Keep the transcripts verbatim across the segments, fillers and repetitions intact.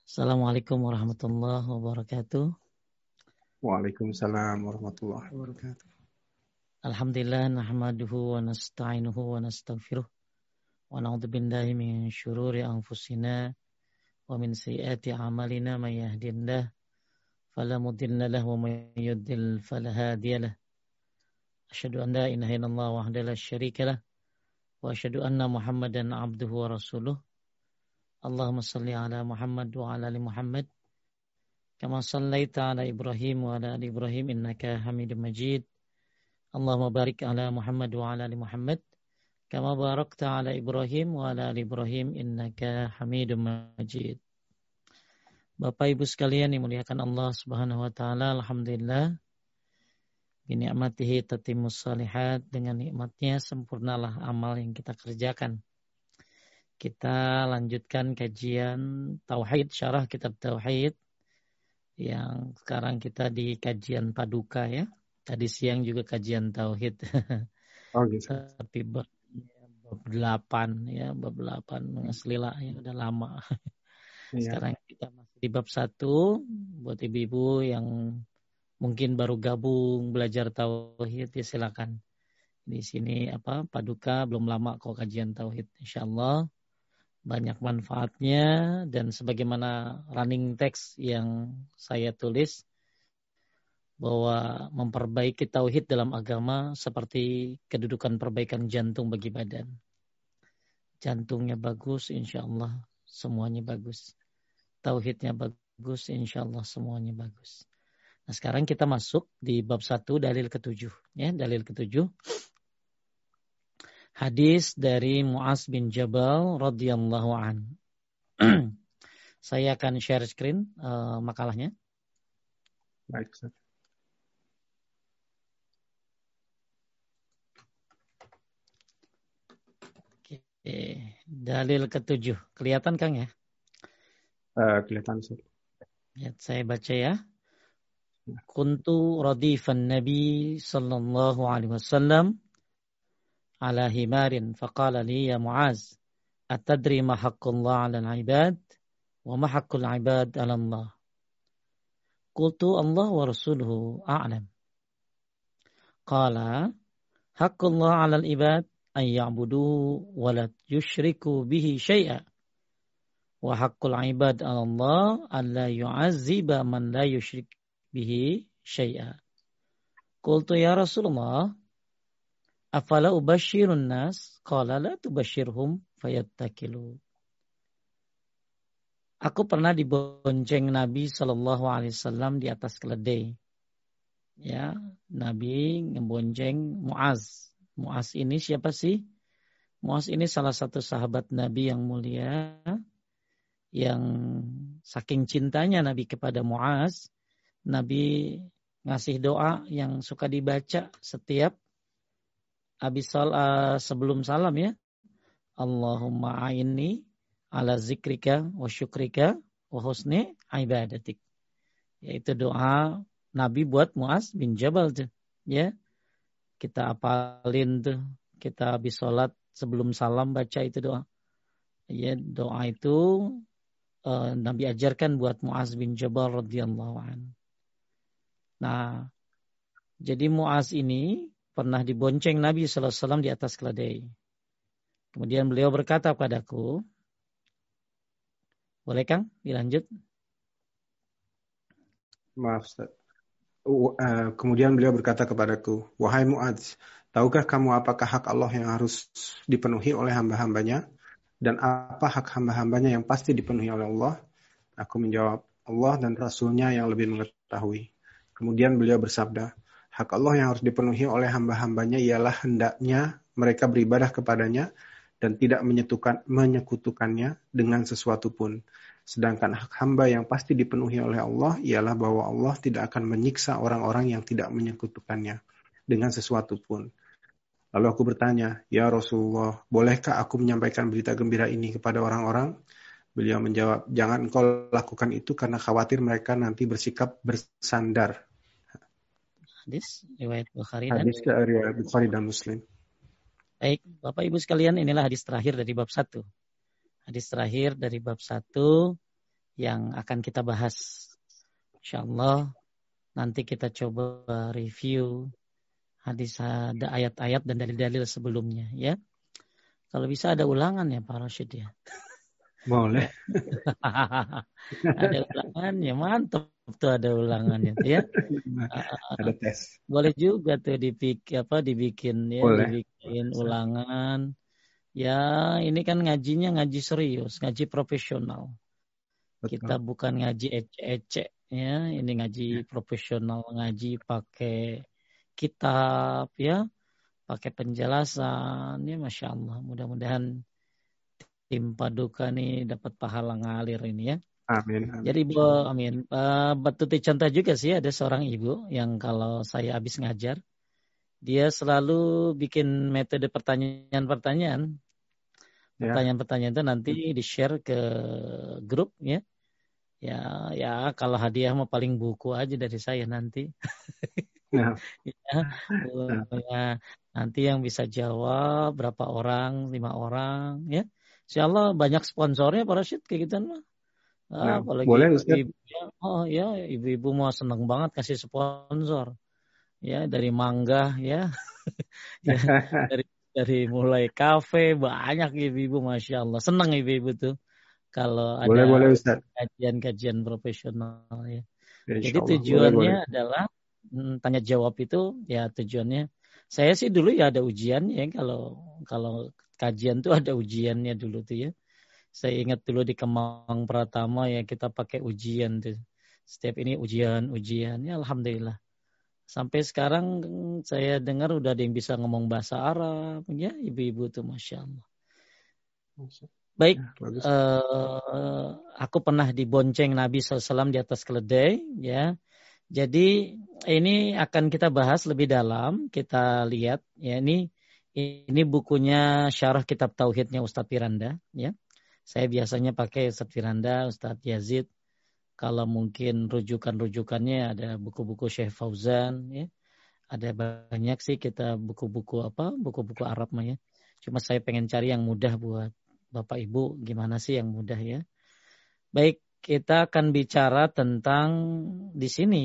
Assalamualaikum warahmatullahi wabarakatuh. Waalaikumsalam warahmatullahi wabarakatuh. Alhamdulillah nahmaduhu wa nasta'inuhu wa nastaghfiruh wa na'udzu billahi min syururi anfusina wa min sayyiati a'malina may yahdihillahu fala mudilla lahu wa may yudlil fala hadiya lahu. Asyhadu an la ilaha illallah wahdahu la syarika lah wa asyhadu anna Muhammadan 'abduhu wa rasuluh. Allahumma shalli ala Muhammad wa ala ali Muhammad kama shallaita ala Ibrahim wa ala ali Ibrahim innaka Hamidum Majid. Allahumma barik ala Muhammad wa ala ali Muhammad kama barakta ala Ibrahim wa ala ali Ibrahim innaka Hamidum Majid. Bapak Ibu sekalian dimuliakan Allah Subhanahu wa taala, alhamdulillah bi ni'matihi tatimmus shalihat, dengan nikmatnya sempurnalah amal yang kita kerjakan. Kita lanjutkan kajian Tauhid, syarah kitab Tauhid yang sekarang kita di kajian Paduka ya. Tadi siang juga kajian Tauhid. Oh gitu. Tapi bab, bab delapan ya, bab delapan mengaslila ya, udah lama. Iya. Sekarang kita masih di bab satu. Buat ibu-ibu yang mungkin baru gabung belajar Tauhid ya silakan. Di sini apa Paduka belum lama kok kajian Tauhid. Insyaallah banyak manfaatnya, dan sebagaimana running text yang saya tulis bahwa memperbaiki tauhid dalam agama seperti kedudukan perbaikan jantung bagi badan. Jantungnya bagus, insya Allah semuanya bagus. Tauhidnya bagus, insya Allah semuanya bagus. Nah sekarang kita masuk di bab satu, dalil ketujuh. Ya, dalil ketujuh. Hadis dari Mu'az bin Jabal radhiyallahu an. Saya akan share screen uh, makalahnya. Baik, Ustaz. Oke, dalil ketujuh. Kelihatan Kang ya? Uh, kelihatan, Ustaz. Ya, saya baca ya. Kuntu radifan Nabi sallallahu alaihi wasallam ala himarin faqala li ya Mu'az atadri ma haqqullah 'ala al-'ibad wa ma haqqul 'ibad 'ala Allah. Qultu Allah wa rasuluhu a'lam. Qala haqqullah 'ala al-'ibad an ya'buduhu wa la yusyriku bihi syai'a wa haqqul 'ibad 'ala Allah an la yu'azziba man la yusyrik bihi syai'a. Qultu ya Rasulullah afala ubashirun nas? Qala la tubashirhum fayattakilu. Aku pernah dibonceng Nabi Shallallahu Alaihi Wasallam di atas keledai. Ya, Nabi ngebonceng Mu'az. Mu'az ini siapa sih? Mu'az ini salah satu sahabat Nabi yang mulia, yang saking cintanya Nabi kepada Mu'az, Nabi ngasih doa yang suka dibaca setiap habis salat, sebelum salam ya. Allahumma a'inni ala zikrika wa syukrika wa husni ibadatik. Yaitu doa Nabi buat Mu'az bin Jabal tuh, ya. Kita apalin tuh, kita habis salat sebelum salam baca itu doa. Ya, doa itu uh, Nabi ajarkan buat Mu'az bin Jabal radhiyallahu anhu. Nah, jadi Mu'az ini pernah dibonceng Nabi sallallahu alaihi wasallam di atas keledai. Kemudian beliau berkata padaku, boleh Kang dilanjut? Maaf, Ustaz. Uh, uh, kemudian beliau berkata kepadaku, wahai Mu'adz, tahukah kamu apakah hak Allah yang harus dipenuhi oleh hamba-hambanya? Dan apa hak hamba-hambanya yang pasti dipenuhi oleh Allah? Aku menjawab, Allah dan Rasulnya yang lebih mengetahui. Kemudian beliau bersabda, hak Allah yang harus dipenuhi oleh hamba-hambanya ialah hendaknya mereka beribadah kepadanya dan tidak menyekutukannya dengan sesuatu pun. Sedangkan hak hamba yang pasti dipenuhi oleh Allah ialah bahwa Allah tidak akan menyiksa orang-orang yang tidak menyekutukannya dengan sesuatu pun. Lalu aku bertanya, ya Rasulullah, bolehkah aku menyampaikan berita gembira ini kepada orang-orang? Beliau menjawab, jangan engkau lakukan itu karena khawatir mereka nanti bersikap bersandar. Hadis riwayat Bukhari dan Hadis riwayat Bukhari dan Muslim. Baik, Bapak Ibu sekalian, inilah hadis terakhir dari bab satu. Hadis terakhir dari bab satu yang akan kita bahas. Insyaallah nanti kita coba review hadis, ada ayat-ayat dan dalil-dalil sebelumnya ya. Kalau bisa ada ulangan ya Pak Rashid ya. Boleh. Ada ulangannya, mantap tuh ada ulangannya tuh ya. Ada tes. Boleh juga tuh dibikin apa dibikin ya, Boleh. dibikin ulangan. Ya, ini kan ngajinya ngaji serius, ngaji profesional. Betul. Kita bukan ngaji ecek-ecek ya, ini ngaji profesional, ngaji pakai kitab ya, pakai penjelasan ya, Masya Allah. Mudah-mudahan tim Paduka nih dapat pahala ngalir ini ya. Amin. amin. Jadi Bu, amin. Uh, Batuti contoh juga sih, ada seorang ibu yang kalau saya habis ngajar, dia selalu bikin metode pertanyaan-pertanyaan. Ya. Pertanyaan-pertanyaan itu nanti di-share ke grup ya. Ya, ya kalau hadiah mah paling buku aja dari saya nanti. Ya. Ya, ya, nanti yang bisa jawab berapa orang, lima orang ya. Insyaallah banyak sponsornya Pak Rashid kayak gitu mah. Ah, Nah, apalagi boleh Ustaz. ibu, oh ya, ibu-ibu mau seneng banget kasih sponsor. Ya, dari Mangga ya. Ya, dari dari mulai kafe banyak ibu-ibu, Masya Allah, senang ibu-ibu tuh kalau boleh, ada boleh, Ustaz. kajian-kajian profesional ya. Ya, Jadi Allah. tujuannya boleh, boleh. adalah hmm, tanya jawab itu ya, tujuannya saya sih dulu ya ada ujian ya, kalau kalau kajian tuh ada ujiannya dulu tuh ya. Saya ingat dulu di Kemang Pratama ya, kita pakai ujian tuh. Setiap ini ujian-ujian ya, alhamdulillah. Sampai sekarang saya dengar udah ada yang bisa ngomong bahasa Arab ya, ibu-ibu tuh Masya Allah. Baik, ya, uh, aku pernah dibonceng Nabi shallallahu alaihi wasallam di atas keledai ya. Jadi ini akan kita bahas lebih dalam. Kita lihat ya, ini ini bukunya Syarah Kitab Tauhidnya Ustadz Firanda ya. Saya biasanya pakai Ustadz Firanda, Ustadz Yazid. Kalau mungkin rujukan-rujukannya ada buku-buku Syekh Fauzan ya. Ada banyak sih kita buku-buku apa, buku-buku Arab mah ya. Cuma saya pengen cari yang mudah buat Bapak Ibu, gimana sih yang mudah ya. Baik, kita akan bicara tentang di sini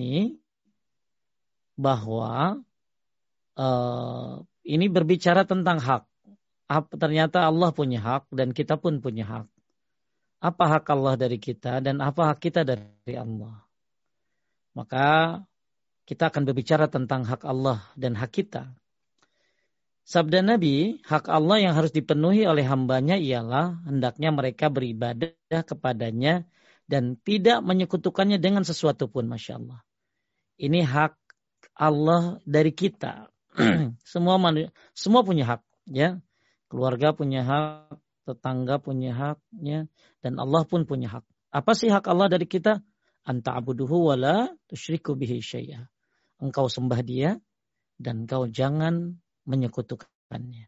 bahwa uh, ini berbicara tentang hak. Ternyata Allah punya hak dan kita pun punya hak. Apa hak Allah dari kita dan apa hak kita dari Allah. Maka kita akan berbicara tentang hak Allah dan hak kita. Sabda Nabi, hak Allah yang harus dipenuhi oleh hambanya ialah hendaknya mereka beribadah kepadanya dan tidak menyekutukannya dengan sesuatu pun. Masya Allah. Ini hak Allah dari kita. semua manusia, semua punya hak. Ya, keluarga punya hak, tetangga punya hak, ya, dan Allah pun punya hak. Apa sih hak Allah dari kita? Anta'buduhu wa la tusyriku bihi syai'a. Engkau sembah Dia dan engkau jangan menyekutukannya.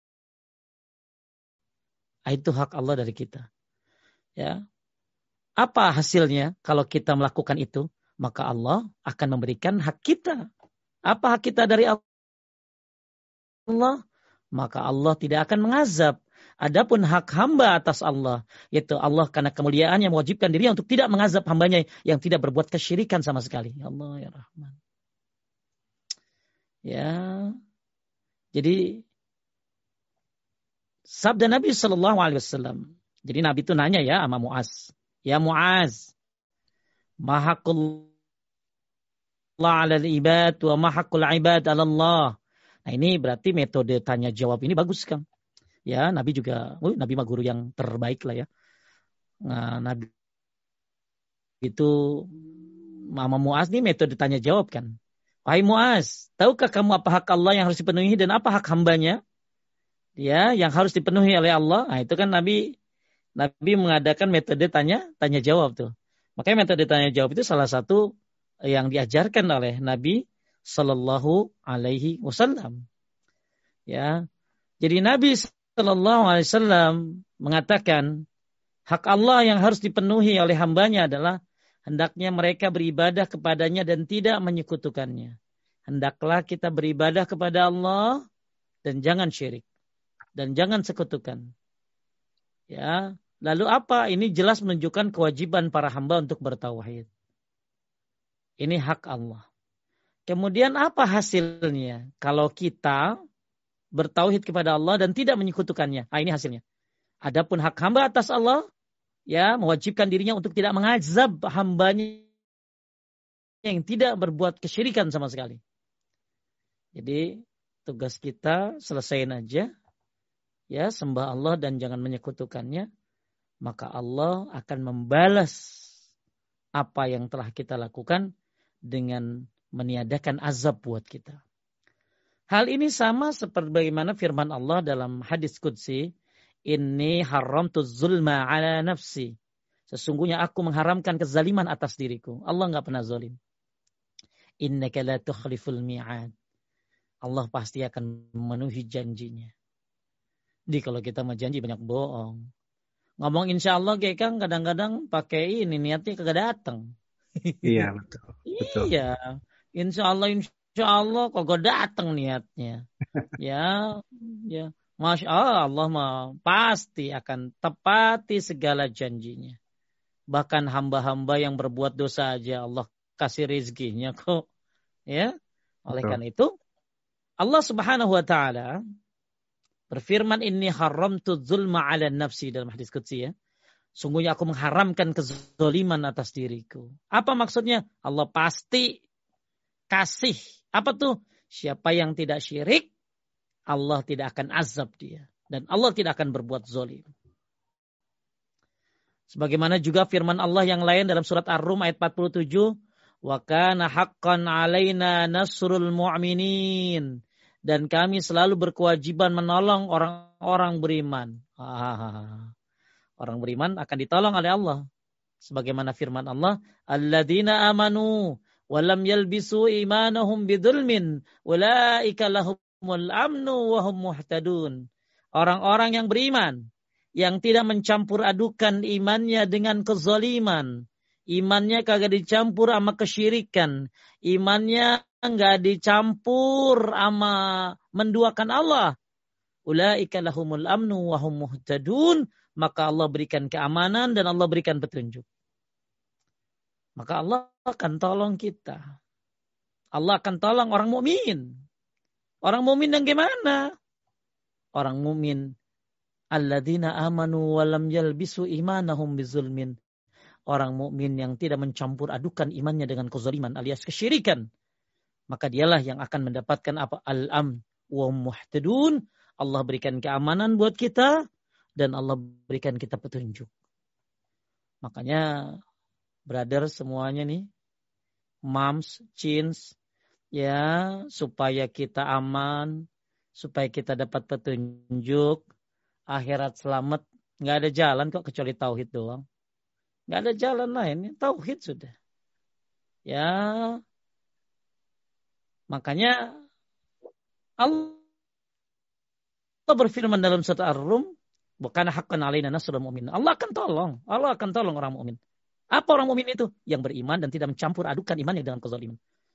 Itu hak Allah dari kita. Ya. Apa hasilnya kalau kita melakukan itu? Maka Allah akan memberikan hak kita. Apa hak kita dari Allah? Maka Allah tidak akan mengazab. Adapun hak hamba atas Allah, yaitu Allah karena kemuliaannya mewajibkan diri untuk tidak mengazab hambanya yang tidak berbuat kesyirikan sama sekali. Ya Allah ya Rahman. Ya. Jadi sabda Nabi Shallallahu Alaihi Wasallam. Jadi Nabi itu nanya ya sama Muaz. Ya Muaz, mahaqullah ala al-ibad wa mahaqul ibad ala Allah. Nah ini berarti metode tanya jawab ini bagus kan? Ya, Nabi juga, oh, Nabi mah guru yang terbaik lah ya. Nah, Nabi itu Mama Muaz nih metode tanya jawab kan. Wahai Muaz, tahukah kamu apa hak Allah yang harus dipenuhi dan apa hak hambanya? Ya, yang harus dipenuhi oleh Allah. Nah, itu kan Nabi Nabi mengadakan metode tanya tanya jawab tuh. Makanya metode tanya jawab itu salah satu yang diajarkan oleh Nabi Sallallahu Alaihi Wasallam. Ya, jadi Nabi Sallallahu Alaihi Wasallam mengatakan hak Allah yang harus dipenuhi oleh hambanya adalah hendaknya mereka beribadah kepadanya dan tidak menyekutukannya. Hendaklah kita beribadah kepada Allah dan jangan syirik dan jangan sekutukan. Ya, Lalu apa? Ini jelas menunjukkan kewajiban para hamba untuk bertauhid. Ini hak Allah. Kemudian apa hasilnya? Kalau kita bertauhid kepada Allah dan tidak menyekutukannya. Nah, ini hasilnya. Adapun hak hamba atas Allah, ya, mewajibkan dirinya untuk tidak mengazab hambanya yang tidak berbuat kesyirikan sama sekali. Jadi tugas kita selesaiin aja, ya, sembah Allah dan jangan menyekutukannya, maka Allah akan membalas apa yang telah kita lakukan dengan meniadakan azab buat kita. Hal ini sama seperti bagaimana firman Allah dalam hadis qudsi, inni haramtu zulma ala nafsi. Sesungguhnya aku mengharamkan kezaliman atas diriku. Allah enggak pernah zalim. Innaka la tukhliful mi'ad. Allah pasti akan memenuhi janjinya. Jadi kalau kita mau janji banyak bohong. Ngomong insya Allah kayak Kang kadang-kadang pakai ini niatnya kagak datang. Iya betul. betul. Iya. Insya Allah insya Allah kagak datang niatnya. Ya, ya. Masya Allah, Allah mah pasti akan tepati segala janjinya. Bahkan hamba-hamba yang berbuat dosa aja Allah kasih rezekinya kok. Ya. Oleh karena itu Allah Subhanahu wa taala berfirman, inni haramtu zulma 'ala nafsi dalam hadis qudsi, ya. Sungguhnya aku mengharamkan kezaliman atas diriku. Apa maksudnya? Allah pasti kasih. Apa tuh? Siapa yang tidak syirik, Allah tidak akan azab dia. Dan Allah tidak akan berbuat zalim. Sebagaimana juga firman Allah yang lain dalam surat Ar-Rum ayat empat puluh tujuh. Wa kana haqqan alaina nasrul mu'minin. Dan kami selalu berkewajiban menolong orang-orang beriman. Ah, orang beriman akan ditolong oleh Allah. Sebagaimana firman Allah, alladzina amanu walam yalbisu imanahum bidzulmin ulaika lahumul amnu wa hum muhtadun. Orang-orang yang beriman yang tidak mencampur adukan imannya dengan kezaliman, imannya kagak dicampur sama kesyirikan, imannya enggak dicampur sama menduakan Allah. Ulaika lahumul amnu wa hum muhtadun, maka Allah berikan keamanan dan Allah berikan petunjuk. Maka Allah akan tolong kita. Allah akan tolong orang mukmin. Orang mukmin yang gimana? Orang mukmin alladzina amanu wa lam yalbisu imanahum bizulmin. Orang mukmin yang tidak mencampur adukan imannya dengan kezaliman alias kesyirikan. Maka dialah yang akan mendapatkan apa? Al-amn wa muhtadun. Allah berikan keamanan buat kita dan Allah berikan kita petunjuk. Makanya brother semuanya nih, moms, chins, ya, supaya kita aman, supaya kita dapat petunjuk, akhirat selamat, nggak ada jalan kok kecuali tauhid doang. Nggak ada jalan lain, tauhid sudah. Ya, makanya Allah berfirman dalam surat Ar-Rum, bukan haqqan alaina nasrul mu'min. Allah akan tolong, Allah akan tolong orang mukmin. Apa orang mukmin itu? Yang beriman dan tidak mencampur adukan imannya dengan kezaliman.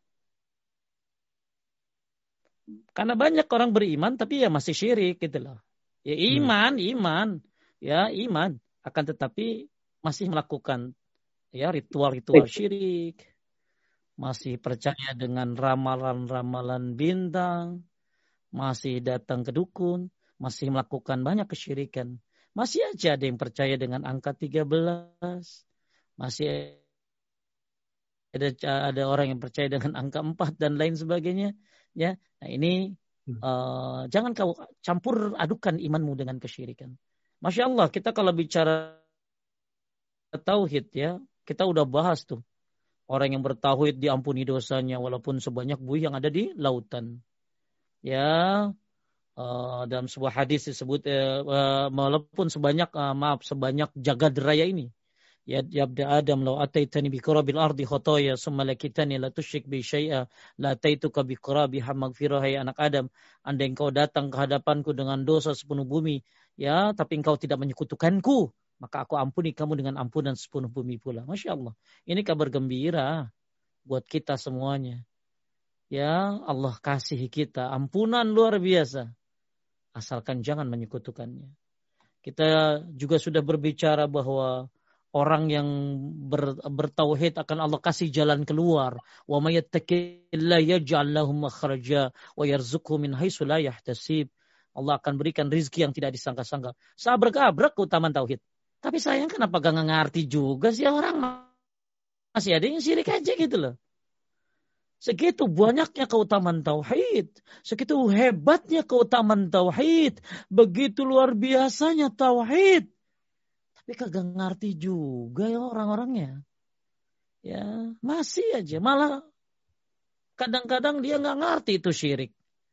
Karena banyak orang beriman tapi ya masih syirik gitu loh. Ya iman, hmm. iman, ya iman, akan tetapi masih melakukan ya ritual-ritual syirik. Masih percaya dengan ramalan-ramalan bintang, masih datang ke dukun, masih melakukan banyak kesyirikan. Masih aja ada yang percaya dengan angka tiga belas. Masih ada ada orang yang percaya dengan angka empat dan lain sebagainya, ya. Nah, ini hmm. uh, jangan kau campur adukan imanmu dengan kesyirikan. Masya Allah, kita kalau bicara tauhid, ya, kita udah bahas tuh. Orang yang bertauhid diampuni dosanya walaupun sebanyak buih yang ada di lautan. Ya, uh, dalam sebuah hadis disebut uh, uh, walaupun sebanyak uh, maaf sebanyak jagat raya ini. Ya yabda Adam law ataitani bi qurabil ardi khotoya summa lakitani la tusyrik bi syai'a la taituka bi qurabiha maghfirah. Hai anak Adam, andai engkau datang ke hadapanku dengan dosa sepenuh bumi, ya, tapi engkau tidak menyekutukanku, maka aku ampuni kamu dengan ampunan sepenuh bumi pula. Masya Allah. Ini kabar gembira buat kita semuanya. Ya, Allah kasih kita ampunan luar biasa. Asalkan jangan menyekutukannya. Kita juga sudah berbicara bahwa orang yang ber, bertauhid akan Allah kasih jalan keluar. Wa may yattaqillaha yaj'al lahu makhraja wa yarzuqhu min haitsu la yahtasib. Allah akan berikan rizki yang tidak disangka-sangka. Sabrak-abrak keutamaan tauhid. Tapi sayang kenapa gak ngerti juga sih orang, masih ada yang syirik aja gitu loh. Segitu banyaknya keutamaan tauhid, segitu hebatnya keutamaan tauhid, begitu luar biasanya tauhid. Tapi kagak ngerti juga ya orang-orangnya. Ya, masih aja malah kadang-kadang dia nggak ngerti itu syirik.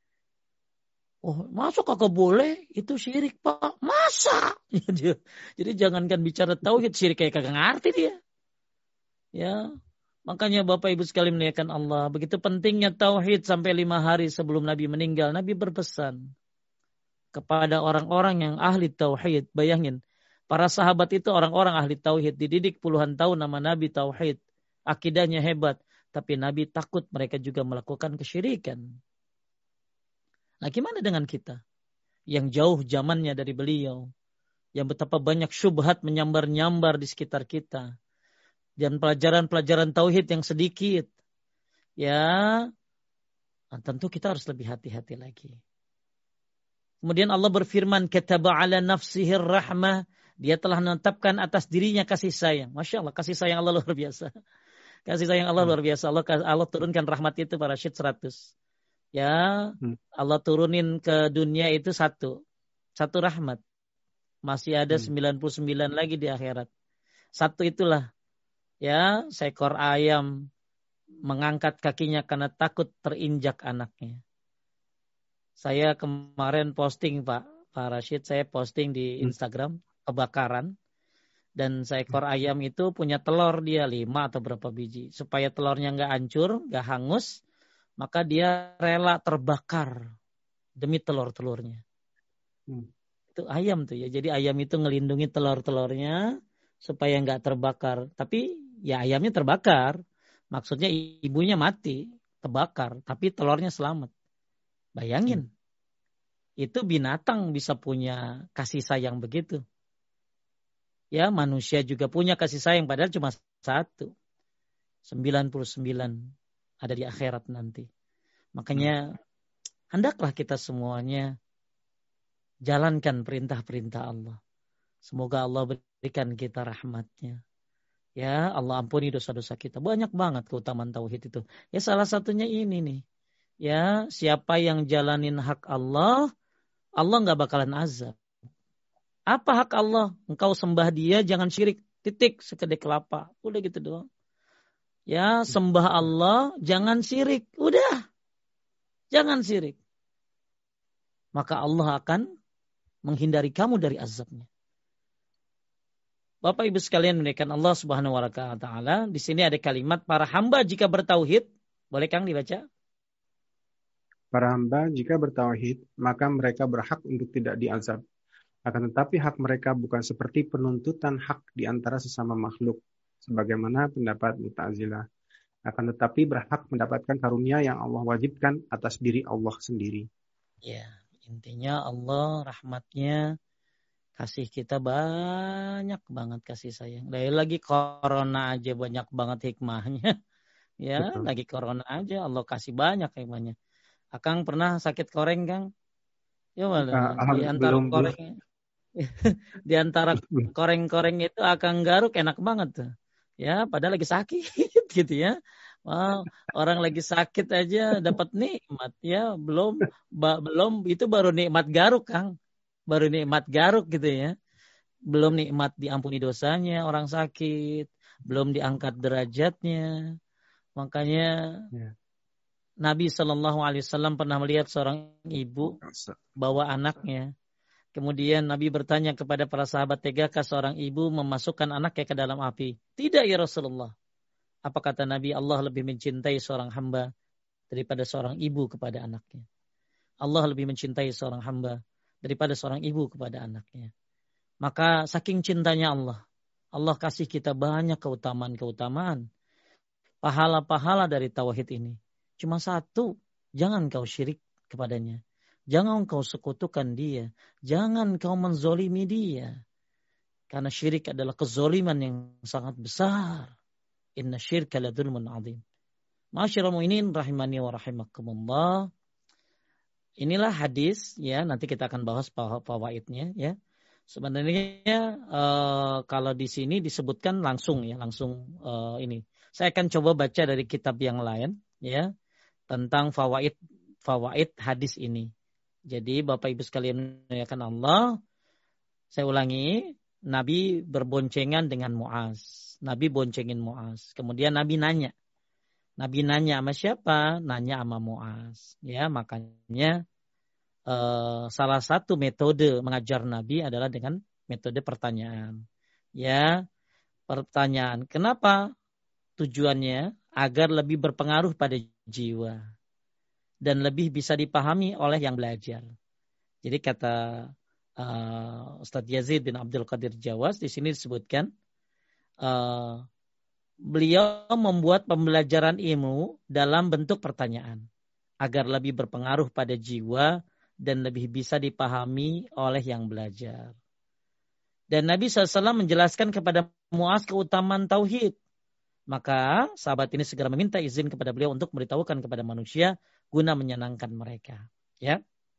Oh, masuk kagak boleh itu syirik, Pak. Masa? Jadi jangankan bicara tauhid, syirik kayak kagak ngerti dia. Ya. Makanya Bapak Ibu sekalian muliakan Allah, begitu pentingnya tauhid sampai lima hari sebelum Nabi meninggal, Nabi berpesan kepada orang-orang yang ahli tauhid. Bayangin, para sahabat itu orang-orang ahli tauhid, dididik puluhan tahun nama Nabi tauhid, akidahnya hebat, tapi Nabi takut mereka juga melakukan kesyirikan. Nah, gimana dengan kita yang jauh zamannya dari beliau, yang betapa banyak syubhat menyambar-nyambar di sekitar kita, dan pelajaran-pelajaran tauhid yang sedikit, ya tentu kita harus lebih hati-hati lagi. Kemudian Allah berfirman, kataba ala nafsihir rahmah, dia telah menetapkan atas dirinya kasih sayang. Masya Allah, kasih sayang Allah luar biasa. Kasih sayang Allah luar biasa. Allah, Allah turunkan rahmat itu pada syed seratus. Ya, Allah turunin ke dunia itu satu, satu rahmat. Masih ada sembilan puluh sembilan lagi di akhirat. Satu itulah. Ya, seekor ayam mengangkat kakinya karena takut terinjak anaknya. Saya kemarin posting Pak, Pak Rashid, saya posting di Instagram kebakaran. Dan seekor ayam itu punya telur dia lima atau berapa biji. Supaya telurnya nggak hancur, nggak hangus, maka dia rela terbakar demi telur-telurnya. Hmm. Itu ayam tuh ya. Jadi ayam itu ngelindungi telur-telurnya supaya nggak terbakar. Tapi ya ayamnya terbakar. Maksudnya ibunya mati, terbakar. Tapi telurnya selamat. Bayangin. Hmm. Itu binatang bisa punya kasih sayang begitu. Ya, manusia juga punya kasih sayang. Padahal cuma satu. sembilan puluh sembilan ada di akhirat nanti. Makanya hmm. hendaklah kita semuanya jalankan perintah-perintah Allah. Semoga Allah berikan kita rahmatnya. Ya, Allah ampuni dosa-dosa kita. Banyak banget keutamaan tauhid itu. Ya, salah satunya ini nih. Ya, siapa yang jalanin hak Allah, Allah nggak bakalan azab. Apa hak Allah? Engkau sembah dia, jangan syirik. Titik, sekedai kelapa. Udah gitu doang. Ya, sembah Allah, jangan syirik. Udah. Jangan syirik. Maka Allah akan menghindari kamu dari azabnya. Bapak Ibu sekalian menaikkan Allah Subhanahu wa taala, di sini ada kalimat para hamba jika bertauhid, boleh Kang dibaca? Para hamba jika bertauhid, maka mereka berhak untuk tidak diazab. Akan tetapi hak mereka bukan seperti penuntutan hak di antara sesama makhluk, sebagaimana pendapat Mu'tazilah. Akan tetapi berhak mendapatkan karunia yang Allah wajibkan atas diri Allah sendiri. Ya, intinya Allah rahmatnya kasih kita banyak banget kasih sayang. Dari lagi corona aja banyak banget hikmahnya. Ya, betul. Lagi corona aja Allah kasih banyak hikmahnya. Akang pernah sakit koreng, Kang? Ya malah uh, di antara belum, koreng di antara koreng-koreng itu Akang garuk enak banget tuh. Ya, padahal lagi sakit gitu ya. Wow, orang lagi sakit aja dapat nikmat ya, belum ba, belum itu baru nikmat garuk, Kang. Baru nikmat garuk gitu ya. Belum nikmat diampuni dosanya orang sakit, belum diangkat derajatnya. Makanya ya. Nabi shallallahu alaihi wasallam pernah melihat seorang ibu bawa anaknya. Kemudian Nabi bertanya kepada para sahabat, tegakah seorang ibu memasukkan anaknya ke dalam api? Tidak ya Rasulullah. Apa kata Nabi? Allah lebih mencintai seorang hamba daripada seorang ibu kepada anaknya. Allah lebih mencintai seorang hamba daripada seorang ibu kepada anaknya. Maka saking cintanya Allah, Allah kasih kita banyak keutamaan-keutamaan. Pahala-pahala dari tauhid ini. Cuma satu, jangan kau syirik kepadanya. Jangan kau sekutukan dia. Jangan kau menzolimi dia. Karena syirik adalah kezoliman yang sangat besar. Inna syirka la dzulmun adzim. Ma'asyiral mu'minin rahimani wa rahimakumullah. Inilah hadis ya, nanti kita akan bahas fawaidnya ya. Sebenarnya uh, kalau di sini disebutkan langsung ya, langsung uh, ini. Saya akan coba baca dari kitab yang lain ya tentang fawaid fawaid hadis ini. Jadi Bapak Ibu sekalian muliakan Allah, saya ulangi, Nabi berboncengan dengan Muaz. Nabi boncengin Muaz. Kemudian Nabi nanya. Nabi nanya sama siapa? Nanya sama Muaz. Ya, makanya eh, salah satu metode mengajar Nabi adalah dengan metode pertanyaan. Ya, pertanyaan. Kenapa? Tujuannya agar lebih berpengaruh pada jiwa dan lebih bisa dipahami oleh yang belajar. Jadi kata uh, Ustadz Yazid bin Abdul Qadir Jawas di sini disebutkan. Uh, Beliau membuat pembelajaran ilmu dalam bentuk pertanyaan agar lebih berpengaruh pada jiwa dan lebih bisa dipahami oleh yang belajar. Dan Nabi shallallahu alaihi wasallam menjelaskan kepada Muaz keutamaan tauhid. Maka sahabat ini segera meminta izin kepada beliau untuk memberitahukan kepada manusia guna menyenangkan mereka. Ya,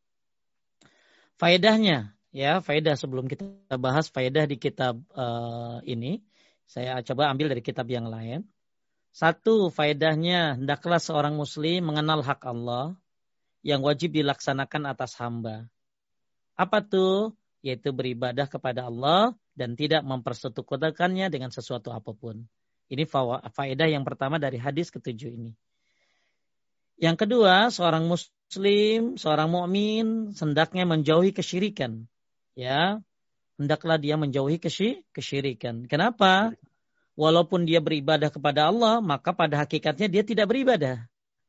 faedahnya, ya faedah sebelum kita bahas faedah di kitab uh, ini. Saya coba ambil dari kitab yang lain. Satu, faedahnya hendaklah seorang muslim mengenal hak Allah yang wajib dilaksanakan atas hamba. Apa tuh? Yaitu beribadah kepada Allah dan tidak mempersekutukannya dengan sesuatu apapun. Ini faedah yang pertama dari hadis ketujuh ini. Yang kedua, seorang muslim, seorang mukmin hendaknya menjauhi kesyirikan. Ya, hendaklah dia menjauhi kesyirikan. Kenapa? Walaupun dia beribadah kepada Allah, maka pada hakikatnya dia tidak beribadah.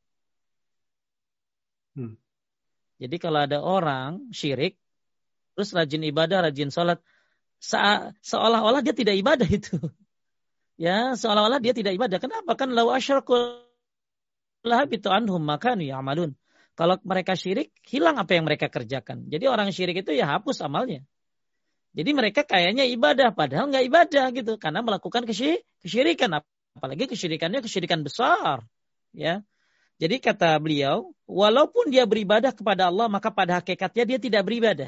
Hmm. Jadi kalau ada orang syirik, terus rajin ibadah, rajin sholat, se- seolah-olah dia tidak ibadah itu. Ya, seolah-olah dia tidak ibadah. Kenapa? Kan lau asyraku lahabitu anhum makanu ya'malun. Kalau mereka syirik, hilang apa yang mereka kerjakan. Jadi orang syirik itu ya hapus amalnya. Jadi mereka kayaknya ibadah, padahal nggak ibadah gitu, karena melakukan kesyirikan, apalagi kesyirikannya kesyirikan besar, ya. Jadi kata beliau, walaupun dia beribadah kepada Allah, maka pada hakikatnya dia tidak beribadah.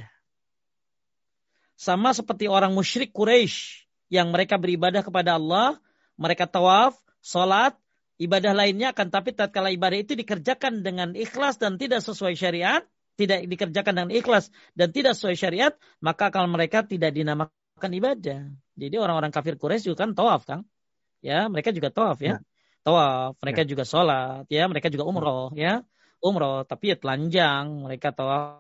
Sama seperti orang musyrik Quraisy yang mereka beribadah kepada Allah, mereka tawaf, sholat, ibadah lainnya, akan tapi tatkala ibadah itu dikerjakan dengan ikhlas dan tidak sesuai syariat, tidak dikerjakan dengan ikhlas dan tidak sesuai syariat, maka kalau mereka tidak dinamakan ibadah. Jadi orang-orang kafir Quraisy juga kan tawaf, Kang. Ya, mereka juga tawaf ya. ya. Tawaf, mereka ya. juga sholat, ya, mereka juga umroh, ya. Umroh, tapi ya telanjang, mereka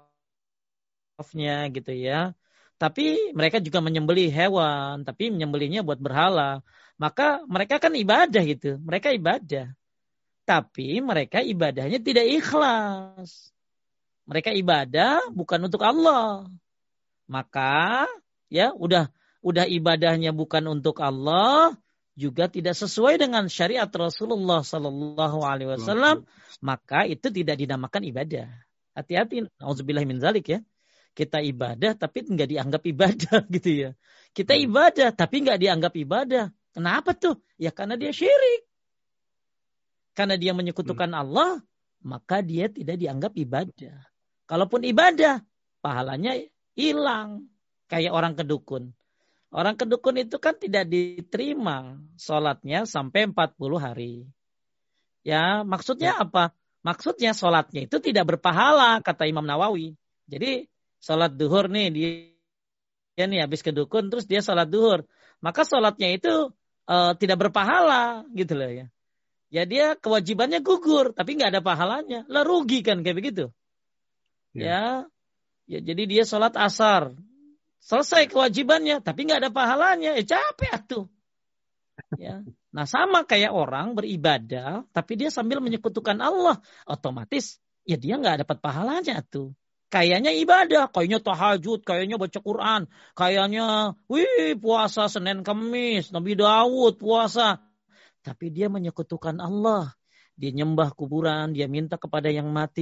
tawafnya gitu ya. Tapi mereka juga menyembelih hewan, tapi menyembelihnya buat berhala. Maka mereka kan ibadah gitu, mereka ibadah. Tapi mereka ibadahnya tidak ikhlas. Mereka ibadah bukan untuk Allah. Maka ya udah udah ibadahnya bukan untuk Allah, juga tidak sesuai dengan syariat Rasulullah sallallahu alaihi wasallam, maka itu tidak dinamakan ibadah. Hati-hati, auzubillahi min zalik ya. Kita ibadah tapi enggak dianggap ibadah gitu ya. Kita ibadah tapi enggak dianggap ibadah. Kenapa tuh? Ya karena dia syirik. Karena dia menyekutukan hmm. Allah, maka dia tidak dianggap ibadah. Kalaupun ibadah, pahalanya hilang. Kayak orang kedukun. Orang kedukun itu kan tidak diterima sholatnya sampai empat puluh hari. Ya, maksudnya ya. apa? Maksudnya sholatnya itu tidak berpahala, kata Imam Nawawi. Jadi sholat duhur nih, dia nih habis kedukun, terus dia sholat duhur. Maka sholatnya itu uh, tidak berpahala, gitu loh ya. Ya dia kewajibannya gugur, tapi nggak ada pahalanya. Lah rugi kan kayak begitu. Ya, ya jadi dia sholat asar, selesai kewajibannya, tapi nggak ada pahalanya, ya capek tuh. Ya, nah sama kayak orang beribadah, tapi dia sambil menyekutukan Allah, otomatis ya dia nggak dapat pahalanya tuh. Kayaknya ibadah, kayaknya tahajud, kayaknya baca Quran, kayaknya, wih puasa Senin Kamis, Nabi Daud puasa, tapi dia menyekutukan Allah, dia nyembah kuburan, dia minta kepada yang mati.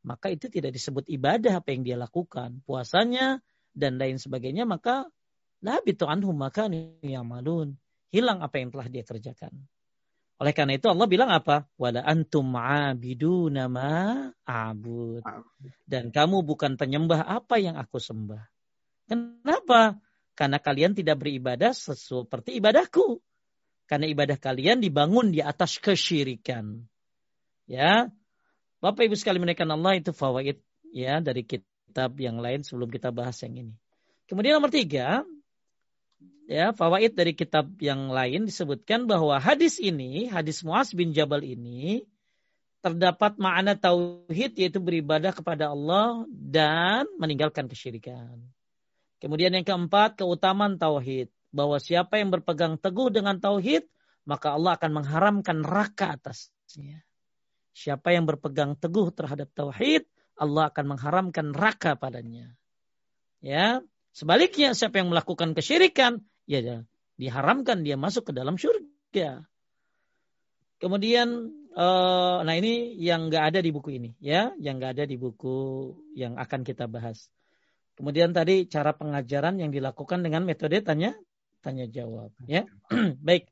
maka itu tidak disebut ibadah apa yang dia lakukan, puasanya dan lain sebagainya, maka la bitu anhum maka yamalun, hilang apa yang telah dia kerjakan. Oleh karena itu Allah bilang apa? Wala antum ma'abiduna ma a'bud. Dan kamu bukan penyembah apa yang aku sembah. Kenapa? Karena kalian tidak beribadah seperti ibadahku. Karena ibadah kalian dibangun di atas kesyirikan. Ya. Bapak Ibu sekalian menaikkan Allah, itu fawaid ya dari kitab yang lain sebelum kita bahas yang ini. Kemudian nomor tiga, ya, fawaid dari kitab yang lain disebutkan bahwa hadis ini, hadis Muaz bin Jabal ini, terdapat makna tauhid, yaitu beribadah kepada Allah dan meninggalkan kesyirikan. Kemudian yang keempat, keutamaan tauhid, bahwa siapa yang berpegang teguh dengan tauhid, maka Allah akan mengharamkan neraka atasnya. Siapa yang berpegang teguh terhadap tauhid, Allah akan mengharamkan neraka padanya. Ya, sebaliknya siapa yang melakukan kesyirikan, ya diharamkan dia masuk ke dalam surga. Kemudian, eh, nah ini yang nggak ada di buku ini, ya, yang nggak ada di buku yang akan kita bahas. Kemudian tadi cara pengajaran yang dilakukan dengan metode tanya tanya jawab, ya. Baik.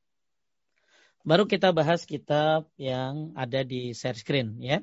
Baru kita bahas kitab yang ada di share screen, ya.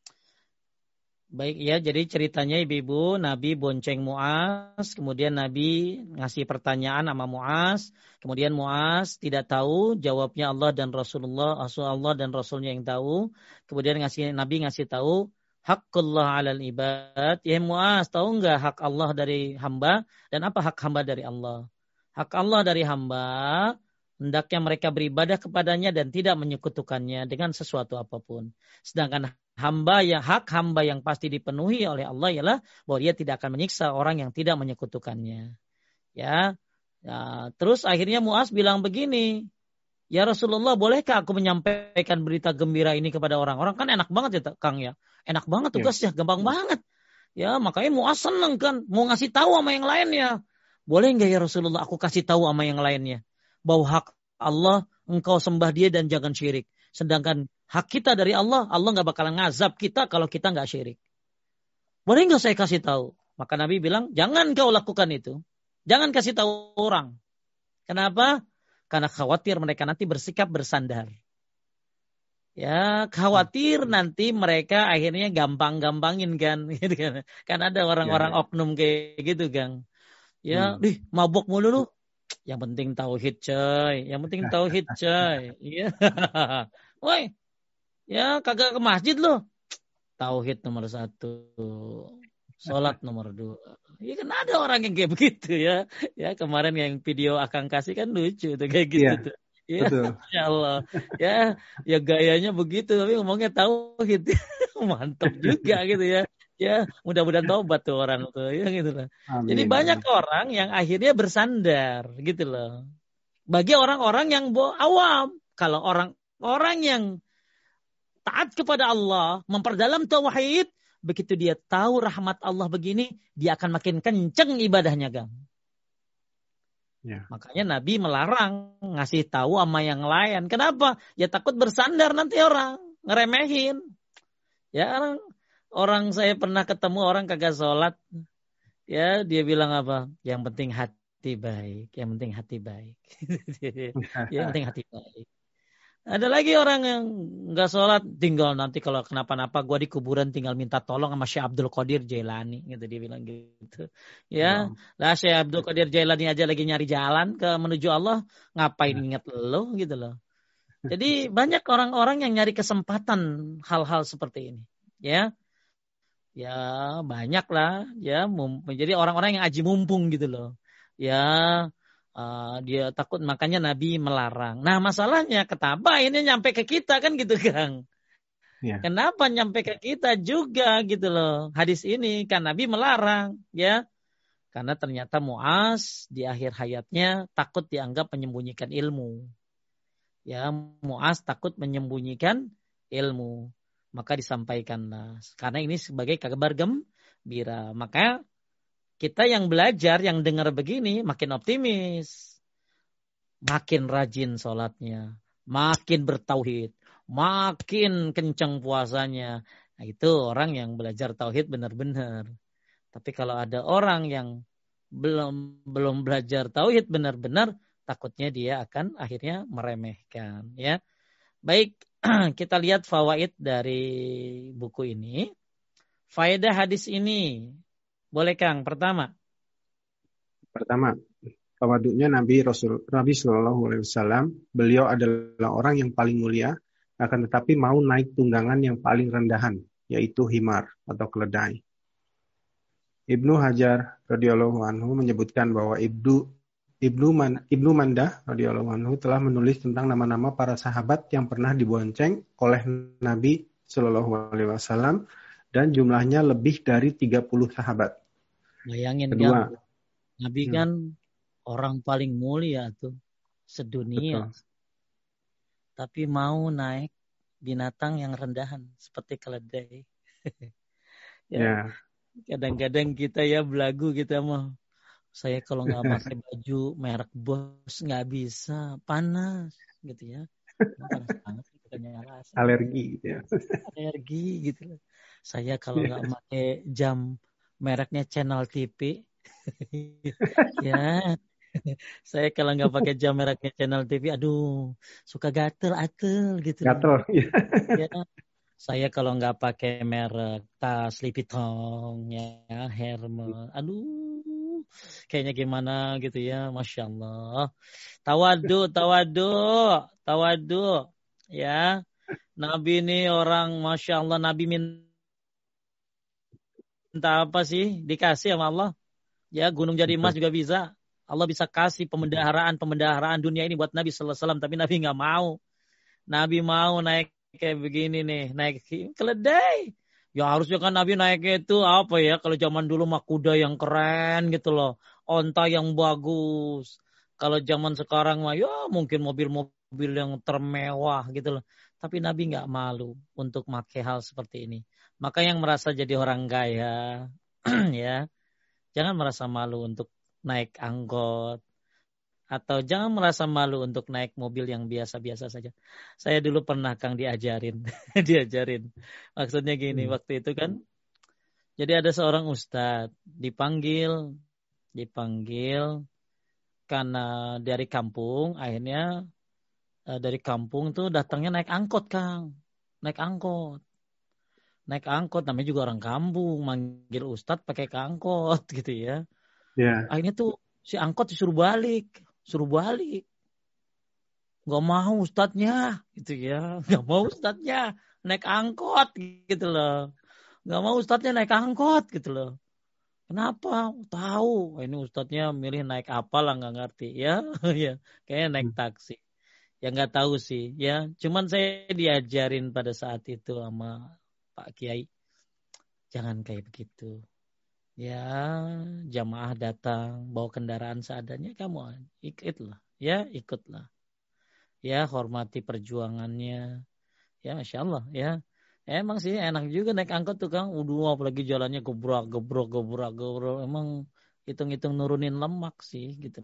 Baik ya, jadi ceritanya ibu-ibu, Nabi bonceng Muaz, kemudian Nabi ngasih pertanyaan sama Muaz, kemudian Muaz tidak tahu, jawabnya Allah dan Rasulullah, Allah dan Rasulnya yang tahu, kemudian ngasih Nabi ngasih tahu, haqqullah 'alal ibad, ya Muaz, tahu enggak hak Allah dari hamba dan apa hak hamba dari Allah? Hak Allah dari hamba, hendaknya mereka beribadah kepadanya dan tidak menyekutukannya dengan sesuatu apapun. Sedangkan hamba yang hak hamba yang pasti dipenuhi oleh Allah ialah bahwa dia tidak akan menyiksa orang yang tidak menyekutukannya. Ya. Ya, terus akhirnya Muaz bilang begini, ya Rasulullah, bolehkah aku menyampaikan berita gembira ini kepada orang-orang? Kan enak banget ya Kang ya. Enak banget tugasnya, ya. Gampang banget. Ya, makanya Muaz seneng kan, mau ngasih tahu sama yang lainnya. Boleh enggak ya Rasulullah aku kasih tahu sama yang lainnya bahwa hak Allah engkau sembah dia dan jangan syirik. Sedangkan hak kita dari Allah, Allah enggak bakalan ngazab kita kalau kita enggak syirik. Boleh enggak saya kasih tahu? Maka Nabi bilang, jangan kau lakukan itu. Jangan kasih tahu orang. Kenapa? Karena khawatir mereka nanti bersikap bersandar. Ya, khawatir nanti mereka akhirnya gampang-gampangin kan. Kan ada orang-orang ya, ya. Oknum kayak gitu, Gang. Ya, hmm. Dih, mabok mulu lu. Yang penting tauhid, coy. Yang penting tauhid, coy. Iya. Woi. Ya, kagak ke masjid lu. Tauhid nomor satu. Salat nomor dua. Ya kan ada orang yang kayak begitu ya. Ya, kemarin yang video Akang kasih kan lucu tuh kayak gitu yeah. tuh. Ya, betul. Ya Allah. Ya, ya gayanya begitu tapi ngomongnya tauhid. Mantap juga gitu ya. Ya, mudah-mudahan taubat tuh orang tuh, ya gitu loh. Amin. Jadi banyak orang yang akhirnya bersandar, gitu loh. Bagi orang-orang yang awam, kalau orang-orang yang taat kepada Allah, memperdalam tauhid, begitu dia tahu rahmat Allah begini, dia akan makin kenceng ibadahnya, Gang. Ya. Makanya Nabi melarang ngasih tahu sama yang lain. Kenapa? Ya takut bersandar nanti orang, ngeremehin. Ya orang Orang saya pernah ketemu orang kagak sholat, ya dia bilang apa? Yang penting hati baik, yang penting hati baik, ya, yang penting hati baik. Ada lagi orang yang nggak sholat, tinggal nanti kalau kenapa-napa gue di kuburan tinggal minta tolong sama Syekh Abdul Qadir Jailani, gitu dia bilang gitu. Ya, lah Syekh Abdul Qadir Jailani aja lagi nyari jalan ke menuju Allah, ngapain ingat lo gitu loh. Jadi banyak orang-orang yang nyari kesempatan hal-hal seperti ini, ya. Ya banyak lah ya, jadi orang-orang yang aji mumpung gitu loh. Ya uh, dia takut, makanya Nabi melarang. Nah masalahnya kenapa ini nyampe ke kita kan gitu Kang. Ya. Kenapa nyampe ke kita juga gitu loh hadis ini, kan Nabi melarang ya. Karena ternyata Muaz di akhir hayatnya takut dianggap menyembunyikan ilmu. Ya, Muaz takut menyembunyikan ilmu. Maka disampaikanlah. Karena ini sebagai kabar gembira. Maka kita yang belajar, yang dengar begini, makin optimis. Makin rajin sholatnya. Makin bertauhid. Makin kencang puasanya. Nah, itu orang yang belajar tauhid benar-benar. Tapi kalau ada orang yang belum belum belajar tauhid benar-benar, takutnya dia akan akhirnya meremehkan, ya. Baik, kita lihat fawaid dari buku ini. Faedah hadis ini, boleh Kang? Pertama. Pertama, tawaduknya Nabi Rasul Nabi Shallallahu Alaihi Wasallam, beliau adalah orang yang paling mulia, akan tetapi mau naik tunggangan yang paling rendahan, yaitu himar atau keledai. Ibnu Hajar radhiyallahu anhu menyebutkan bahwa Ibnu Ibnu Man, Ibnu Mandah radhiyallahu anhu telah menulis tentang nama-nama para sahabat yang pernah dibonceng oleh Nabi Shallallahu Alaihi Wasallam dan jumlahnya lebih dari tiga puluh sahabat. Bayangin Kedua, kan, Nabi hmm. kan orang paling mulia tuh sedunia. Betul. Tapi mau naik binatang yang rendahan seperti keledai. ya. Yeah. Kadang-kadang kita ya belagu kita mah. Saya kalau nggak pakai baju merek Bos nggak bisa, panas gitu ya. Panas banget katanya alasan. Alergi gitu ya. Alergi gitu. Saya kalau nggak pakai jam mereknya Channel T V ya. Saya kalau nggak pakai jam mereknya Channel T V, aduh, suka gatel-atel gitu. Gatel. Ya. Saya kalau nggak pakai merek tas Louis Vuitton, ya, Hermes, aduh, kayaknya gimana gitu ya, Masya Allah. Tawadu, tawadu, tawadu, ya. Nabi ini orang, Masya Allah, Nabi minta apa sih? Dikasih sama Allah. Ya, gunung jadi emas juga bisa. Allah bisa kasih pemendaharaan-pemendaharaan dunia ini buat Nabi Sallallahu Alaihi Wasallam, tapi Nabi nggak mau. Nabi mau naik kayak begini nih, naik keledai. Ya harusnya kan Nabi naiknya itu apa ya? Kalau zaman dulu mah kuda yang keren gitu loh. Onta yang bagus. Kalau zaman sekarang mah ya mungkin mobil-mobil yang termewah gitu loh. Tapi Nabi nggak malu untuk pakai hal seperti ini. Maka yang merasa jadi orang kaya, ya, jangan merasa malu untuk naik angkot. Atau jangan merasa malu untuk naik mobil yang biasa-biasa saja. Saya dulu pernah Kang diajarin. diajarin. Maksudnya gini, hmm. waktu itu kan. Jadi ada seorang ustadz. Dipanggil. Dipanggil. Karena dari kampung. Akhirnya dari kampung tuh datangnya naik angkot Kang. Naik angkot. Naik angkot. Namanya juga orang kampung. Manggil ustadz pakai ke angkot gitu ya. Yeah. Akhirnya tuh si angkot disuruh balik. Suruh balik. Gak mau ustadznya. Gitu ya. Gak mau ustadznya. Naik angkot. Gitu loh. Gak mau ustadznya naik angkot. Gitu loh. Kenapa? Tahu. Ini ustadznya milih naik apa lah. Gak ngerti. Ya. ya. Kayaknya naik taksi. Ya gak tahu sih. Ya. Cuman saya diajarin pada saat itu sama Pak Kiai. Jangan kayak begitu. Ya, jamaah datang bawa kendaraan seadanya, kamu ikutlah, ya ikutlah, ya hormati perjuangannya, ya Masya Allah, ya emang sih enak juga naik angkot tuh Kang, udah apalagi jalannya gebrak gebrak gebrak gebrak, emang hitung-hitung nurunin lemak sih gitu.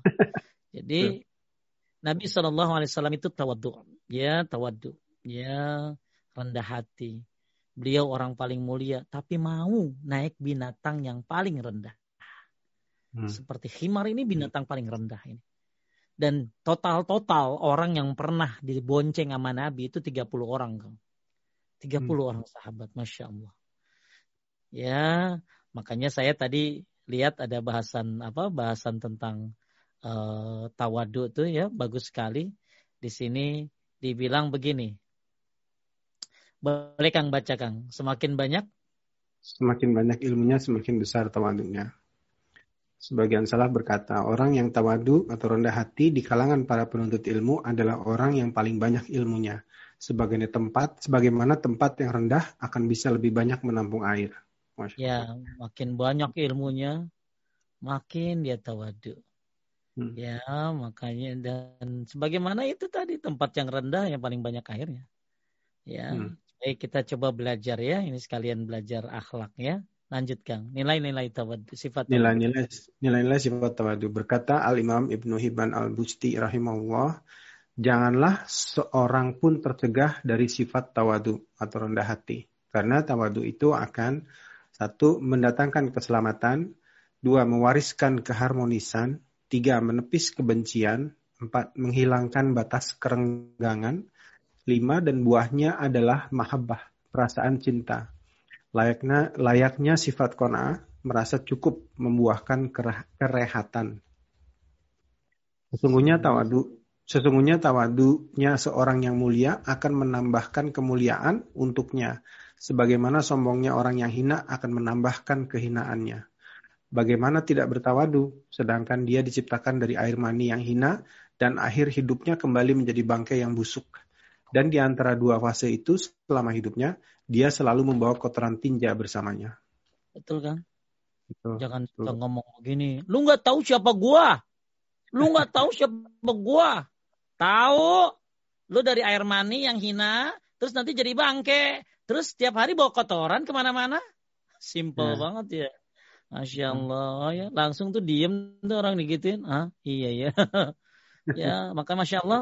Jadi Nabi Shallallahu Alaihi Wasallam itu tawadhu, ya tawadhu, ya rendah hati. Beliau orang paling mulia, tapi mau naik binatang yang paling rendah. Hmm. Seperti himar ini binatang paling rendah ini. Dan total-total orang yang pernah dibonceng sama Nabi itu tiga puluh orang. tiga puluh hmm. orang sahabat, Masya Allah. Ya, makanya saya tadi lihat ada bahasan apa bahasan tentang uh, tawadu tuh ya, bagus sekali. Di sini dibilang begini. Boleh Kang baca Kang. Semakin banyak semakin banyak ilmunya semakin besar tawadunya. Sebagian salaf berkata, orang yang tawadu atau rendah hati di kalangan para penuntut ilmu adalah orang yang paling banyak ilmunya. Sebagaimana tempat, sebagaimana tempat yang rendah akan bisa lebih banyak menampung air. Masya ya, makin banyak ilmunya, makin dia tawadu. Hmm. Ya, makanya dan sebagaimana itu tadi tempat yang rendah yang paling banyak airnya. Ya. Hmm. Baik, kita coba belajar ya. Ini sekalian belajar akhlak ya. Lanjut Kang. Nilai-nilai tawadu, sifat tawadu. Nilai-nilai nilai-nilai sifat tawadu. Berkata Al-Imam Ibnu Hibban Al-Busti rahimahullah, janganlah seorang pun tercegah dari sifat tawadu atau rendah hati. Karena tawadu itu akan satu, mendatangkan keselamatan, dua, mewariskan keharmonisan, tiga, menepis kebencian, empat, menghilangkan batas kerenggangan, lima, dan buahnya adalah mahabbah, perasaan cinta. Layaknya, layaknya sifat qanaah, merasa cukup membuahkan kerehatan. Sesungguhnya tawadu, sesungguhnya tawadunya seorang yang mulia akan menambahkan kemuliaan untuknya, sebagaimana sombongnya orang yang hina akan menambahkan kehinaannya. Bagaimana tidak bertawadu, sedangkan dia diciptakan dari air mani yang hina dan akhir hidupnya kembali menjadi bangkai yang busuk. Dan di antara dua fase itu selama hidupnya, dia selalu membawa kotoran tinja bersamanya. Betul kan? Betul. Jangan Betul. ngomong begini. Lu nggak tahu siapa gua? Lu nggak tahu siapa gua? Tahu? Lu dari air mani yang hina, terus nanti jadi bangke, terus setiap hari bawa kotoran kemana-mana. Simple ya. Banget ya. Masya Allah ya. Langsung tuh diem tuh orang digituin. Ah iya ya. Ya maka Masya Allah.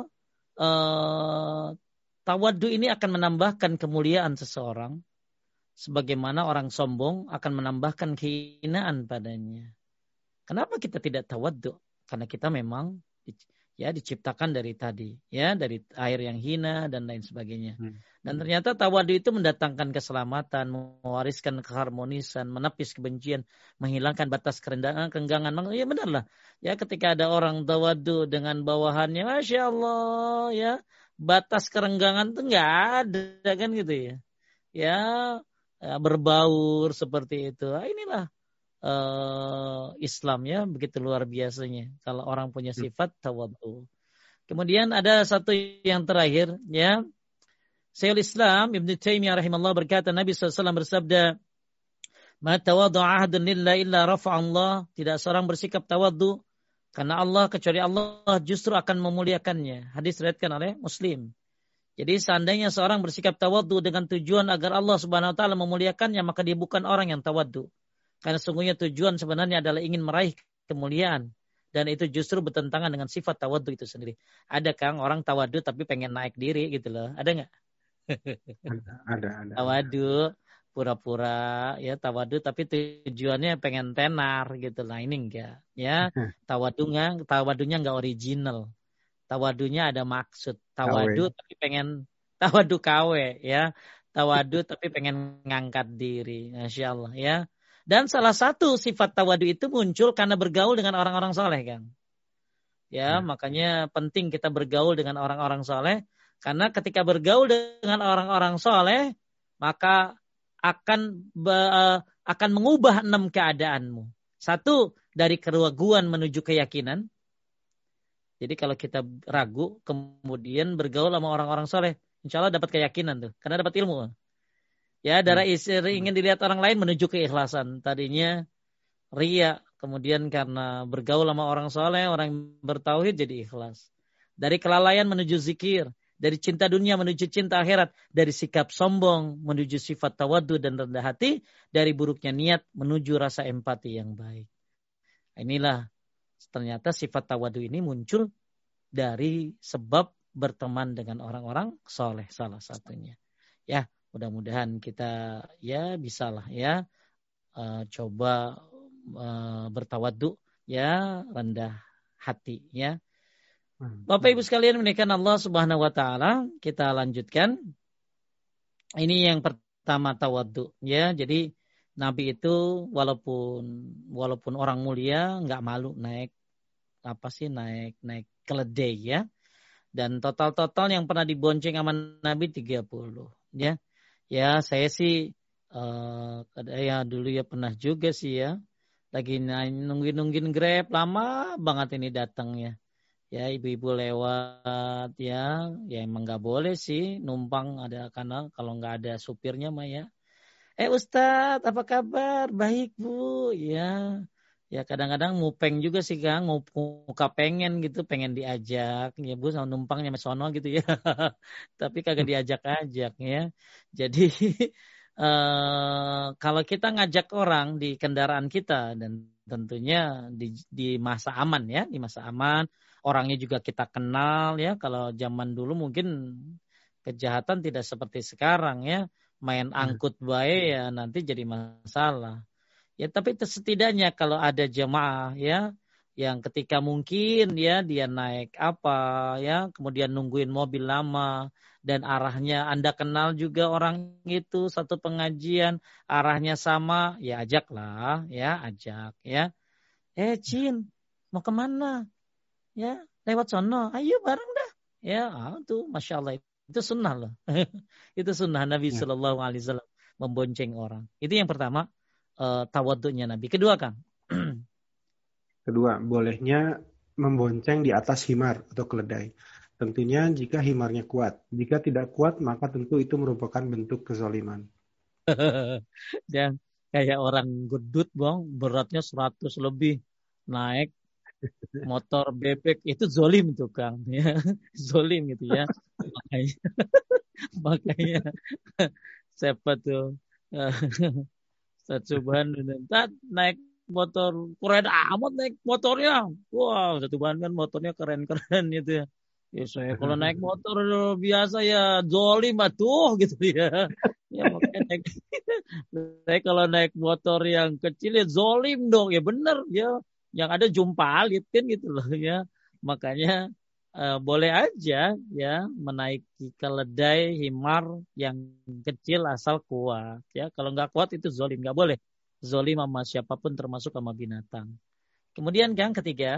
Uh, Tawaddu ini akan menambahkan kemuliaan seseorang, sebagaimana orang sombong akan menambahkan kehinaan padanya. Kenapa kita tidak tawaddu? Karena kita memang ya diciptakan dari tadi, ya dari air yang hina dan lain sebagainya. Hmm. Dan ternyata tawaddu itu mendatangkan keselamatan, mewariskan keharmonisan, menepis kebencian, menghilangkan batas kerenggangan. kerenggangan. Ya benar lah. Ya ketika ada orang tawaddu dengan bawahannya, Masya Allah, ya. Batas kerenggangan tuh nggak ada kan gitu ya, ya berbaur seperti itu. Nah, inilah uh, Islam ya begitu luar biasanya kalau orang punya sifat tawadhu. Kemudian ada satu yang terakhir ya, Syekhul Islam Ibnu Taimiyah rahimahullah berkata Nabi shallallahu alaihi wasallam bersabda, "Ma tawaddu'a ahadun lillahi illa rafa'a Allah." Tidak seorang bersikap tawadhu karena Allah kecuali Allah justru akan memuliakannya. Hadis diriwayatkan oleh Muslim. Jadi seandainya seorang bersikap tawadhu dengan tujuan agar Allah Subhanahu wa taala memuliakannya, maka dia bukan orang yang tawadhu. Karena sungguhnya tujuan sebenarnya adalah ingin meraih kemuliaan, dan itu justru bertentangan dengan sifat tawadhu itu sendiri. Ada Kang orang tawadhu tapi pengen naik diri gitu loh. Ada enggak? Ada, ada, ada. Tawadhu pura-pura ya tawadu tapi tujuannya pengen tenar gitu lah, ini enggak ya. Tawadunya tawadunya enggak original, tawadunya ada maksud. Tawadu tapi pengen tawadu kawe ya, tawadu tapi pengen ngangkat diri. Masya Allah ya. Dan salah satu sifat tawadu itu muncul karena bergaul dengan orang-orang soleh kan ya, hmm. Makanya penting kita bergaul dengan orang-orang soleh, karena ketika bergaul dengan orang-orang soleh maka akan uh, akan mengubah enam keadaanmu. Satu, dari keraguan menuju keyakinan. Jadi kalau kita ragu kemudian bergaul sama orang-orang soleh, insya Allah dapat keyakinan tuh, karena dapat ilmu. Ya, dari istri ingin dilihat orang lain menuju keikhlasan. Tadinya riya, kemudian karena bergaul sama orang soleh, orang bertauhid jadi ikhlas. Dari kelalaian menuju zikir. Dari cinta dunia menuju cinta akhirat. Dari sikap sombong menuju sifat tawadhu dan rendah hati. Dari buruknya niat menuju rasa empati yang baik. Inilah ternyata sifat tawadhu ini muncul dari sebab berteman dengan orang-orang soleh salah satunya. Ya, mudah-mudahan kita ya bisalah ya uh, coba uh, bertawadhu ya, rendah hati ya. Bapak Ibu sekalian memuliakan Allah Subhanahu wa taala, kita lanjutkan. Ini yang pertama tawadhu ya. Jadi Nabi itu walaupun walaupun orang mulia enggak malu naik apa sih naik naik keledai ya. Dan total-total yang pernah dibonceng sama Nabi tiga puluh ya. Ya, saya sih uh, ya dulu ya pernah juga sih ya. Lagi nungguin-nungguin Grab lama banget ini datangnya. Ya, ibu-ibu lewat ya, ya emang nggak boleh sih numpang ada, karena kalau nggak ada supirnya mah ya. Eh Ustadz, apa kabar? Baik Bu, ya. Ya kadang-kadang ngupeng juga sih Kang, muka pengen gitu, pengen diajak ya Bu sama numpangnya mesono gitu ya. Tapi kagak diajak-ajak ya. Jadi eh, kalau kita ngajak orang di kendaraan kita, dan tentunya di, di masa aman ya, di masa aman. Orangnya juga kita kenal ya. Kalau zaman dulu mungkin kejahatan tidak seperti sekarang ya. main angkut bae ya nanti jadi masalah. Ya tapi setidaknya kalau ada jemaah ya yang ketika mungkin ya dia naik apa ya kemudian nungguin mobil lama dan arahnya Anda kenal juga orang itu satu pengajian arahnya sama ya ajaklah ya ajak ya eh Cin mau kemana ya lewat sono ayo bareng dah ya ah, tuh masya Allah itu sunnah loh itu sunnah Nabi Ya. Shallallahu Alaihi Wasallam membonceng orang itu yang pertama uh, tawaduknya Nabi kedua Kang. Kedua, bolehnya membonceng di atas himar atau keledai. Tentunya jika himarnya kuat. Jika tidak kuat, maka tentu itu merupakan bentuk kezaliman. Dan kayak orang gedut bang beratnya seratus lebih naik motor bebek itu zolim tuh Kang ya zolim gitu ya makanya makanya siapa tuh Satsuban dan naik motor keren amat naik motornya wow Satsuban kan motornya keren-keren gitu ya ya saya kalau naik motor biasa ya zolim atuh gitu ya ya makanya naik saya kalau naik motor yang kecil ya zolim dong ya bener ya yang ada jumpalit kan gitu loh ya makanya uh, boleh aja ya menaiki keledai himar yang kecil asal kuat ya kalau nggak kuat itu zolim nggak boleh zolim sama siapapun termasuk sama binatang kemudian yang ketiga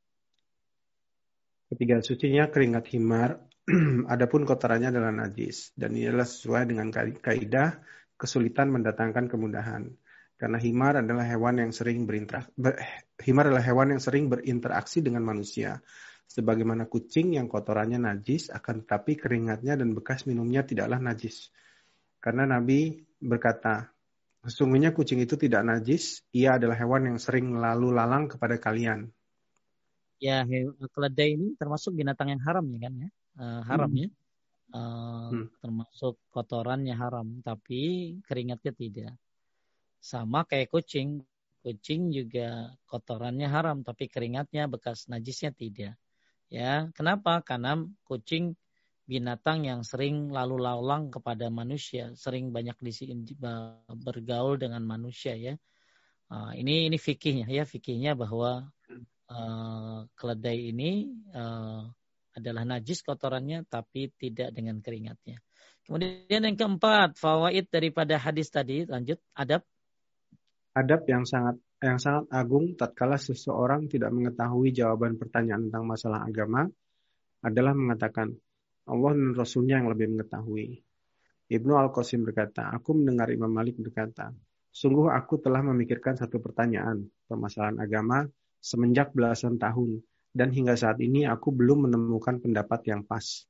Ketiga, sucinya keringat himar, adapun kotorannya adalah najis. Dan ini adalah sesuai dengan kaidah kesulitan mendatangkan kemudahan. Karena himar adalah hewan yang sering berinteraksi, ber, himar adalah hewan yang sering berinteraksi dengan manusia. Sebagaimana kucing yang kotorannya najis, akan tetapi keringatnya dan bekas minumnya tidaklah najis. Karena Nabi berkata, sesungguhnya kucing itu tidak najis, ia adalah hewan yang sering lalu lalang kepada kalian. Ya, keledai ini termasuk binatang yang haram ya kan ya, uh, haram ya, uh, hmm. termasuk kotorannya haram, tapi keringatnya tidak. Sama kayak kucing, kucing juga kotorannya haram, tapi keringatnya bekas najisnya tidak. Ya, kenapa? Karena kucing binatang yang sering lalu lalang kepada manusia, sering banyak di bergaul dengan manusia ya. Uh, ini ini fikihnya ya, fikihnya bahwa Uh, keledai ini uh, adalah najis kotorannya tapi tidak dengan keringatnya. Kemudian yang keempat, fawaid daripada hadis tadi, lanjut adab. Adab yang sangat yang sangat agung tatkala seseorang tidak mengetahui jawaban pertanyaan tentang masalah agama adalah mengatakan Allah dan Rasulnya yang lebih mengetahui. Ibnu Al-Qasim berkata, aku mendengar Imam Malik berkata, sungguh aku telah memikirkan satu pertanyaan permasalahan agama semenjak belasan tahun, dan hingga saat ini aku belum menemukan pendapat yang pas.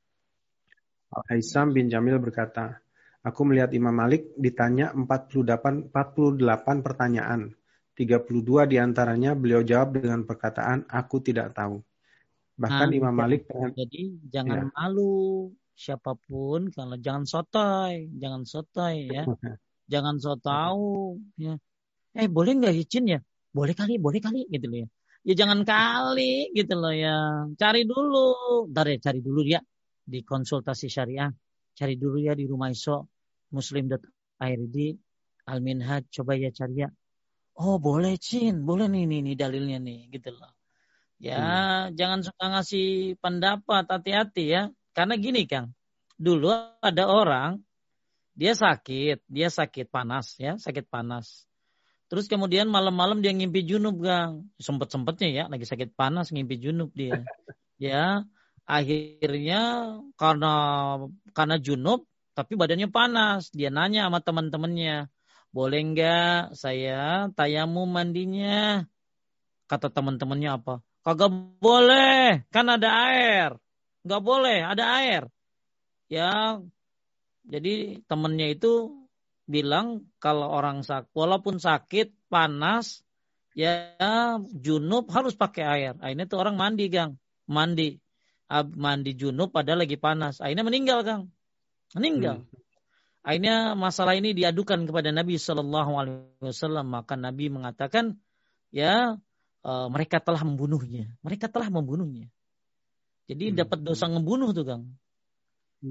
Al-Haisam bin Jamil berkata, aku melihat Imam Malik ditanya empat puluh delapan pertanyaan, tiga puluh dua diantaranya beliau jawab dengan perkataan, aku tidak tahu. Bahkan nah, Imam Malik... Jadi jangan ya. malu siapapun, kalau jangan sotoy, jangan sotoy ya, jangan so tahu. Ya. Eh boleh nggak izin ya? Boleh kali, boleh kali gitu loh ya. Ya jangan kali gitu loh ya. Cari dulu. Bentar ya, cari dulu ya. Di konsultasi syariah. Cari dulu ya di Rumah Iso. Muslim dot I R D. Al-Minhaj. Coba ya cari ya. Oh boleh Cin. Boleh nih, nih, nih dalilnya nih. Gitu loh. Ya hmm. jangan suka ngasih pendapat. Hati-hati ya. Karena gini Kang. Dulu ada orang. Dia sakit. Dia sakit panas ya. Sakit panas. Terus kemudian malam-malam dia ngimpi junub, Gang. Sempet-sempetnya ya, lagi sakit panas ngimpi junub dia. Ya, akhirnya karena karena junub, tapi badannya panas. Dia nanya sama teman-temannya, boleh nggak saya tayamum mandinya? Kata teman-temannya apa? Kagak boleh, kan ada air. Nggak boleh, ada air. Ya, jadi temannya itu bilang kalau orang sakit, walaupun sakit, panas, ya junub harus pakai air. Akhirnya tuh orang mandi, Gang. Mandi. Mandi junub padahal lagi panas. Akhirnya meninggal, Gang. Meninggal. Hmm. Akhirnya masalah ini diadukan kepada Nabi Shallallahu Alaihi Wasallam. Maka Nabi mengatakan, ya uh, mereka telah membunuhnya. Mereka telah membunuhnya. Jadi hmm. dapat dosa ngebunuh tuh, Gang. Hmm.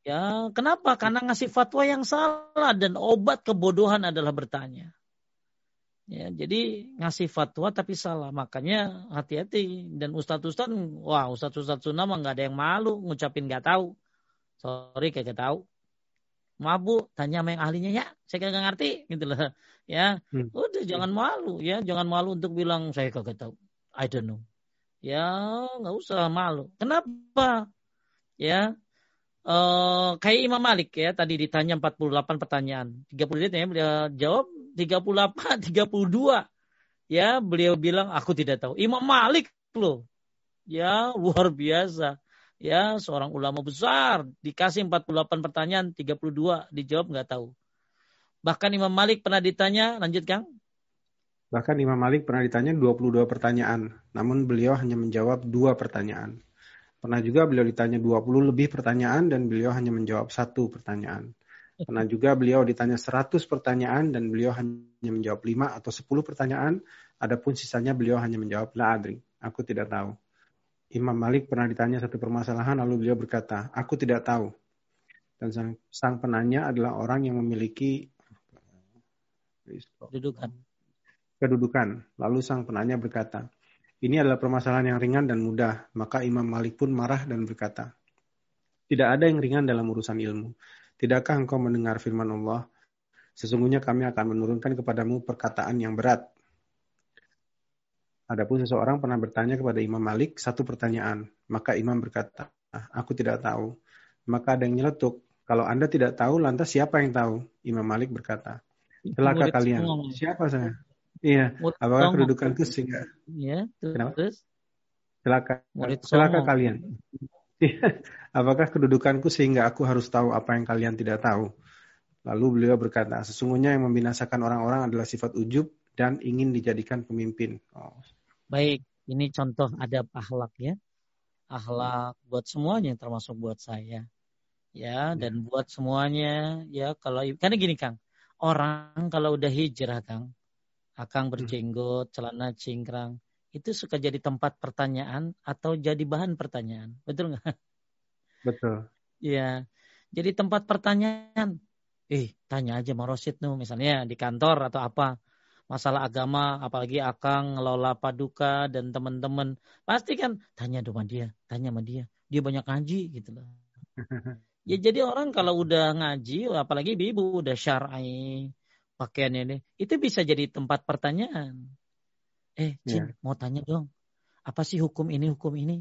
Ya, kenapa? Karena ngasih fatwa yang salah dan obat kebodohan adalah bertanya. Ya, jadi ngasih fatwa tapi salah. Makanya hati-hati. Dan ustadz-ustadz, wah ustadz-ustadz sunnah mah nggak ada yang malu ngucapin nggak tahu. Sorry kagak tahu. Maaf bu, tanya sama yang ahlinya ya. Saya kagak ngerti, gitu loh. Ya, Hmm. udah jangan malu ya, jangan malu untuk bilang saya kagak tahu. I don't know. Ya, nggak usah malu. Kenapa? Ya. Uh, kayak Imam Malik ya, tadi ditanya empat puluh delapan pertanyaan. tiga puluh menit ya, beliau jawab tiga puluh delapan, tiga puluh dua. Ya, beliau bilang aku tidak tahu. Imam Malik loh. Ya, luar biasa. Ya, seorang ulama besar dikasih empat puluh delapan pertanyaan, tiga puluh dua dijawab nggak tahu. Bahkan Imam Malik pernah ditanya, lanjut Kang. Bahkan Imam Malik pernah ditanya dua puluh dua pertanyaan, namun beliau hanya menjawab dua pertanyaan. Pernah juga beliau ditanya dua puluh lebih pertanyaan dan beliau hanya menjawab satu pertanyaan. Pernah juga beliau ditanya seratus pertanyaan dan beliau hanya menjawab lima atau sepuluh pertanyaan. Adapun sisanya beliau hanya menjawab la adri, aku tidak tahu. Imam Malik pernah ditanya satu permasalahan lalu beliau berkata, aku tidak tahu. Dan sang, sang penanya adalah orang yang memiliki Kedudukan. kedudukan. Lalu sang penanya berkata, ini adalah permasalahan yang ringan dan mudah. Maka Imam Malik pun marah dan berkata, tidak ada yang ringan dalam urusan ilmu. Tidakkah engkau mendengar firman Allah? Sesungguhnya kami akan menurunkan kepadamu perkataan yang berat. Adapun seseorang pernah bertanya kepada Imam Malik satu pertanyaan. Maka Imam berkata, aku tidak tahu. Maka ada yang nyeletuk, kalau Anda tidak tahu, lantas siapa yang tahu? Imam Malik berkata, celaka kalian. Semua. Siapa saya? Iya, Murid apakah Songo. kedudukanku sehingga Ya, Kenapa? terus Celaka, murid celaka Songo. kalian. Apakah kedudukanku sehingga aku harus tahu apa yang kalian tidak tahu? Lalu beliau berkata, sesungguhnya yang membinasakan orang-orang adalah sifat ujub dan ingin dijadikan pemimpin. Oh. Baik, ini contoh adab akhlak ya. Akhlak buat semuanya termasuk buat saya. Ya, dan buat semuanya ya kalau karena gini Kang. Orang kalau udah hijrah Kang, akang berjenggot, celana cingkrang, itu suka jadi tempat pertanyaan atau jadi bahan pertanyaan. Betul nggak? Betul. Iya. Jadi tempat pertanyaan. Eh, tanya aja sama Rosid tuh misalnya di kantor atau apa. Masalah agama, apalagi akang ngelola paduka dan teman-teman. Pasti kan tanya sama dia, tanya sama dia. Dia banyak ngaji gitu loh. Ya jadi orang kalau udah ngaji, apalagi ibu udah syar'i pakaiannya ini, itu bisa jadi tempat pertanyaan. Eh, Cin, yeah. mau tanya dong. Apa sih hukum ini, hukum ini?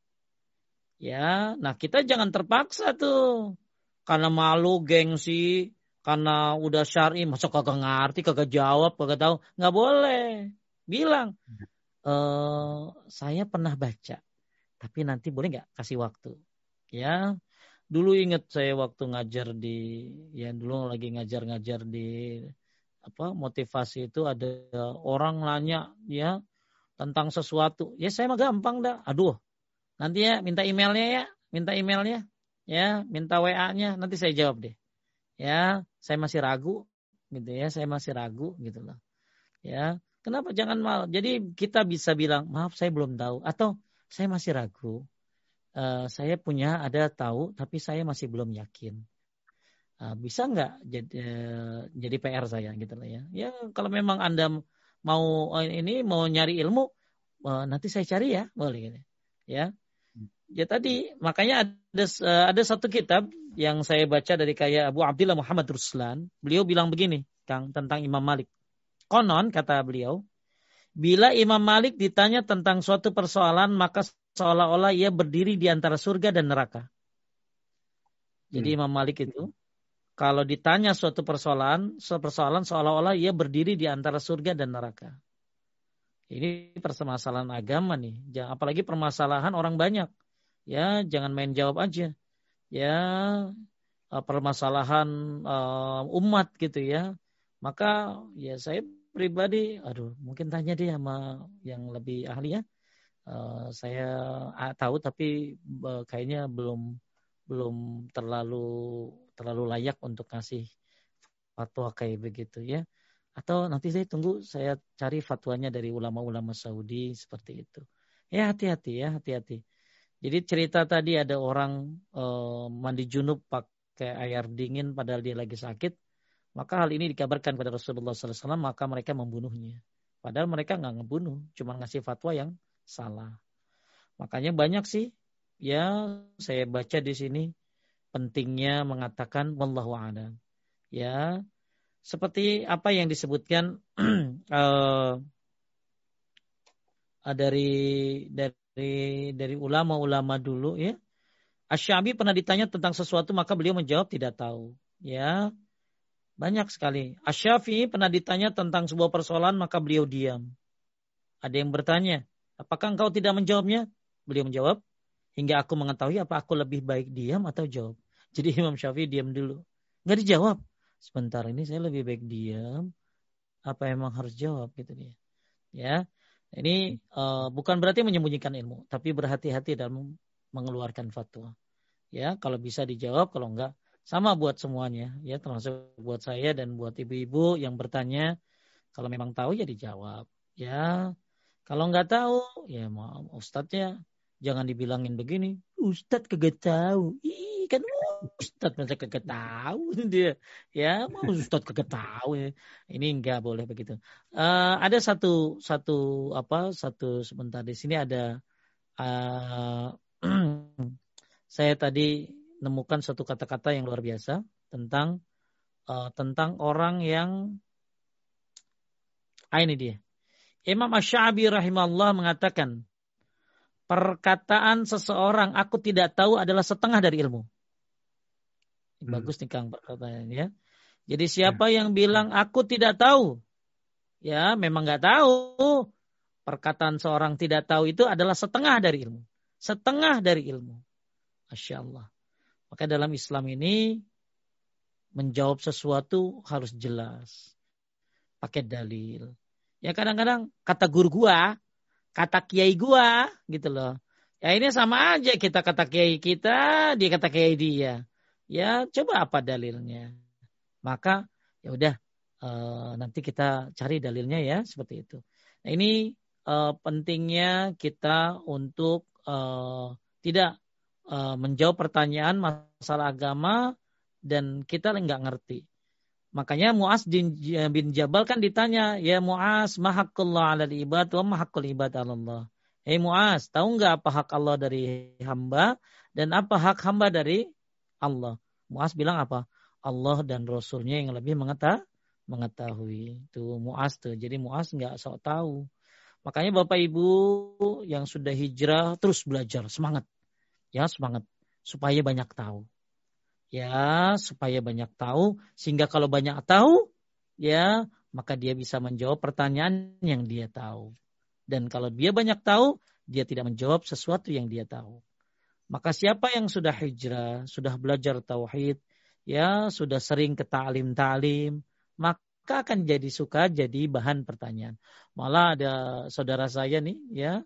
Ya, nah kita jangan terpaksa tuh. Karena malu, gengsi, karena udah syar'i, masa kagak ngerti, kagak jawab, kagak tahu. Nggak boleh. Bilang, e, saya pernah baca. Tapi nanti boleh nggak kasih waktu? Ya, dulu ingat saya waktu ngajar di, ya dulu lagi ngajar-ngajar di apa motivasi itu ada orang nanya ya tentang sesuatu. Ya saya mah gampang dah. Aduh, nanti ya minta emailnya ya, minta emailnya. Ya, minta W A-nya, nanti saya jawab deh. Ya, saya masih ragu, gitu ya, saya masih ragu, gitu loh. Ya, kenapa jangan malu? Jadi kita bisa bilang, maaf saya belum tahu, atau saya masih ragu. Uh, saya punya ada tahu, tapi saya masih belum yakin. Uh, bisa nggak jadi uh, jadi P R saya, gitu loh ya. Ya, kalau memang Anda mau uh, ini mau nyari ilmu, uh, nanti saya cari ya, boleh gitu. Ya. Ya tadi makanya ada ada satu kitab yang saya baca dari kayak Abu Abdillah Muhammad Ruslan. Beliau bilang begini, Kang, tentang Imam Malik. Konon kata beliau, bila Imam Malik ditanya tentang suatu persoalan maka seolah-olah ia berdiri di antara surga dan neraka. Jadi hmm. Imam Malik itu kalau ditanya suatu persoalan, suatu persoalan seolah-olah ia berdiri di antara surga dan neraka. Ini permasalahan agama nih, apalagi permasalahan orang banyak. Ya, jangan main jawab aja. Ya, permasalahan uh, umat gitu ya. Maka ya saya pribadi, aduh, mungkin tanya dia sama yang lebih ahli ya. Uh, saya tahu tapi uh, kayaknya belum belum terlalu terlalu layak untuk kasih fatwa kayak begitu ya. Atau nanti saya tunggu saya cari fatwanya dari ulama-ulama Saudi seperti itu. Ya hati-hati ya, hati-hati. Jadi cerita tadi ada orang uh, mandi junub pakai air dingin padahal dia lagi sakit. Maka hal ini dikabarkan kepada Rasulullah sallallahu alaihi wasallam, maka mereka membunuhnya. Padahal mereka nggak ngebunuh, cuma ngasih fatwa yang salah. Makanya banyak sih, ya saya baca di sini pentingnya mengatakan wallahu a'lam. Ya, seperti apa yang disebutkan uh, dari dari dari ulama-ulama dulu ya. Asy-Sya'bi pernah ditanya tentang sesuatu maka beliau menjawab tidak tahu. Ya, banyak sekali. Asy-Syafi'i pernah ditanya tentang sebuah persoalan maka beliau diam. Ada yang bertanya, apakah engkau tidak menjawabnya? Beliau menjawab, hingga aku mengetahui apa aku lebih baik diam atau jawab. Jadi Imam Syafi'i diam dulu. Nggak dijawab. Sebentar ini saya lebih baik diam. Apa emang harus jawab gitu dia. Ya, ini uh, bukan berarti menyembunyikan ilmu, tapi berhati-hati dalam mengeluarkan fatwa. Ya, kalau bisa dijawab, kalau enggak sama buat semuanya. Ya, termasuk buat saya dan buat ibu-ibu yang bertanya. Kalau memang tahu ya dijawab. Ya, kalau enggak tahu ya maaf ustadznya jangan dibilangin begini. Ustadz kagak tahu. Ih, kan Ustadz masa kagak tahu dia. Ya, mau Ustadz kagak tahu. Ini enggak boleh begitu. Uh, ada satu satu apa? Satu sebentar di sini ada uh, saya tadi menemukan satu kata-kata yang luar biasa tentang uh, tentang orang yang ah, ini dia. Imam Asy-Sya'bi rahimahullah mengatakan perkataan seseorang aku tidak tahu adalah setengah dari ilmu. Hmm. Bagus nih Kang perkataannya ya. Jadi siapa ya. yang bilang aku tidak tahu, ya memang nggak tahu. Perkataan seorang tidak tahu itu adalah setengah dari ilmu. Setengah dari ilmu. Masya Allah. Maka dalam Islam ini menjawab sesuatu harus jelas. Pakai dalil. Ya kadang-kadang kata guru gua, kata kiai gua gitu loh. Ya ini sama aja kita kata kiai kita, dia kata kiai dia. Ya coba apa dalilnya. Maka ya udah e, nanti kita cari dalilnya ya seperti itu. Nah ini e, pentingnya kita untuk e, tidak e, menjawab pertanyaan masalah agama dan kita nggak ngerti. Makanya Mu'az bin Jabal kan ditanya, ya Mu'az, ma haqqullah 'alal ibad wa ma haqqul ibad 'ala Allah. Hei Mu'az, tahu enggak apa hak Allah dari hamba dan apa hak hamba dari Allah? Mu'az bilang apa? Allah dan Rasulnya yang lebih mengetahui. Itu Mu'az tuh. Jadi Mu'az enggak sok tahu. Makanya Bapak Ibu yang sudah hijrah terus belajar, semangat. Ya, semangat supaya banyak tahu. Ya, supaya banyak tahu, sehingga kalau banyak tahu, ya, maka dia bisa menjawab pertanyaan yang dia tahu. Dan kalau dia banyak tahu, dia tidak menjawab sesuatu yang dia tahu. Maka siapa yang sudah hijrah, sudah belajar tauhid, ya, sudah sering ke ta'lim-ta'lim, maka akan jadi suka jadi bahan pertanyaan. Malah ada saudara saya nih, ya,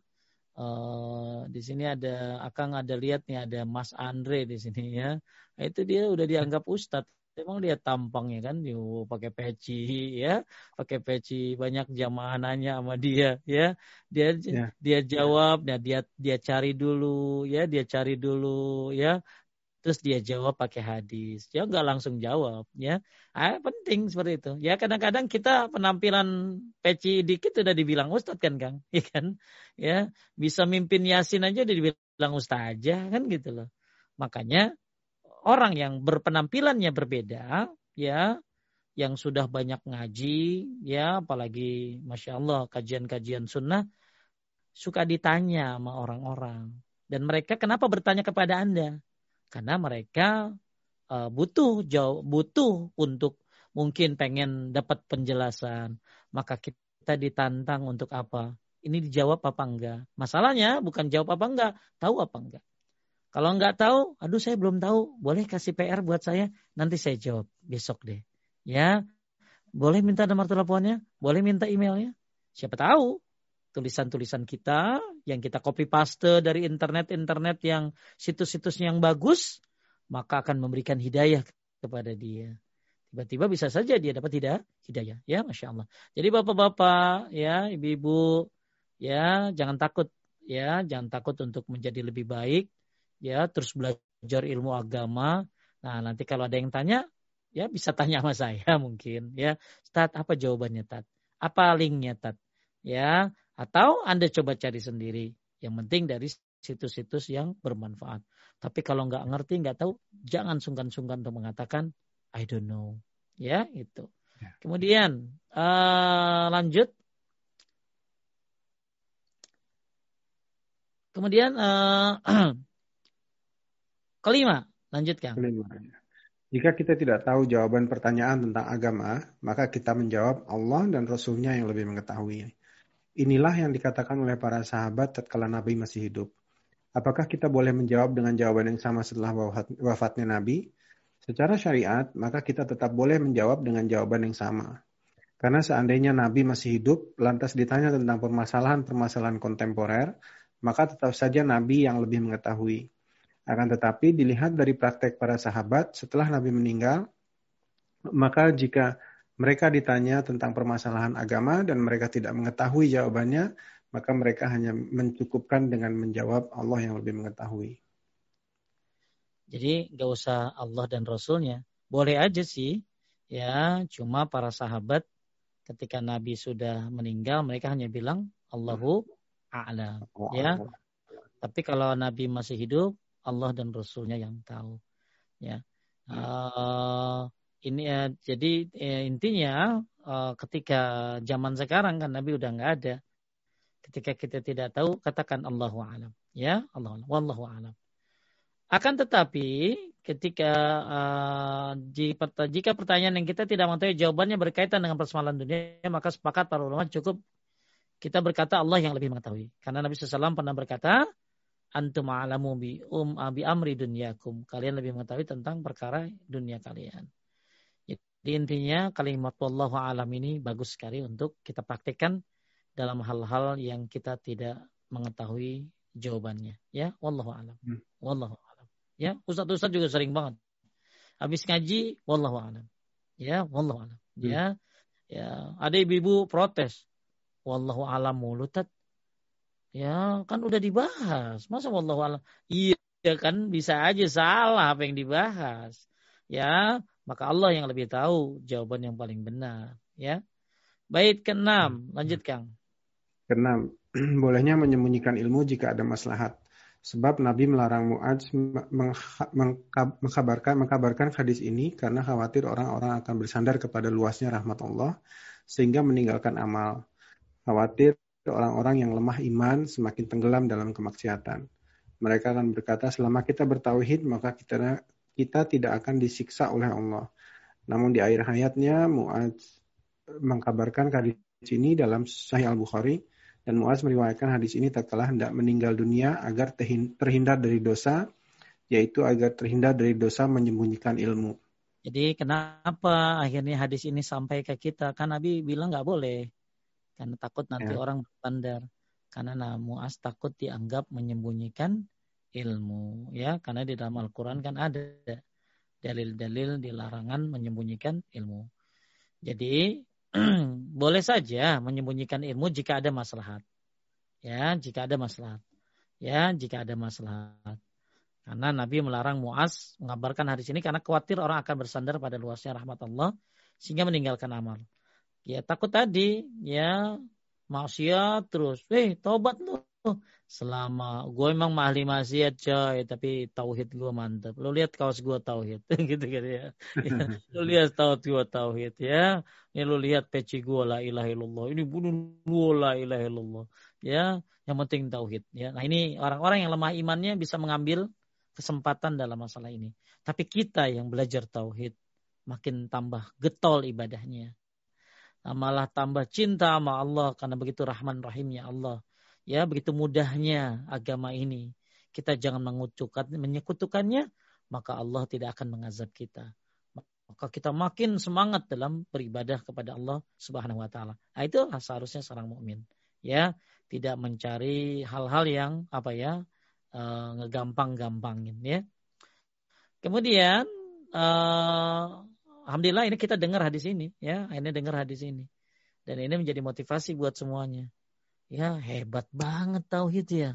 Uh, di sini ada Akang ada lihat nih ada Mas Andre di sini ya. Nah, itu dia udah dianggap ustadz. Emang dia tampangnya kan, yuk pakai peci ya, pakai peci banyak jamaah nanya sama dia ya. Dia ya. dia jawab, ya. nah dia dia cari dulu ya, dia cari dulu ya. Terus dia jawab pakai hadis. Dia nggak langsung jawab, ya. Ah, penting seperti itu. Ya kadang-kadang kita penampilan peci dikit udah dibilang ustadz kan, Kang, ya kan? Ya bisa mimpin yasin aja udah dibilang ustadz aja kan gitu loh. Makanya orang yang berpenampilannya berbeda, ya, yang sudah banyak ngaji, ya, apalagi masya Allah kajian-kajian sunnah, suka ditanya sama orang-orang. Dan mereka kenapa bertanya kepada Anda? Karena mereka uh, butuh jauh butuh untuk mungkin pengen dapat penjelasan. Maka kita ditantang untuk apa? Ini dijawab apa enggak? Masalahnya bukan jawab apa enggak, tahu apa enggak. Kalau enggak tahu, aduh saya belum tahu, boleh kasih P R buat saya, nanti saya jawab besok deh. Ya, boleh minta nomor teleponnya, boleh minta emailnya. Siapa tahu tulisan-tulisan kita yang kita copy paste dari internet-internet yang situs-situsnya yang bagus, maka akan memberikan hidayah kepada dia. Tiba-tiba bisa saja dia dapat hidayah, hidayah. Ya, masya Allah. Jadi bapak-bapak, ya, ibu-ibu, ya, jangan takut. ya, jangan takut untuk menjadi lebih baik, ya, terus belajar ilmu agama. Nah, nanti kalau ada yang tanya, ya bisa tanya sama saya mungkin, ya. Tat, apa jawabannya, Tat? Apa linknya, Tat? Ya, atau Anda coba cari sendiri. Yang penting dari situs-situs yang bermanfaat. Tapi kalau nggak ngerti, nggak tahu, jangan sungkan-sungkan untuk mengatakan I don't know. Ya, itu. Kemudian uh, lanjut. Kemudian uh, kelima, lanjutkan. Kelima. Jika kita tidak tahu jawaban pertanyaan tentang agama, maka kita menjawab Allah dan Rasul-Nya yang lebih mengetahui. Inilah yang dikatakan oleh para sahabat tatkala Nabi masih hidup. Apakah kita boleh menjawab dengan jawaban yang sama setelah wafatnya Nabi? Secara syariat, maka kita tetap boleh menjawab dengan jawaban yang sama. Karena seandainya Nabi masih hidup, lantas ditanya tentang permasalahan-permasalahan kontemporer, maka tetap saja Nabi yang lebih mengetahui. Akan tetapi dilihat dari praktek para sahabat setelah Nabi meninggal, maka jika mereka ditanya tentang permasalahan agama dan mereka tidak mengetahui jawabannya, maka mereka hanya mencukupkan dengan menjawab Allah yang lebih mengetahui. Jadi nggak usah Allah dan Rasulnya, boleh aja sih, ya. Cuma para sahabat ketika Nabi sudah meninggal, mereka hanya bilang Allahu a'lam, ya. Tapi kalau Nabi masih hidup, Allah dan Rasulnya yang tahu, ya. Uh, ini ya, jadi ya, intinya uh, ketika zaman sekarang kan Nabi udah nggak ada. Ketika kita tidak tahu, katakan Allahu a'lam, ya, Allah, wallahu a'lam. Akan tetapi ketika uh, jika pertanyaan yang kita tidak mengetahui jawabannya berkaitan dengan persoalan dunia, maka sepakat para ulama cukup kita berkata Allah yang lebih mengetahui. Karena Nabi shallallahu alaihi wasallam pernah berkata, antum a'lamu bi um bi amri dunyakum. Kalian lebih mengetahui tentang perkara dunia kalian. Jadi intinya kalimat wallahu a'lam ini bagus sekali untuk kita praktekkan dalam hal-hal yang kita tidak mengetahui jawabannya. Ya, wallahu a'lam. Hmm. Wallahu a'lam. Ya, ustaz-ustaz juga sering banget. Habis ngaji, wallahu a'lam. Ya, wallahu a'lam. Hmm. Ya. Ya, ada ibu-ibu protes. Wallahu a'lam mulu, Tat. Ya, kan udah dibahas. Masa wallahu a'lam? Iya kan, bisa aja salah apa yang dibahas. Ya, maka Allah yang lebih tahu jawaban yang paling benar. Ya. Bait keenam, lanjut Kang. Keenam, bolehnya menyembunyikan ilmu jika ada maslahat. Sebab Nabi melarang Mu'adz mengkabarkan, mengkabarkan hadis ini karena khawatir orang-orang akan bersandar kepada luasnya rahmat Allah sehingga meninggalkan amal. Khawatir orang-orang yang lemah iman semakin tenggelam dalam kemaksiatan. Mereka akan berkata, selama kita bertauhid, maka kita, kita tidak akan disiksa oleh Allah. Namun di akhir hayatnya, Mu'adz mengkabarkan hadis ini dalam Sahih Al-Bukhari, dan Mu'adz meriwayatkan hadis ini tatkala hendak meninggal dunia agar terhindar dari dosa, yaitu agar terhindar dari dosa menyembunyikan ilmu. Jadi kenapa akhirnya hadis ini sampai ke kita? Kan Nabi bilang nggak boleh. Karena takut nanti ya. Orang bersandar. Karena Mu'adz takut dianggap menyembunyikan ilmu. Ya, karena di dalam Al-Quran kan ada dalil-dalil dilarangan menyembunyikan ilmu. Jadi boleh saja menyembunyikan ilmu jika ada maslahat. Ya, jika ada maslahat. Ya, jika ada maslahat. Karena Nabi melarang Mu'adz mengabarkan hadis ini karena khawatir orang akan bersandar pada luasnya rahmat Allah sehingga meninggalkan amal. Ya takut tadi, ya maksiat terus. Eh, tobat lu. Selama gue emang ahli maksiat coy, tapi tauhid gue mantap. Lu lihat kaos gue tauhid, gitu gitu ya. Ya. Lu lihat tauhid gue tauhid ya. Ini lu lihat peci gue la ilaha illallah. Ini bunuh gue la ilaha illallah. Ya, yang penting tauhid. Ya, nah ini orang-orang yang lemah imannya bisa mengambil kesempatan dalam masalah ini. Tapi kita yang belajar tauhid makin tambah getol ibadahnya. Malah tambah cinta sama Allah karena begitu rahman rahimnya Allah. Ya, begitu mudahnya agama ini. Kita jangan mengutukan, menyekutukannya, maka Allah tidak akan mengazab kita. Maka kita makin semangat dalam beribadah kepada Allah Subhanahu wa taala. Nah, itu seharusnya seorang mukmin. Ya, tidak mencari hal-hal yang apa ya? Uh, ngegampang-gampangin ya. Kemudian uh, alhamdulillah ini kita dengar hadis ini ya, ini dengar hadis ini. Dan ini menjadi motivasi buat semuanya. Ya, hebat banget tauhid ya.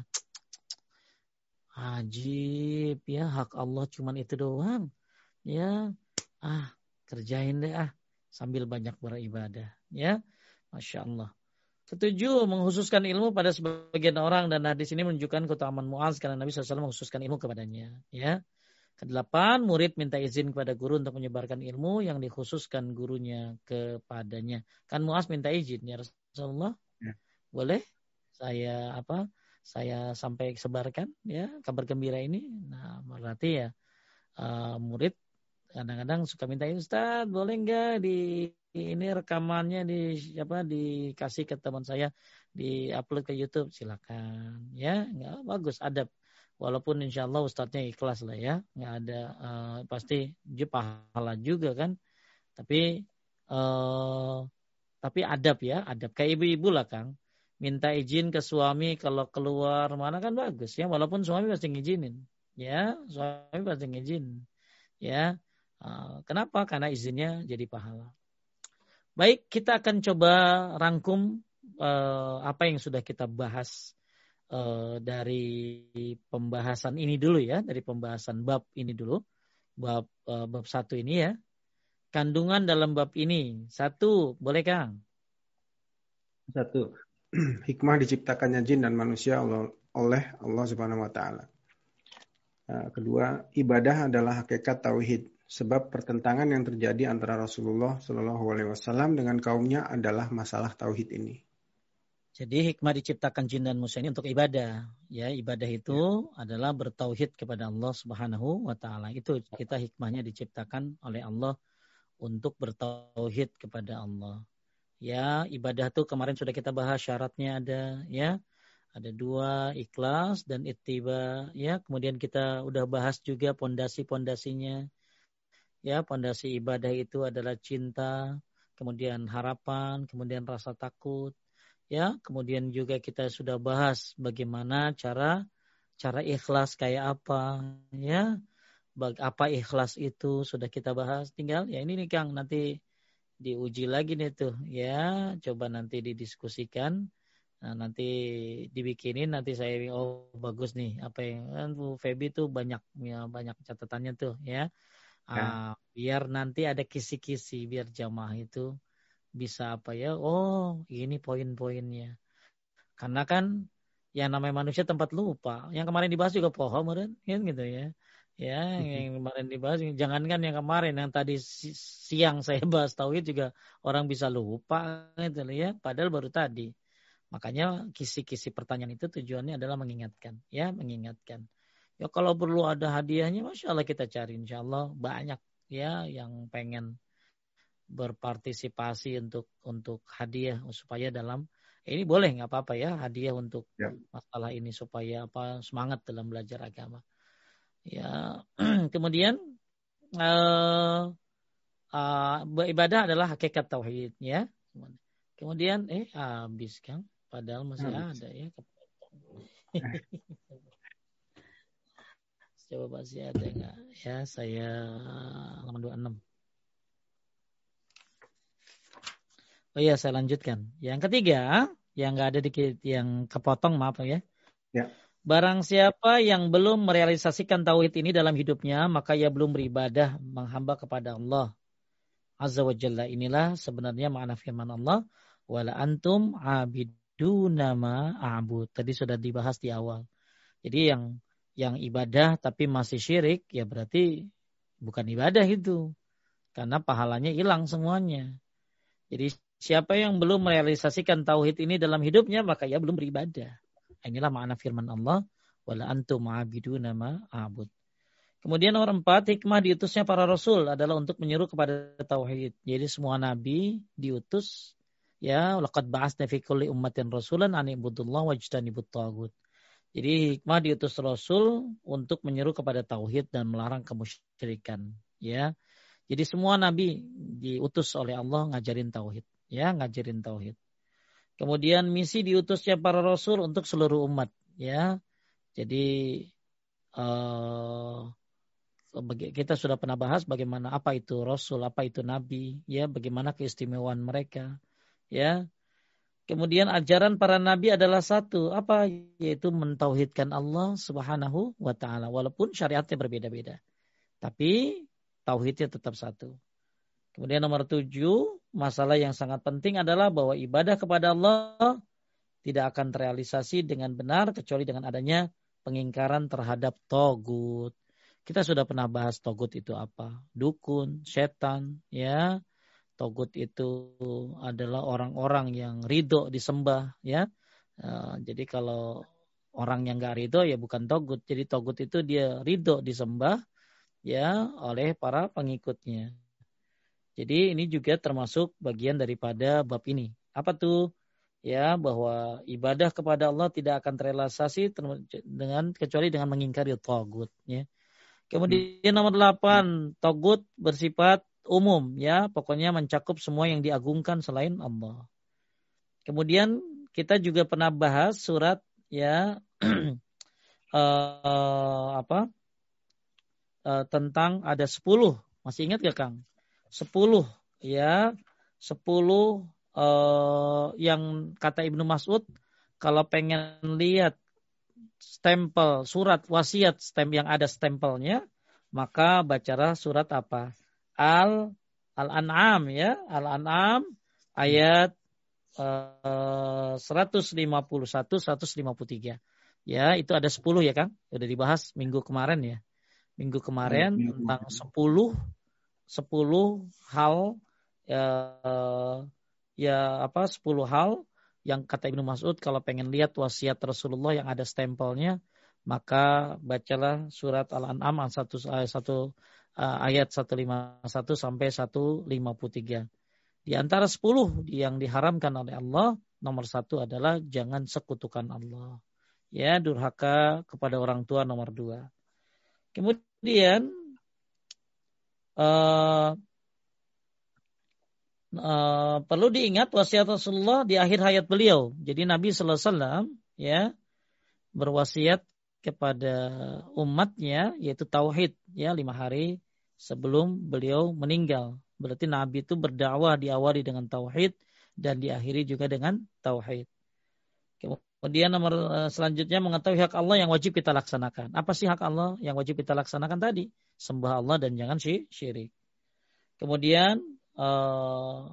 Ajib ya, hak Allah cuman itu doang. Ya, ah kerjain deh ah sambil banyak beribadah. Ya, Masya Allah. Ketujuh, menghususkan ilmu pada sebagian orang, dan hadis ini menunjukkan keutamaan Muaz karena Nabi shallallahu alaihi wasallam menghususkan ilmu kepadanya. Ya. Kedelapan, murid minta izin kepada guru untuk menyebarkan ilmu yang dikhususkan gurunya kepadanya. Kan Muaz minta izin, ya Rasulullah, Ya. boleh saya apa? Saya sampai sebarkan ya kabar gembira ini. Nah, berarti ya uh, murid kadang-kadang suka minta, Ustaz boleh nggak di ini rekamannya di apa dikasih ke teman saya, di-upload ke YouTube, silakan ya, nggak bagus adab, walaupun insya Allah Ustadznya ikhlas lah ya, nggak ada uh, pasti dia pahala juga kan, tapi uh, tapi adab ya, adab kayak ibu-ibu lah Kang, minta izin ke suami kalau keluar mana kan bagus ya, walaupun suami pasti ngizinin ya, suami pasti ngizinin ya. Uh, kenapa? Karena izinnya jadi pahala. Baik, kita akan coba rangkum uh, apa yang sudah kita bahas uh, dari pembahasan ini dulu ya, dari pembahasan bab ini dulu, bab uh, bab satu ini ya. Kandungan dalam bab ini satu, boleh Kang? Satu, hikmah diciptakannya jin dan manusia oleh Allah Subhanahu Wa Taala. Kedua, ibadah adalah hakikat tauhid. Sebab pertentangan yang terjadi antara Rasulullah Shallallahu Alaihi Wasallam dengan kaumnya adalah masalah tauhid ini. Jadi hikmah diciptakan jin dan manusia ini untuk ibadah. Ya, ibadah itu ya. adalah bertauhid kepada Allah Subhanahu Wa Taala. Itu kita hikmahnya diciptakan oleh Allah untuk bertauhid kepada Allah. Ya, ibadah itu kemarin sudah kita bahas syaratnya ada ya. Ada dua, ikhlas dan ittiba ya. Kemudian kita udah bahas juga pondasi-pondasinya. Ya, pondasi ibadah itu adalah cinta, kemudian harapan, kemudian rasa takut. Ya, kemudian juga kita sudah bahas bagaimana cara cara ikhlas kayak apa ya. Apa ikhlas itu sudah kita bahas. Tinggal ya ini nih Kang, nanti diuji lagi nih tuh ya. Coba nanti didiskusikan. Nah, nanti dibikinin, nanti saya oh bagus nih apa yang kan Bu Febi tuh banyak ya, banyak catatannya tuh ya. Ya. Ah, biar nanti ada kisi-kisi biar jamaah itu bisa apa ya, oh ini poin-poinnya. Karena kan yang namanya manusia tempat lupa. Yang kemarin dibahas juga pohon kan gitu ya. Ya, yang kemarin dibahas jangankan yang kemarin, yang tadi siang saya bahas tauhid juga orang bisa lupa gitu ya, padahal baru tadi. Makanya kisi-kisi pertanyaan itu tujuannya adalah mengingatkan, ya, mengingatkan. Ya kalau perlu ada hadiahnya, masya Allah kita cari, insya Allah banyak ya yang pengen berpartisipasi untuk untuk hadiah supaya dalam ini boleh nggak apa-apa ya hadiah untuk ya. Masalah ini supaya apa semangat dalam belajar agama. Ya kemudian uh, uh, beribadah adalah hakikat tauhid ya. Kemudian eh habis kan. Padahal masih habis. Ada ya. Coba masih ada nggak? Ya saya halaman dua puluh enam. Oh iya saya lanjutkan. Yang ketiga, yang nggak ada dikit, yang kepotong maaf ya. Ya. Barang siapa yang belum merealisasikan tauhid ini dalam hidupnya, maka ia belum beribadah menghamba kepada Allah Azza wa Jalla. Inilah sebenarnya makna firman Allah, wala antum abiduna ma a'bud. Tadi sudah dibahas di awal. Jadi yang yang ibadah tapi masih syirik, ya berarti bukan ibadah itu. Karena pahalanya hilang semuanya. Jadi siapa yang belum merealisasikan tauhid ini dalam hidupnya, maka ia belum beribadah. Inilah makna firman Allah, wala antum abiduna ma a'bud. Kemudian nomor empat, hikmah diutusnya para rasul adalah untuk menyeru kepada tauhid. Jadi semua nabi diutus, ya, laqad ba'atsna fi kulli ummatin rasulan an ibudullah wajtanibut taghut. Jadi hikmah diutus rasul untuk menyeru kepada tauhid dan melarang kemusyrikan, ya. Jadi semua nabi diutus oleh Allah ngajarin tauhid, ya, ngajarin tauhid. Kemudian misi diutusnya para rasul untuk seluruh umat, ya. Jadi uh, kita sudah pernah bahas bagaimana apa itu rasul, apa itu nabi, ya, bagaimana keistimewaan mereka, ya. Kemudian ajaran para nabi adalah satu, apa? Yaitu mentauhidkan Allah Subhanahu wa taala walaupun syariatnya berbeda-beda. Tapi tauhidnya tetap satu. Kemudian nomor tujuh, masalah yang sangat penting adalah bahwa ibadah kepada Allah tidak akan terrealisasi dengan benar kecuali dengan adanya pengingkaran terhadap togut. Kita sudah pernah bahas togut itu apa? Dukun, setan, ya. Togut itu adalah orang-orang yang ridho disembah, ya. Uh, jadi kalau orang yang nggak ridho ya bukan togut. Jadi togut itu dia ridho disembah, ya, oleh para pengikutnya. Jadi ini juga termasuk bagian daripada bab ini. Apa tuh? Ya, bahwa ibadah kepada Allah tidak akan terrealisasi dengan kecuali dengan mengingkari togut, ya. Kemudian nomor delapan, togut bersifat umum, ya, pokoknya mencakup semua yang diagungkan selain Allah. Kemudian kita juga pernah bahas surat, ya, uh, apa uh, tentang ada sepuluh, masih ingat gak Kang? Sepuluh, ya, sepuluh uh, yang kata Ibnu Mas'ud kalau pengen lihat stempel surat wasiat stem yang ada stempelnya, maka bacalah surat apa? Al Al-An'am, ya, Al-An'am ayat uh, seratus lima puluh satu seratus lima puluh tiga. Ya, itu ada sepuluh ya, Kang. Sudah dibahas minggu kemarin ya. Minggu kemarin ya, tentang sepuluh sepuluh hal ya, ya apa sepuluh hal yang kata Ibnu Mas'ud kalau pengen lihat wasiat Rasulullah yang ada stempelnya, maka bacalah surat Al-An'am satu ayat satu ayat seratus lima puluh satu sampai seratus lima puluh tiga. Di antara sepuluh yang diharamkan oleh Allah, nomor satu adalah jangan sekutukan Allah. Ya, durhaka kepada orang tua nomor dua. Kemudian uh, Uh, perlu diingat wasiat Rasulullah di akhir hayat beliau. Jadi Nabi Sallallahu Alaihi Wasallam ya berwasiat kepada umatnya yaitu tauhid ya lima hari sebelum beliau meninggal. Berarti Nabi itu berdakwah diawali dengan tauhid dan diakhiri juga dengan tauhid. Kemudian nomor uh, selanjutnya mengetahui hak Allah yang wajib kita laksanakan. Apa sih hak Allah yang wajib kita laksanakan tadi? Sembah Allah dan jangan syirik. Kemudian Uh,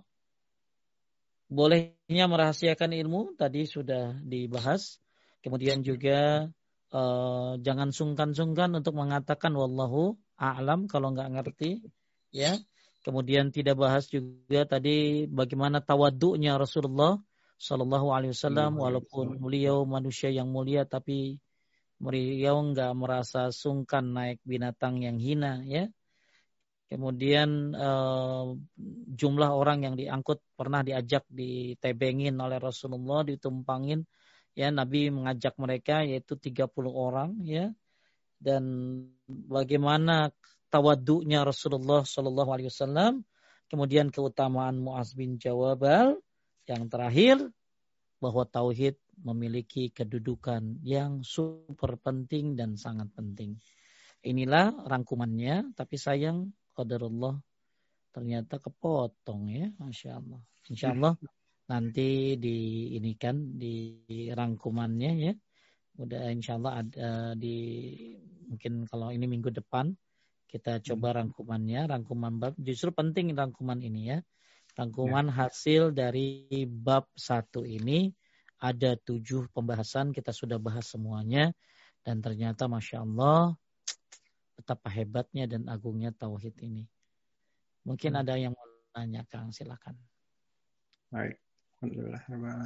bolehnya merahasiakan ilmu tadi sudah dibahas. Kemudian juga uh, jangan sungkan-sungkan untuk mengatakan wallahu a'lam kalau nggak ngerti, ya. Kemudian tidak bahas juga tadi bagaimana tawaddu'nya Rasulullah Shallallahu Alaihi Wasallam walaupun beliau manusia yang mulia tapi beliau nggak merasa sungkan naik binatang yang hina, ya. Kemudian uh, jumlah orang yang diangkut pernah diajak ditebengin oleh Rasulullah, ditumpangin, ya, Nabi mengajak mereka yaitu tiga puluh orang, ya. Dan bagaimana tawaddu'nya Rasulullah Shallallahu Alaihi Wasallam, kemudian keutamaan Mu'adz bin Jabal, yang terakhir bahwa tauhid memiliki kedudukan yang super penting dan sangat penting. Inilah rangkumannya, tapi sayang qadarullah ternyata kepotong, ya, Masya Allah. Insya Allah nanti di ini kan di rangkumannya, ya. Udah insya Allah ada di mungkin kalau ini minggu depan kita coba rangkumannya, rangkuman bab. Justru penting rangkuman ini, ya. Rangkuman ya. Hasil dari bab satu ini ada tujuh pembahasan, kita sudah bahas semuanya dan ternyata Masya Allah betapa hebatnya dan agungnya tauhid ini. Mungkin hmm. ada yang mau nanya, Kang, silakan. Baik, alhamdulillah.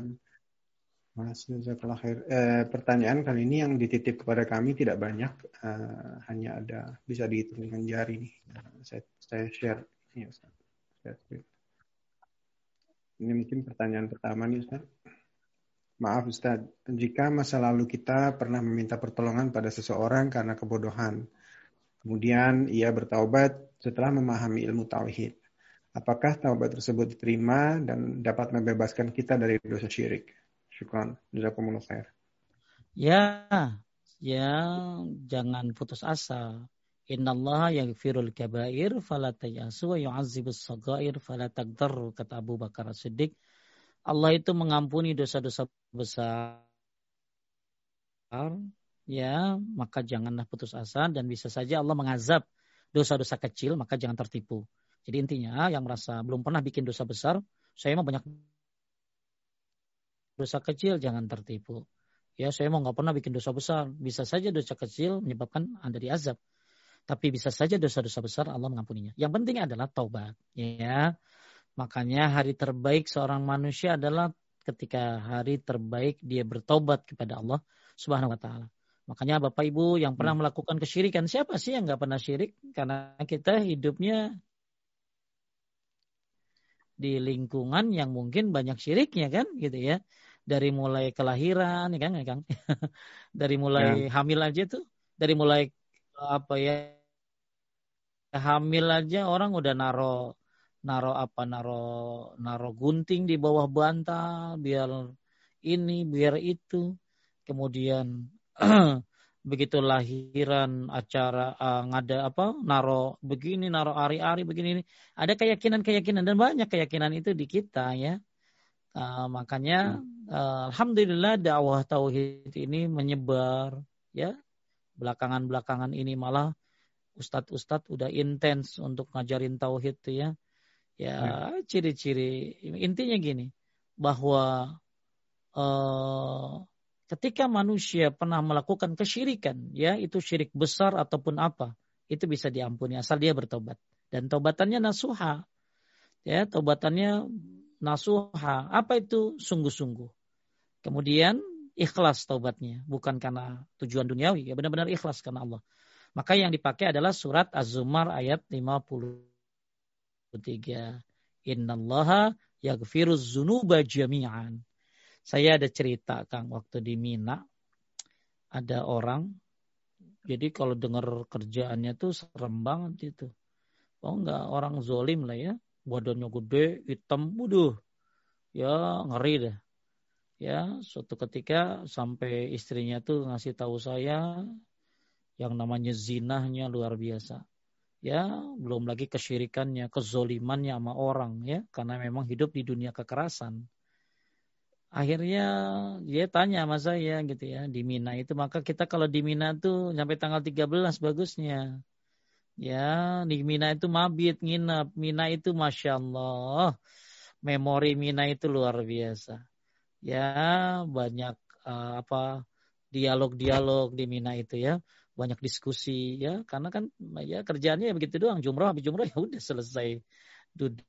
Mas jazakallah khair. Eh, pertanyaan kali ini yang dititip kepada kami tidak banyak, eh, hanya ada bisa dihitung dengan jari nih. Saya, saya share ini, Ustaz. Ini mungkin pertanyaan pertama nih, Ustaz. Maaf Ustaz, jika masa lalu kita pernah meminta pertolongan pada seseorang karena kebodohan, kemudian ia bertaubat setelah memahami ilmu tauhid. Apakah taubat tersebut diterima dan dapat membebaskan kita dari dosa syirik? Syukran. Jazakumullah khair. Ya, ya, jangan putus asa. Innallaha yaghfirul kabair fala tayasu wa yu'adzibus shaghair fala tagtar, kata Abu Bakar As-Siddiq Allah itu mengampuni dosa-dosa besar, ya, maka janganlah putus asa, dan bisa saja Allah mengazab dosa-dosa kecil, maka jangan tertipu. Jadi intinya yang merasa belum pernah bikin dosa besar, saya mah banyak dosa kecil, jangan tertipu. Ya, saya mau nggak pernah bikin dosa besar. Bisa saja dosa kecil menyebabkan Anda diazab. Tapi bisa saja dosa-dosa besar Allah mengampuninya. Yang penting adalah taubat. Ya, makanya hari terbaik seorang manusia adalah ketika hari terbaik dia bertobat kepada Allah Subhanahu Wa Taala. Makanya Bapak Ibu yang pernah melakukan kesyirikan, siapa sih yang nggak pernah syirik? Karena kita hidupnya di lingkungan yang mungkin banyak syiriknya kan, gitu ya. Dari mulai kelahiran, ya kan, ya Kang? Dari mulai Ya. hamil aja tuh, dari mulai apa ya, hamil aja orang udah naro naro apa naro naro gunting di bawah bantal biar ini biar itu. Kemudian begitu lahiran acara uh, ngada apa naro begini naro ari-ari begini, ada keyakinan-keyakinan dan banyak keyakinan itu di kita ya. Uh, makanya uh, alhamdulillah dakwah tauhid ini menyebar ya. Belakangan-belakangan ini malah ustadz-ustadz udah intens untuk ngajarin tauhid tuh ya. Ya, ciri-ciri intinya gini, bahwa uh, ketika manusia pernah melakukan kesyirikan, ya itu syirik besar ataupun apa, itu bisa diampuni asal dia bertobat. Dan tobatannya nasuha. Ya, tobatannya nasuha. Apa itu? Sungguh-sungguh. Kemudian ikhlas taubatnya, bukan karena tujuan duniawi, ya benar-benar ikhlas karena Allah. Maka yang dipakai adalah surat Az-Zumar ayat lima puluh tiga. Innallaha yaghfiruz dzunuba jami'an. Saya ada cerita Kang, waktu di Mina ada orang, jadi kalau dengar kerjaannya tuh serem banget itu. Oh enggak, orang zolim lah ya. Badannya gede, hitam, waduh. Ya ngeri dah. Ya, suatu ketika sampai istrinya tuh ngasih tahu saya yang namanya zinahnya luar biasa. Ya, belum lagi kesyirikannya, kezolimannya sama orang ya, karena memang hidup di dunia kekerasan. Akhirnya dia tanya sama saya gitu ya, di Mina itu, maka kita kalau di Mina tuh sampai tanggal tiga belas bagusnya. Ya, di Mina itu mabit, nginep. Mina itu Masya Allah, memori Mina itu luar biasa. Ya, banyak uh, apa dialog-dialog di Mina itu ya. Banyak diskusi ya, karena kan ya kerjaannya ya begitu doang, jumroh habis jumroh ya udah selesai. Duduk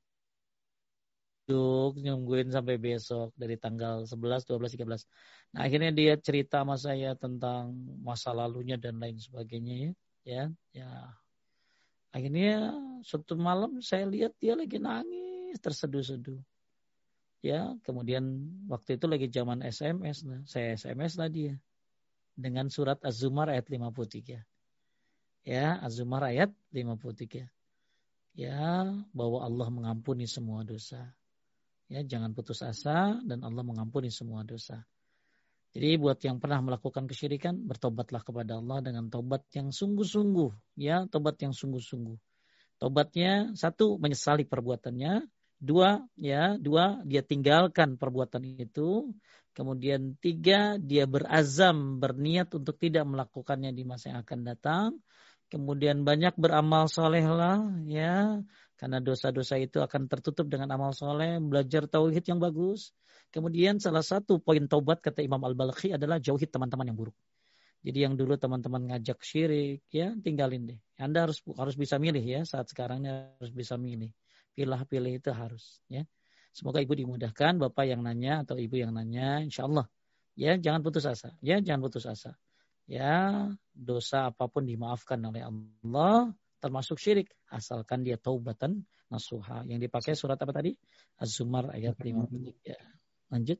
nungguin sampai besok dari tanggal sebelas, dua belas, tiga belas. Nah, akhirnya dia cerita sama saya tentang masa lalunya dan lain sebagainya ya. Ya, ya. Akhirnya suatu malam saya lihat dia lagi nangis terseduh-seduh. Ya, kemudian waktu itu lagi zaman S M S lah. Saya S M S lah dia dengan surat Az-Zumar ayat lima puluh tiga. Ya, Az-Zumar ayat lima puluh tiga. Ya, bahwa Allah mengampuni semua dosa. Ya, jangan putus asa dan Allah mengampuni semua dosa. Jadi buat yang pernah melakukan kesyirikan, bertobatlah kepada Allah dengan tobat yang sungguh-sungguh. Ya, tobat yang sungguh-sungguh. Tobatnya satu, menyesali perbuatannya. Dua, ya, dua dia tinggalkan perbuatan itu. Kemudian tiga, dia berazam, berniat untuk tidak melakukannya di masa yang akan datang. Kemudian banyak beramal soleh lah, ya, karena dosa-dosa itu akan tertutup dengan amal soleh. Belajar tauhid yang bagus. Kemudian salah satu poin taubat kata Imam Al-Balkhi adalah jauhi teman-teman yang buruk. Jadi yang dulu teman-teman ngajak syirik, ya tinggalin deh. Anda harus harus bisa milih ya, saat sekarang harus bisa milih. Pilih-pilih itu harus ya. Semoga ibu dimudahkan, bapak yang nanya atau ibu yang nanya, insya Allah. Ya, jangan putus asa. Ya, jangan putus asa. Ya, dosa apapun dimaafkan oleh Allah, termasuk syirik, asalkan dia taubatan nasuha. Yang dipakai surat apa tadi? Az-Zumar ayat lima puluh tiga. Lanjut.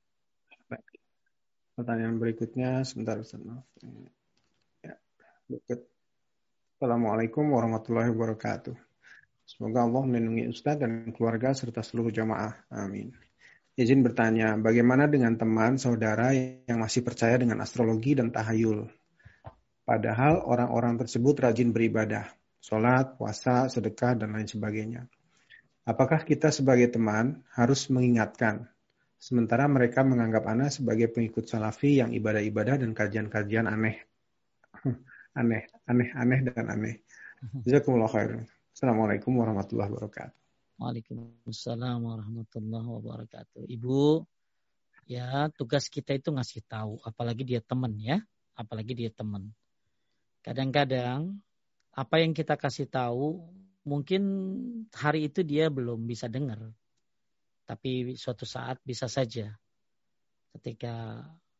Pertanyaan berikutnya, sebentar Ustaz. Ya, berikut. Assalamualaikum warahmatullahi wabarakatuh. Semoga Allah melindungi Ustaz dan keluarga serta seluruh jamaah. Amin. Izin bertanya, bagaimana dengan teman, saudara yang masih percaya dengan astrologi dan tahayul? Padahal orang-orang tersebut rajin beribadah, sholat, puasa, sedekah, dan lain sebagainya. Apakah kita sebagai teman harus mengingatkan Sementara mereka menganggap ana sebagai pengikut salafi yang ibadah-ibadah dan kajian-kajian aneh. Aneh, aneh, aneh dan aneh. Jazakumullah khair. Assalamualaikum warahmatullahi wabarakatuh. Waalaikumsalam warahmatullahi wabarakatuh. Ibu, ya tugas kita itu ngasih tahu, apalagi dia teman ya, apalagi dia teman. Kadang-kadang apa yang kita kasih tahu mungkin hari itu dia belum bisa dengar, tapi suatu saat bisa saja ketika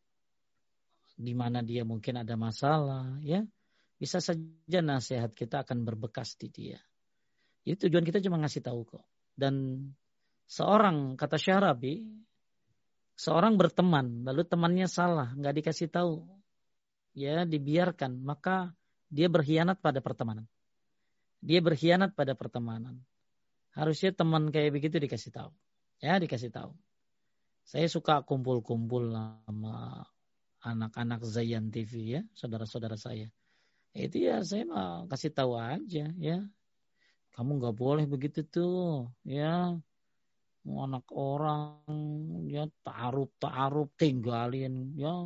di mana dia mungkin ada masalah, ya bisa saja nasihat kita akan berbekas di dia. Jadi tujuan kita cuma ngasih tahu kok. Dan seorang, kata Syarabi, seorang berteman, lalu temannya salah, nggak dikasih tahu, ya dibiarkan, maka dia berkhianat pada pertemanan. Dia berkhianat pada pertemanan. Harusnya teman kayak begitu dikasih tahu, ya dikasih tahu. Saya suka kumpul-kumpul sama anak-anak Zayan T V ya, saudara-saudara saya. Itu ya saya mah kasih tahu aja ya. Kamu nggak boleh begitu tuh, ya. Anak orang ya tarup tarup tinggalin ya.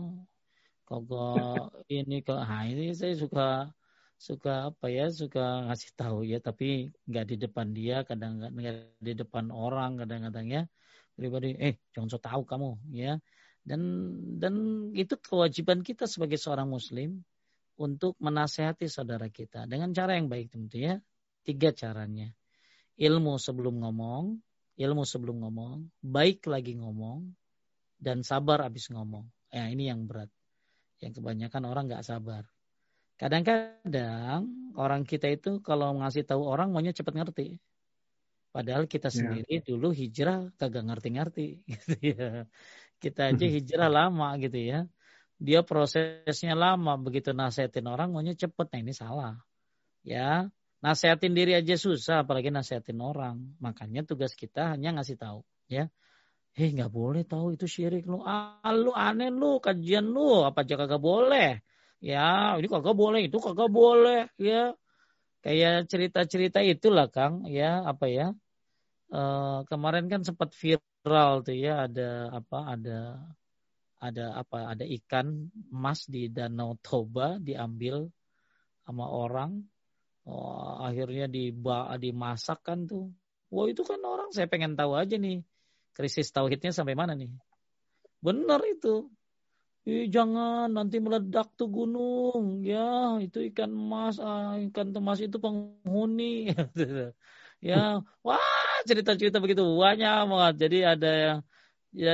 Kagak ini ke, nah ini saya suka suka apa ya, suka ngasih tahu ya, tapi nggak di depan dia, kadang nggak di depan orang, kadang-kadang ya pribadi. Eh jangan so tahu kamu ya. Dan dan itu kewajiban kita sebagai seorang Muslim untuk menasehati saudara kita dengan cara yang baik tentu ya. Tiga caranya. Ilmu sebelum ngomong, ilmu sebelum ngomong, baik lagi ngomong, dan sabar habis ngomong. Ya ini yang berat. Yang kebanyakan orang nggak sabar. Kadang-kadang orang kita itu kalau ngasih tahu orang maunya cepat ngerti. Padahal kita sendiri ya. Dulu hijrah kagak ngerti-ngerti. Gitu ya. Kita aja hijrah lama gitu ya. Dia prosesnya lama, begitu nasihatin orang maunya cepet. Nah ini salah. Ya. Nasihatin diri aja susah, apalagi nasihatin orang. Makanya tugas kita hanya ngasih tahu, ya. Hei, nggak boleh tahu itu syirik lu. Ah, lu aneh lu, kajian lu apa aja kagak boleh. Ya, ini kagak boleh, itu kagak boleh, ya. Kayak cerita-cerita itulah, Kang, ya, apa ya? E, kemarin kan sempat viral tuh ya, ada apa? Ada ada apa? Ada ikan emas di Danau Toba diambil sama orang. Oh, akhirnya dimasak kan tuh. Wah itu kan orang, saya pengen tahu aja nih. Krisis tauhidnya sampai mana nih. Benar itu. Ih, jangan nanti meledak tuh gunung. Ya itu ikan emas. Ah, ikan emas itu penghuni. Ya, wah cerita-cerita begitu banyak banget. Jadi ada yang ya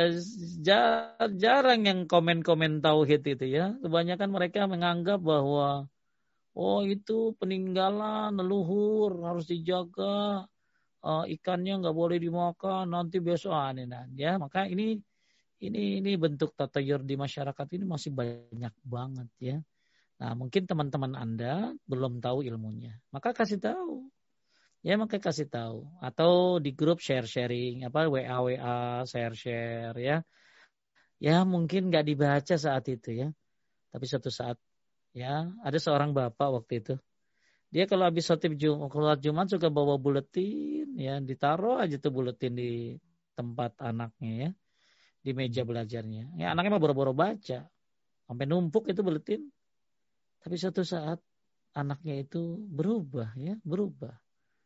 jarang yang komen-komen tauhid itu ya. Kebanyakan mereka menganggap bahwa oh itu peninggalan leluhur harus dijaga, uh, ikannya nggak boleh dimakan nanti besok aneh nah ya. Maka ini ini ini bentuk tatayur di masyarakat ini masih banyak banget ya. Nah mungkin teman-teman Anda belum tahu ilmunya, maka kasih tahu ya, maka kasih tahu atau di grup share-sharing apa W A W A share-share ya. Ya mungkin nggak dibaca saat itu ya, tapi suatu saat ya, ada seorang bapak waktu itu. Dia kalau habis khotib Jumat, keluar Jumat suka bawa buletin, ya, ditaruh aja tuh buletin di tempat anaknya ya, di meja belajarnya. Ya anaknya mah boro-boro baca, sampai numpuk itu buletin. Tapi suatu saat anaknya itu berubah ya, berubah.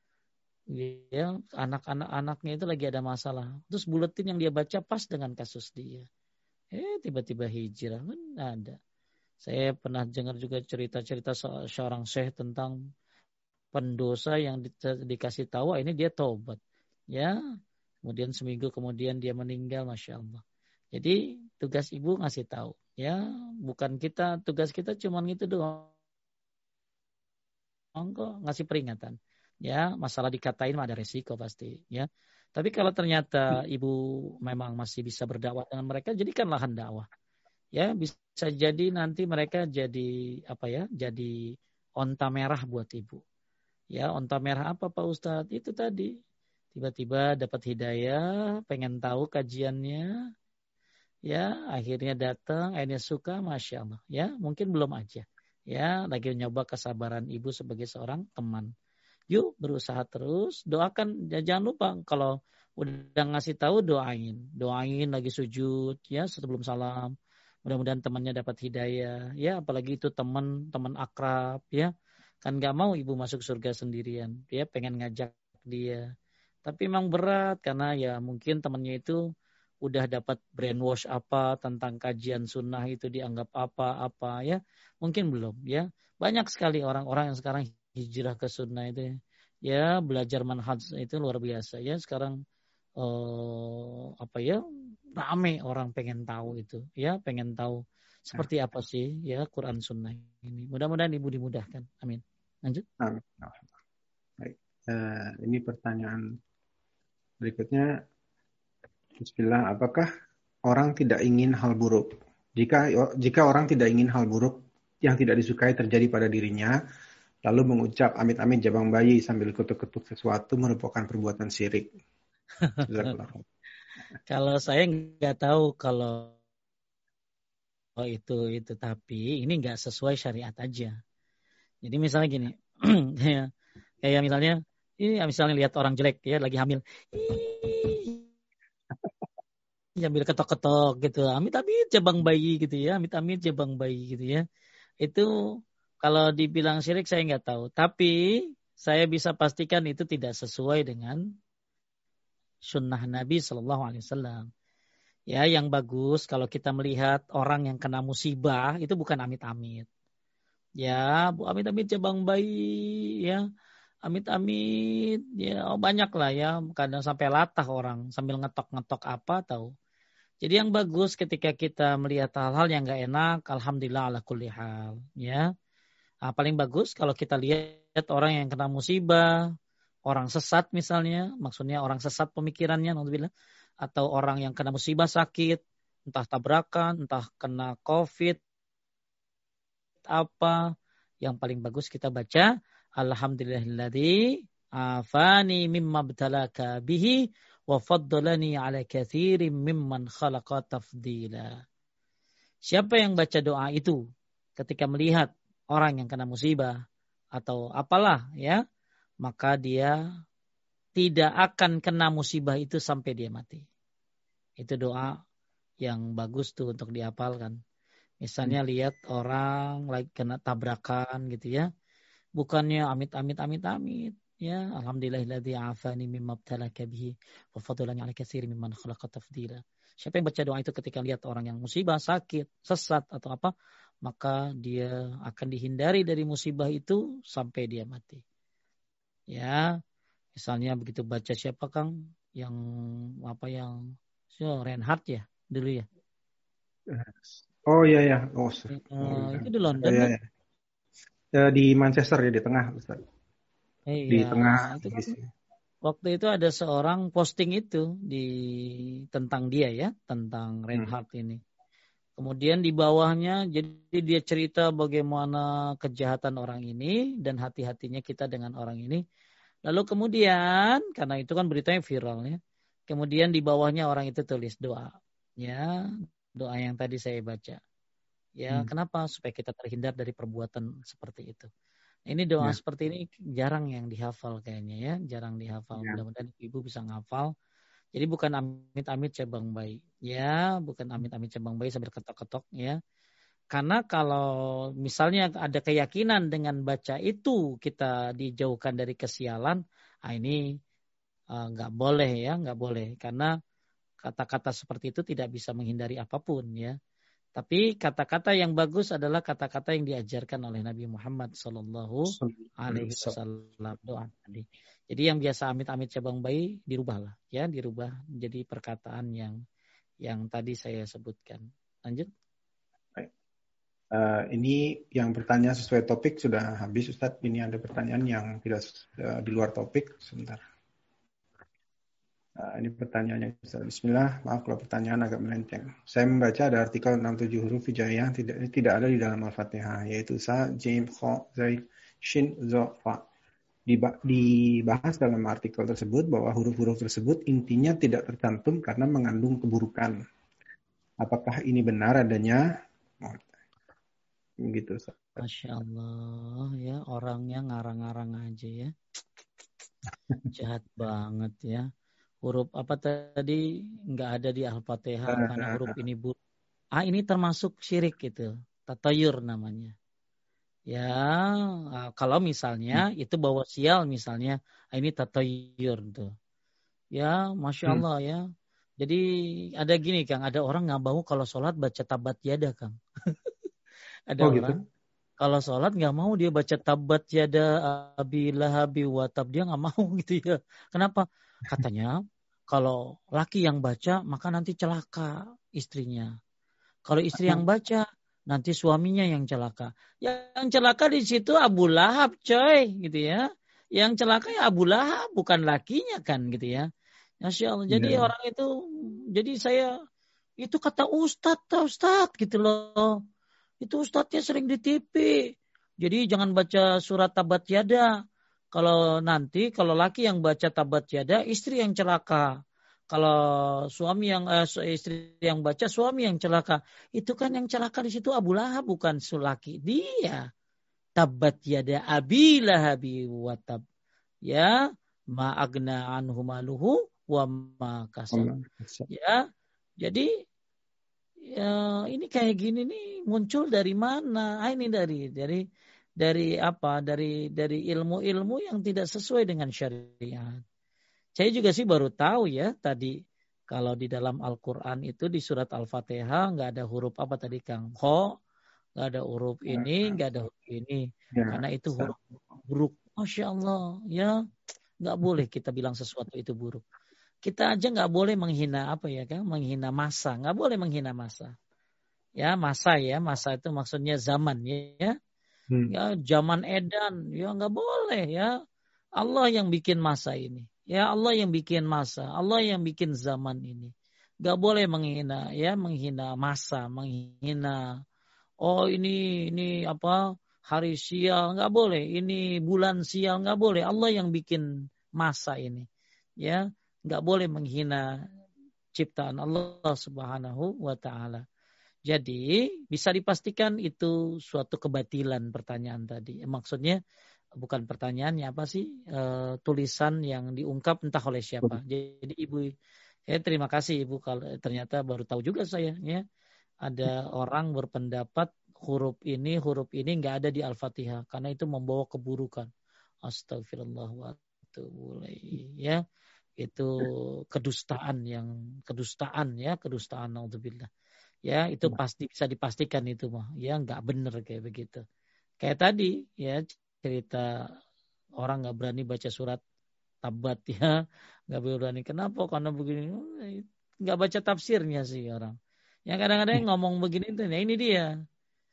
Ya, anak-anak anaknya itu lagi ada masalah. Terus buletin yang dia baca pas dengan kasus dia. Eh tiba-tiba hijrah, kan ada. Saya pernah dengar juga cerita-cerita seorang syekh tentang pendosa yang di, dikasih tahu ini dia taubat. Ya, kemudian seminggu kemudian dia meninggal, masya Allah. Jadi tugas ibu ngasih tahu. Ya, bukan kita, tugas kita cuma gitu doang. Kok ngasih peringatan. Ya, masalah dikatain mah ada resiko pasti. Ya, tapi kalau ternyata ibu memang masih bisa berdakwah dengan mereka, jadikan lahan dakwah. Ya bisa jadi nanti mereka jadi apa ya, jadi onta merah buat ibu. Ya onta merah apa Pak Ustadz? Itu tadi tiba-tiba dapat hidayah, pengen tahu kajiannya, ya akhirnya datang, akhirnya suka, masya Allah. Ya mungkin belum aja, ya lagi nyoba kesabaran ibu sebagai seorang teman. Yuk berusaha terus, doakan, jangan lupa kalau udah ngasih tahu doain, doain lagi sujud ya sebelum salam. Mudah-mudahan temannya dapat hidayah, ya apalagi itu teman teman akrab ya, kan nggak mau ibu masuk surga sendirian, dia pengen ngajak dia, tapi memang berat karena ya mungkin temannya itu udah dapat brainwash apa tentang kajian sunnah itu dianggap apa-apa ya, mungkin belum ya, banyak sekali orang-orang yang sekarang hijrah ke sunnah itu ya, ya belajar manhaj itu luar biasa ya sekarang. Eh, apa ya, rame orang pengen tahu itu ya, pengen tahu Ya. seperti apa sih ya Quran Sunnah ini. Mudah-mudahan ibu dimudahkan, amin. Lanjut. Amin. Baik. Uh, ini pertanyaan berikutnya. Bismillah, apakah orang tidak ingin hal buruk? Jika jika orang tidak ingin hal buruk yang tidak disukai terjadi pada dirinya, lalu mengucap amit-amit jabang bayi sambil ketuk-ketuk sesuatu merupakan perbuatan syirik. Kalau saya nggak tahu kalau oh itu itu tapi ini nggak sesuai syariat aja. Jadi misalnya gini, kayak kayak misalnya ini misalnya lihat orang jelek ya lagi hamil, sambil ketok-ketok gitu, amit-amit jabang bayi gitu ya, amit-amit jabang bayi gitu ya. Itu kalau dibilang syirik saya nggak tahu, tapi saya bisa pastikan itu tidak sesuai dengan sunnah Nabi Shallallahu Alaihi Wasallam. Ya, yang bagus kalau kita melihat orang yang kena musibah itu bukan amit-amit. Ya, bu amit-amit jabang bayi, ya, amit-amit, ya, oh, banyak lah ya, kadang sampai latah orang sambil ngetok-ngetok apa tahu. Jadi yang bagus ketika kita melihat hal-hal yang nggak enak, alhamdulillah ala kulli hal, ya. Nah, paling bagus kalau kita lihat orang yang kena musibah, orang sesat misalnya, maksudnya orang sesat pemikirannya, naudzubillah, atau orang yang kena musibah sakit, entah tabrakan, entah kena COVID, apa, yang paling bagus kita baca, alhamdulillahilladzi afani mimma btalaka bihi wa faddalani ala katsirin mimman khalaqa tafdila. Siapa yang baca doa itu ketika melihat orang yang kena musibah atau apalah ya, maka dia tidak akan kena musibah itu sampai dia mati. Itu doa yang bagus tuh untuk dihafalkan. Misalnya lihat orang lagi kena tabrakan gitu ya, bukannya amit-amit amit-amit ya, alhamdulillahilladzi afani mimma btalaka bihi wa fadlani ala katsirin mimman khalaqa tafdila. Siapa yang baca doa itu ketika lihat orang yang musibah, sakit, sesat atau apa, maka dia akan dihindari dari musibah itu sampai dia mati. Ya, misalnya begitu baca siapa Kang yang apa yang so, Reinhardt ya dulu ya. Oh iya ya, oh, Uh, oh itu di London oh, iya, kan? iya. Ya, di Manchester ya, di tengah Ustaz. Iya, Di tengah itu kan Inggris. waktu itu ada seorang posting itu di tentang dia ya, tentang Hmm. Reinhardt ini. Kemudian di bawahnya jadi dia cerita bagaimana kejahatan orang ini dan hati-hatinya kita dengan orang ini. Lalu kemudian karena itu kan beritanya viral ya. Kemudian di bawahnya orang itu tulis doa. Ya, doa yang tadi saya baca. Ya, Hmm. kenapa? Supaya kita terhindar dari perbuatan seperti itu. Ini doa Ya. seperti ini jarang yang dihafal kayaknya ya, jarang dihafal. Ya. Mudah-mudahan ibu bisa ngafal. Jadi bukan amit-amit cabang bayi, ya, bukan amit-amit cabang bayi sambil ketok-ketok ya. Karena kalau misalnya ada keyakinan dengan baca itu kita dijauhkan dari kesialan, ah ini nggak uh, boleh ya, nggak boleh. Karena kata-kata seperti itu tidak bisa menghindari apapun ya. Tapi kata-kata yang bagus adalah kata-kata yang diajarkan oleh Nabi Muhammad Sallallahu Alaihi Wasallam, doa tadi. Jadi yang biasa amit-amit cabang bayi dirubahlah, ya, dirubah menjadi perkataan yang yang tadi saya sebutkan. Lanjut. Baik. Uh, ini yang bertanya sesuai topik sudah habis Ustadz. Ini ada pertanyaan yang tidak uh, di luar topik. Sebentar. Uh, ini pertanyaannya Ustaz. Bismillah, maaf kalau pertanyaan agak melenceng. Saya membaca ada artikel enam puluh tujuh huruf hijaiyah tidak tidak ada di dalam Al-Fatihah, yaitu Sa, Jim, Kha, Zaid, Shin, Zo, Fa. Dibahas dalam artikel tersebut bahwa huruf-huruf tersebut intinya tidak tercantum karena mengandung keburukan. Apakah ini benar adanya? Oh, gitu. Masya Allah ya, orangnya ngarang-ngarang aja ya. Jahat banget ya. Huruf apa tadi nggak ada di Al-Fatihah karena huruf ini buruk. Ah, ini termasuk syirik gitu. Tatayur namanya. Ya, kalau misalnya itu bawa sial misalnya, ini tatayur tuh. Ya, Masya Allah ya. Jadi ada gini Kang, ada orang nggak mau kalau sholat baca tabat yada Kang. Ada Oh orang gitu. kalau sholat nggak mau dia baca tabat yada abi lahabi watab, dia nggak mau gitu ya. Kenapa? Katanya kalau laki yang baca maka nanti celaka istrinya. Kalau istri yang baca nanti suaminya yang celaka. Yang celaka di situ Abu Lahab coy gitu ya. Yang celaka ya Abu Lahab bukan lakinya kan gitu ya. Masya Allah. Jadi Yeah. orang itu, jadi saya itu kata Ustadz, Ustadz gitu loh. Itu Ustadznya sering di T V. Jadi jangan baca surat Tabat Yada. Kalau nanti, kalau laki yang baca Tabat Yada, istri yang celaka. Kalau suami yang eh, istri yang baca, suami yang celaka. Itu kan yang celaka di situ Abu Lahab, bukan sulaki. Dia. Tabat Yada Abi Lahabi watab. Ya, ma agna anhu maluhu wa ma kasab. Ya, jadi ya, ini kayak gini nih muncul dari mana? Ah, ini dari dari dari apa? Dari dari ilmu-ilmu yang tidak sesuai dengan syariat. Saya juga sih baru tahu ya tadi kalau di dalam Al-Qur'an itu di surat Al-Fatihah nggak ada huruf apa tadi Kang? Kho, nggak ada huruf ini, nggak ada huruf ini. Ya, Karena itu huruf buruk. Masya Allah, ya nggak boleh kita bilang sesuatu itu buruk. Kita aja nggak boleh menghina apa ya kan? Menghina masa, nggak boleh menghina masa. Ya masa ya, masa itu maksudnya zaman ya. hmm. Ya zaman edan, ya nggak boleh ya. Allah yang bikin masa ini. Ya Allah yang bikin masa, Allah yang bikin zaman ini. Nggak boleh menghina ya, menghina masa, menghina. Oh ini ini apa? Hari sial nggak boleh. Ini bulan sial nggak boleh. Allah yang bikin masa ini. Ya, nggak boleh menghina ciptaan Allah Subhanahu wa taala. Jadi bisa dipastikan itu suatu kebatilan pertanyaan tadi. Maksudnya bukan pertanyaannya apa sih? E, tulisan yang diungkap entah oleh siapa. Jadi Ibu, ya terima kasih Ibu kalau ternyata baru tahu juga saya ya. Ada orang berpendapat huruf ini huruf ini nggak ada di Al-Fatihah karena itu membawa keburukan. Astagfirullah wa atubu ilaih ya. Itu kedustaan yang kedustaan ya, kedustaan naudzubillah. Ya itu pasti bisa dipastikan itu mah ya nggak bener kayak begitu. Kayak tadi ya cerita orang nggak berani baca surat Tabat ya, nggak berani. Kenapa? Karena begini, nggak baca tafsirnya sih orang. Ya kadang-kadang ngomong begini tuh, ya ini dia.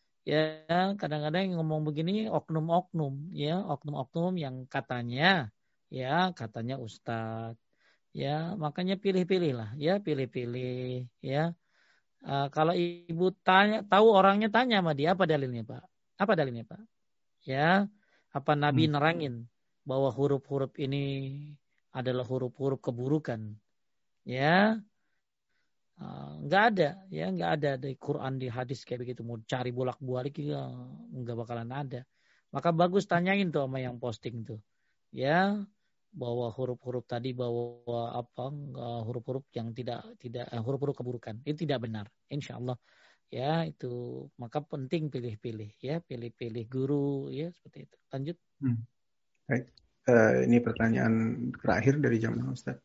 Ya kadang-kadang ngomong begini oknum-oknum ya, oknum-oknum yang katanya ya katanya ustadz. Ya makanya pilih-pilih lah ya, pilih-pilih ya. Uh, kalau ibu tanya, tahu orangnya tanya sama dia, apa dalilnya Pak? Apa dalilnya Pak? Ya, apa Nabi hmm. nerangin bahwa huruf-huruf ini adalah huruf-huruf keburukan? Ya, uh, nggak ada, ya nggak ada di Quran di hadis kayak begitu. Mau cari bolak-balik ya nggak bakalan ada. Maka bagus tanyain tuh sama yang posting tuh, ya. Bahwa huruf-huruf tadi bahwa apa uh, huruf-huruf yang tidak tidak uh, huruf-huruf keburukan itu tidak benar, insya Allah ya itu. Maka penting pilih-pilih ya, pilih-pilih guru ya seperti itu. Lanjut. Hmm. Baik, uh, ini pertanyaan terakhir dari jamaah Ustaz.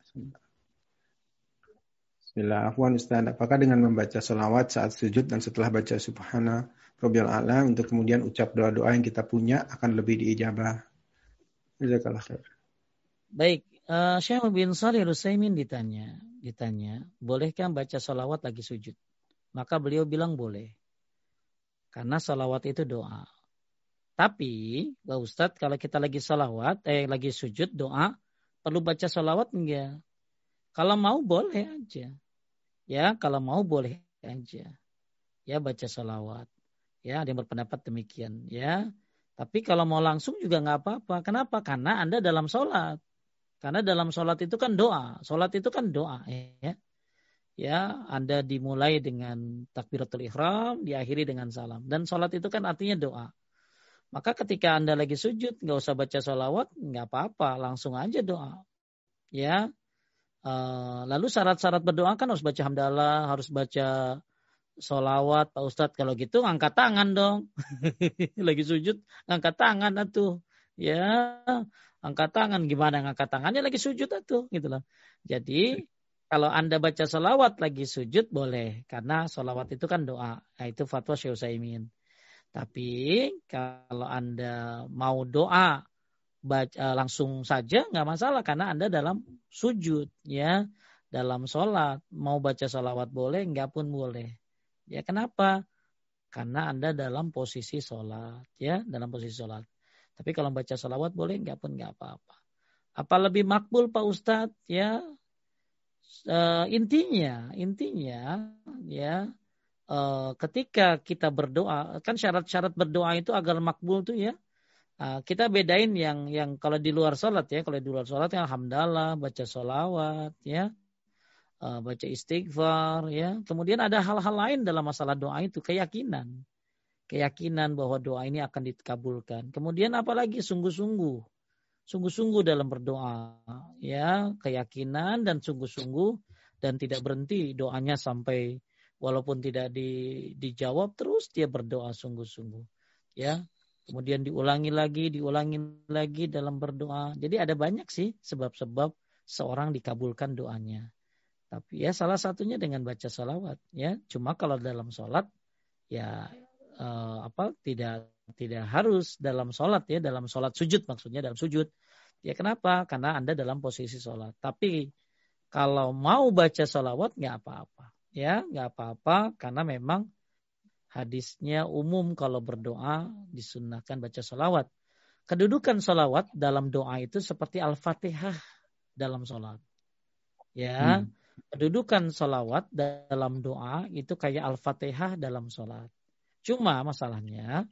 Bismillah, afwan Ustaz, apakah dengan membaca sholawat saat sujud dan setelah baca subhana rabbiyal a'la untuk kemudian ucap doa-doa yang kita punya akan lebih diijabah? Jazakallah khair. Baik, uh, Syekh bin Shalih Al-Utsaimin ditanya, ditanya, bolehkah baca sholawat lagi sujud? Maka beliau bilang boleh. Karena sholawat itu doa. Tapi, Pak Ustadz, kalau kita lagi sholawat, eh lagi sujud doa, perlu baca sholawat enggak? Kalau mau boleh aja. Ya, kalau mau boleh aja. Ya, baca sholawat. Ya, ada yang berpendapat demikian. Ya, tapi kalau mau langsung juga nggak apa-apa. Kenapa? Karena Anda dalam sholat. Karena dalam sholat itu kan doa. Sholat itu kan doa. Ya. ya Anda dimulai dengan takbiratul ihram, diakhiri dengan salam. Dan sholat itu kan artinya doa. Maka ketika Anda lagi sujud, nggak usah baca sholawat, nggak apa-apa, langsung aja doa. Ya, uh, lalu syarat-syarat berdoa kan harus baca hamdalah, harus baca sholawat, Pak Ustadz. Kalau gitu angkat tangan dong. Lagi sujud, angkat tangan atuh. Ya, angkat tangan. Gimana ngangkat tangannya lagi sujud atuh, gitu loh. Jadi kalau Anda baca sholawat lagi sujud boleh, karena sholawat itu kan doa. Nah, itu fatwa Syekh Utsaimin. Tapi kalau Anda mau doa baca langsung saja nggak masalah, karena Anda dalam sujud, ya, dalam sholat. Mau baca sholawat boleh, nggak pun boleh. Ya, kenapa? Karena Anda dalam posisi sholat, ya, dalam posisi sholat. Tapi kalau baca sholawat boleh, nggak pun nggak apa-apa. Apa lebih makbul Pak Ustadz? Ya, uh, intinya, intinya, ya. Uh, ketika kita berdoa, kan syarat-syarat berdoa itu agar makbul tuh ya, uh, kita bedain yang yang kalau di luar sholat ya, kalau di luar sholat ya alhamdulillah, baca sholawat ya, uh, baca istighfar ya. Kemudian ada hal-hal lain dalam masalah doa itu, keyakinan, keyakinan bahwa doa ini akan dikabulkan. Kemudian apalagi sungguh-sungguh, sungguh-sungguh dalam berdoa ya, keyakinan dan sungguh-sungguh dan tidak berhenti doanya sampai walaupun tidak di, dijawab, terus dia berdoa sungguh-sungguh. Ya, kemudian diulangi lagi, diulangi lagi dalam berdoa. Jadi ada banyak sih sebab-sebab seorang dikabulkan doanya. Tapi ya salah satunya dengan baca sholawat. Ya, cuma kalau dalam sholat ya eh, apa tidak tidak harus dalam sholat ya, dalam sholat sujud maksudnya dalam sujud. Ya kenapa? Karena Anda dalam posisi sholat. Tapi kalau mau baca sholawat nggak apa-apa. Ya, nggak apa-apa karena memang hadisnya umum kalau berdoa disunnahkan baca sholawat. Kedudukan sholawat dalam doa itu seperti Al-Fatihah dalam sholat. Ya, hmm. Kedudukan sholawat dalam doa itu kayak Al-Fatihah dalam sholat. Cuma masalahnya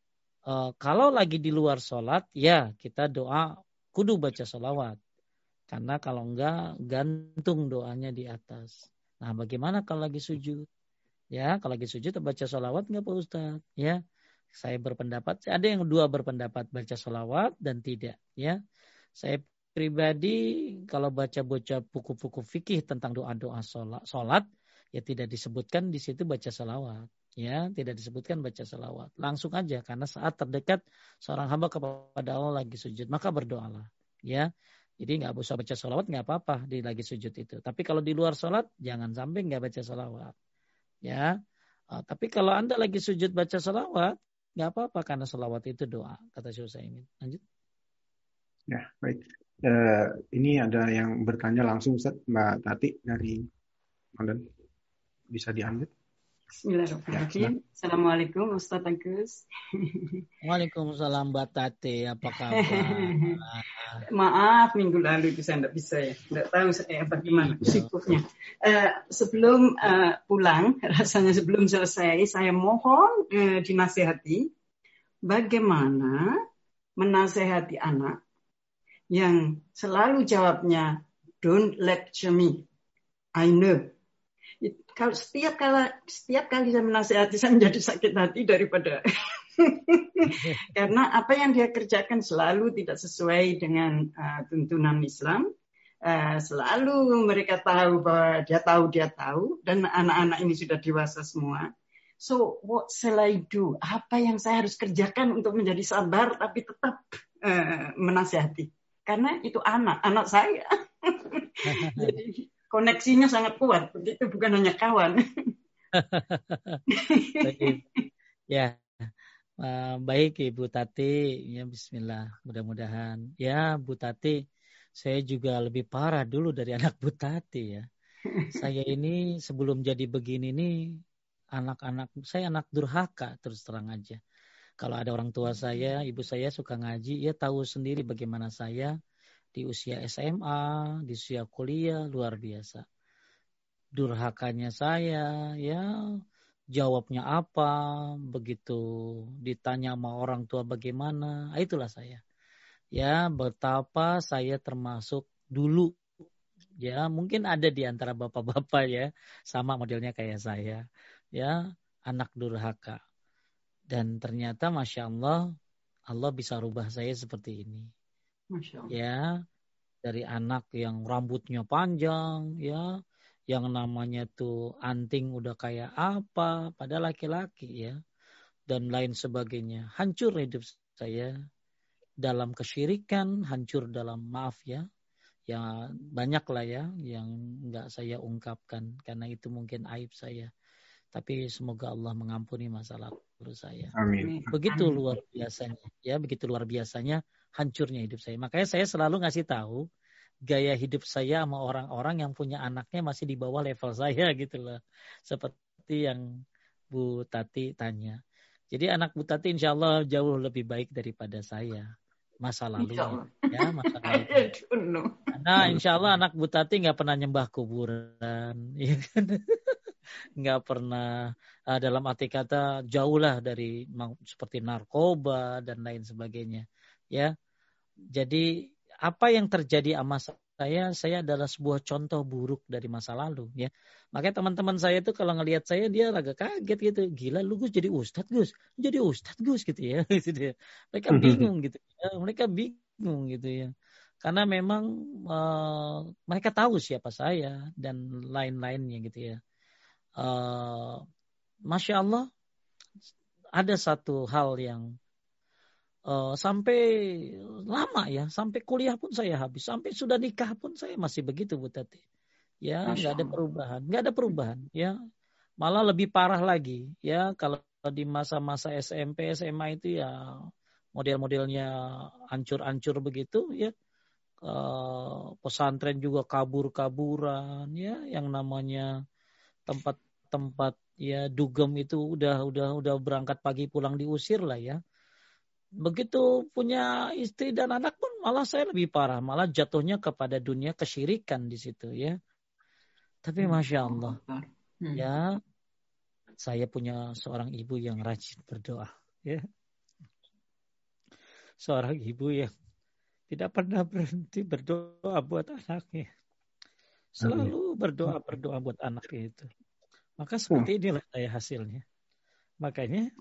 e, kalau lagi di luar sholat, ya kita doa kudu baca sholawat. Karena kalau enggak gantung doanya di atas. Nah, bagaimana kalau lagi sujud? Ya, kalau lagi sujud baca sholawat nggak Pak Ustadz? Ya, saya berpendapat, ada yang dua berpendapat baca sholawat dan tidak. Ya, saya pribadi kalau baca-baca buku-buku fikih tentang doa-doa sholat, sholat, ya tidak disebutkan di situ baca sholawat. Ya, tidak disebutkan baca sholawat. Langsung aja, karena saat terdekat seorang hamba kepada Allah lagi sujud, maka berdoalah. Ya. Jadi nggak usah baca sholawat, nggak apa-apa di lagi sujud itu. Tapi kalau di luar sholat, jangan sampai nggak baca sholawat. Ya, uh, tapi kalau Anda lagi sujud baca sholawat, nggak apa-apa karena sholawat itu doa. Kata Syekh Utsaimin. Lanjut. Ya, baik. Uh, ini ada yang bertanya langsung, Ustaz, Mbak Tati dari London. Bisa diambil? Bismillahirrahmanirrahim. Ya, Assalamualaikum Ustaz Agus. Waalaikumsalam Mbak Tati, apa kabar? Maaf minggu lalu itu saya tidak bisa ya, tidak tahu saya bagaimana sibuknya. Uh, sebelum uh, pulang, rasanya sebelum selesai, saya mohon uh, dinasehati bagaimana menasehati anak yang selalu jawabnya don't lecture me, I know. Kalau setiap kali setiap kali saya menasihati saya menjadi sakit hati daripada karena apa yang dia kerjakan selalu tidak sesuai dengan uh, tuntunan Islam. Uh, selalu mereka tahu bahwa dia tahu dia tahu dan anak-anak ini sudah dewasa semua. So what shall I do? Apa yang saya harus kerjakan untuk menjadi sabar tapi tetap uh, menasihati? Karena itu anak anak saya. Jadi koneksinya sangat kuat, begitu bukan hanya kawan. Ya, uh, baik Ibu Tati, ya Bismillah, mudah-mudahan. Ya Bu Tati, saya juga lebih parah dulu dari anak Bu Tati ya. Saya ini sebelum jadi begini nih, anak-anak saya anak durhaka terus terang aja. Kalau ada orang tua saya, ibu saya suka ngaji, ya tahu sendiri bagaimana saya. Di usia S M A, di usia kuliah, luar biasa. Durhakanya saya, ya jawabnya apa, begitu ditanya sama orang tua bagaimana, itulah saya. Ya betapa saya termasuk dulu Ya, mungkin ada di antara bapak-bapak ya, sama modelnya kayak saya. Ya, anak durhaka. Dan ternyata Masya Allah, Allah bisa rubah saya seperti ini. Masya Allah. Ya, dari anak yang rambutnya panjang, ya, yang namanya tuh anting udah kayak apa, pada laki-laki ya, dan lain sebagainya. Hancur hidup saya dalam kesyirikan, hancur dalam maaf ya, ya banyak lah ya yang nggak saya ungkapkan karena itu mungkin aib saya. Tapi semoga Allah mengampuni masa lalu saya. Amin. Begitu luar biasanya, ya begitu luar biasanya hancurnya hidup saya. Makanya saya selalu ngasih tahu gaya hidup saya sama orang-orang yang punya anaknya masih di bawah level saya gitu loh. Seperti yang Bu Tati tanya. Jadi anak Bu Tati insya Allah jauh lebih baik daripada saya masa lalunya. Ya masa lalunya. Nah insya Allah anak Bu Tati nggak pernah nyembah kuburan, ya kan? Nggak pernah uh, dalam arti kata jauh lah dari seperti narkoba dan lain sebagainya. Ya, jadi apa yang terjadi sama saya, saya adalah sebuah contoh buruk dari masa lalu. Ya, makanya teman-teman saya itu kalau ngelihat saya dia agak kaget gitu. Gila, lu Gus jadi ustadz Gus, jadi ustadz Gus gitu ya. Mereka bingung gitu. Ya. Mereka bingung gitu ya. Karena memang uh, mereka tahu siapa saya dan lain-lainnya gitu ya. Uh, Masya Allah ada satu hal yang uh, sampai lama ya, sampai kuliah pun saya habis, sampai sudah nikah pun saya masih begitu Bu Tati. Ya nggak ada perubahan, nggak ada perubahan. Ya malah lebih parah lagi. Ya kalau di masa-masa S M P, S M A itu ya model-modelnya hancur-hancur begitu ya. Uh, pesantren juga kabur-kaburan ya, yang namanya tempat-tempat ya dugem itu udah udah udah berangkat pagi pulang diusir lah ya. Begitu punya istri dan anak pun malah saya lebih parah, malah jatuhnya kepada dunia kesyirikan di situ ya. Tapi Masya Allah hmm. ya saya punya seorang ibu yang rajin berdoa ya. Seorang ibu yang tidak pernah berhenti berdoa buat anaknya. Selalu berdoa berdoa buat anaknya itu. Maka seperti inilah saya hasilnya. Makanya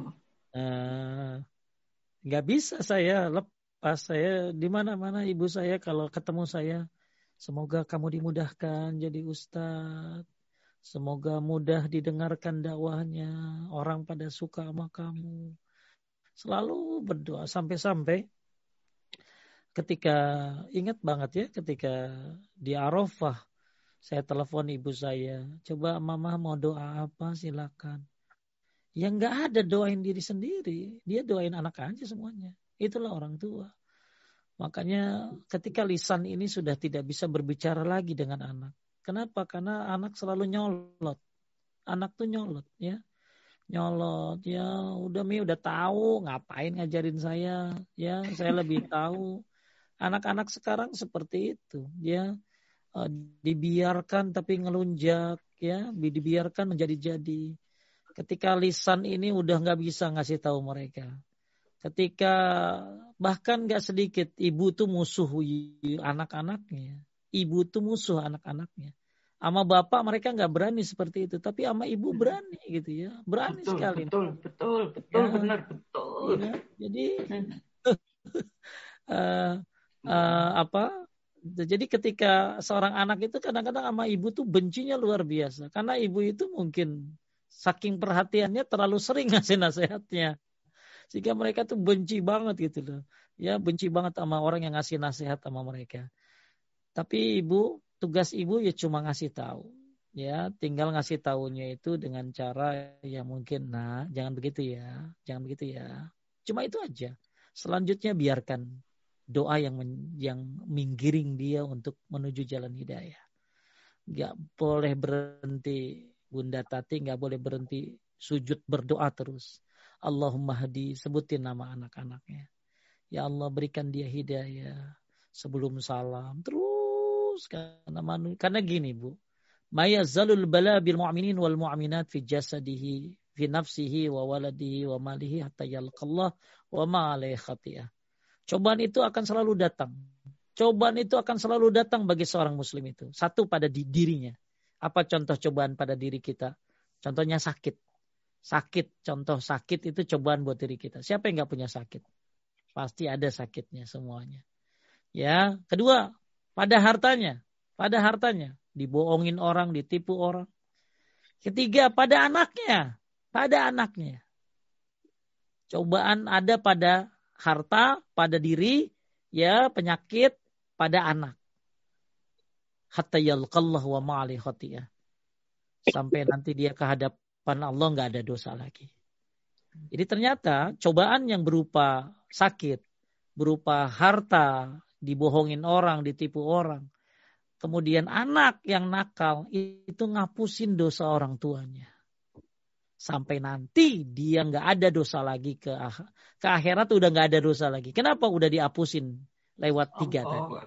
nggak uh, bisa saya lepas. Saya di mana-mana ibu saya kalau ketemu saya, semoga kamu dimudahkan jadi ustadz. Semoga mudah didengarkan dakwahnya. Orang pada suka sama kamu. Selalu berdoa sampai-sampai ketika ingat banget ya ketika di Arafah. Saya telepon ibu saya, coba mama mau doa apa silakan. Ya nggak ada doain diri sendiri, dia doain anak aja semuanya. Itulah orang tua. Makanya ketika lisan ini sudah tidak bisa berbicara lagi dengan anak. Kenapa? Karena anak selalu nyolot. Anak tuh nyolot ya. Nyolot ya udah mi udah tahu ngapain ngajarin saya. Ya saya lebih tahu. Anak-anak sekarang seperti itu ya. Dibiarkan tapi ngelunjak ya, dibiarkan menjadi-jadi. Ketika lisan ini udah nggak bisa ngasih tahu mereka. Ketika bahkan nggak sedikit ibu tuh musuh anak-anaknya, ibu tuh musuh anak-anaknya. Sama bapak mereka nggak berani seperti itu, tapi sama ibu berani gitu ya, berani betul, sekali. Betul, betul, betul, ya, benar, betul. Ya, jadi uh, uh, apa? Jadi ketika seorang anak itu kadang-kadang sama ibu tuh bencinya luar biasa. Karena ibu itu mungkin saking perhatiannya terlalu sering ngasih nasihatnya. Sehingga mereka tuh benci banget gitu loh. Ya benci banget sama orang yang ngasih nasihat sama mereka. Tapi ibu, tugas ibu ya cuma ngasih tahu. Ya tinggal ngasih tahunya itu dengan cara ya mungkin nah jangan begitu ya. Jangan begitu ya. Cuma itu aja. Selanjutnya biarkan doa yang men, yang menggiring dia untuk menuju jalan hidayah. Gak boleh berhenti Bunda Tati, gak boleh berhenti sujud berdoa terus. Allahumma hadi, sebutin nama anak-anaknya. Ya Allah berikan dia hidayah sebelum salam. Terus karena manu, karena gini Bu. Maya zalul bala bil mu'minin wal mu'minat fi jasadihi fi nafsihi wa waladihi wa malihi hatta yalqallah wa ma alaihi khatiyah. Cobaan itu akan selalu datang Cobaan itu akan selalu datang bagi seorang muslim itu. Satu pada di dirinya. Apa contoh cobaan pada diri kita? Contohnya sakit. Sakit, contoh sakit itu cobaan buat diri kita. Siapa yang gak punya sakit? Pasti ada sakitnya semuanya. Ya, kedua, pada hartanya. Pada hartanya. Dibohongin orang, ditipu orang. Ketiga, pada anaknya. Pada anaknya. Cobaan ada pada harta, pada diri, ya penyakit, pada anak. Hatta yalqallah wa ma'ali khatiyah. Sampai nanti dia ke hadapan Allah nggak ada dosa lagi. Jadi ternyata cobaan yang berupa sakit, berupa harta, dibohongin orang, ditipu orang. Kemudian anak yang nakal, itu ngapusin dosa orang tuanya. Sampai nanti dia nggak ada dosa lagi ke ke akhirat udah nggak ada dosa lagi. Kenapa? Udah dihapusin lewat tiga oh, tadi.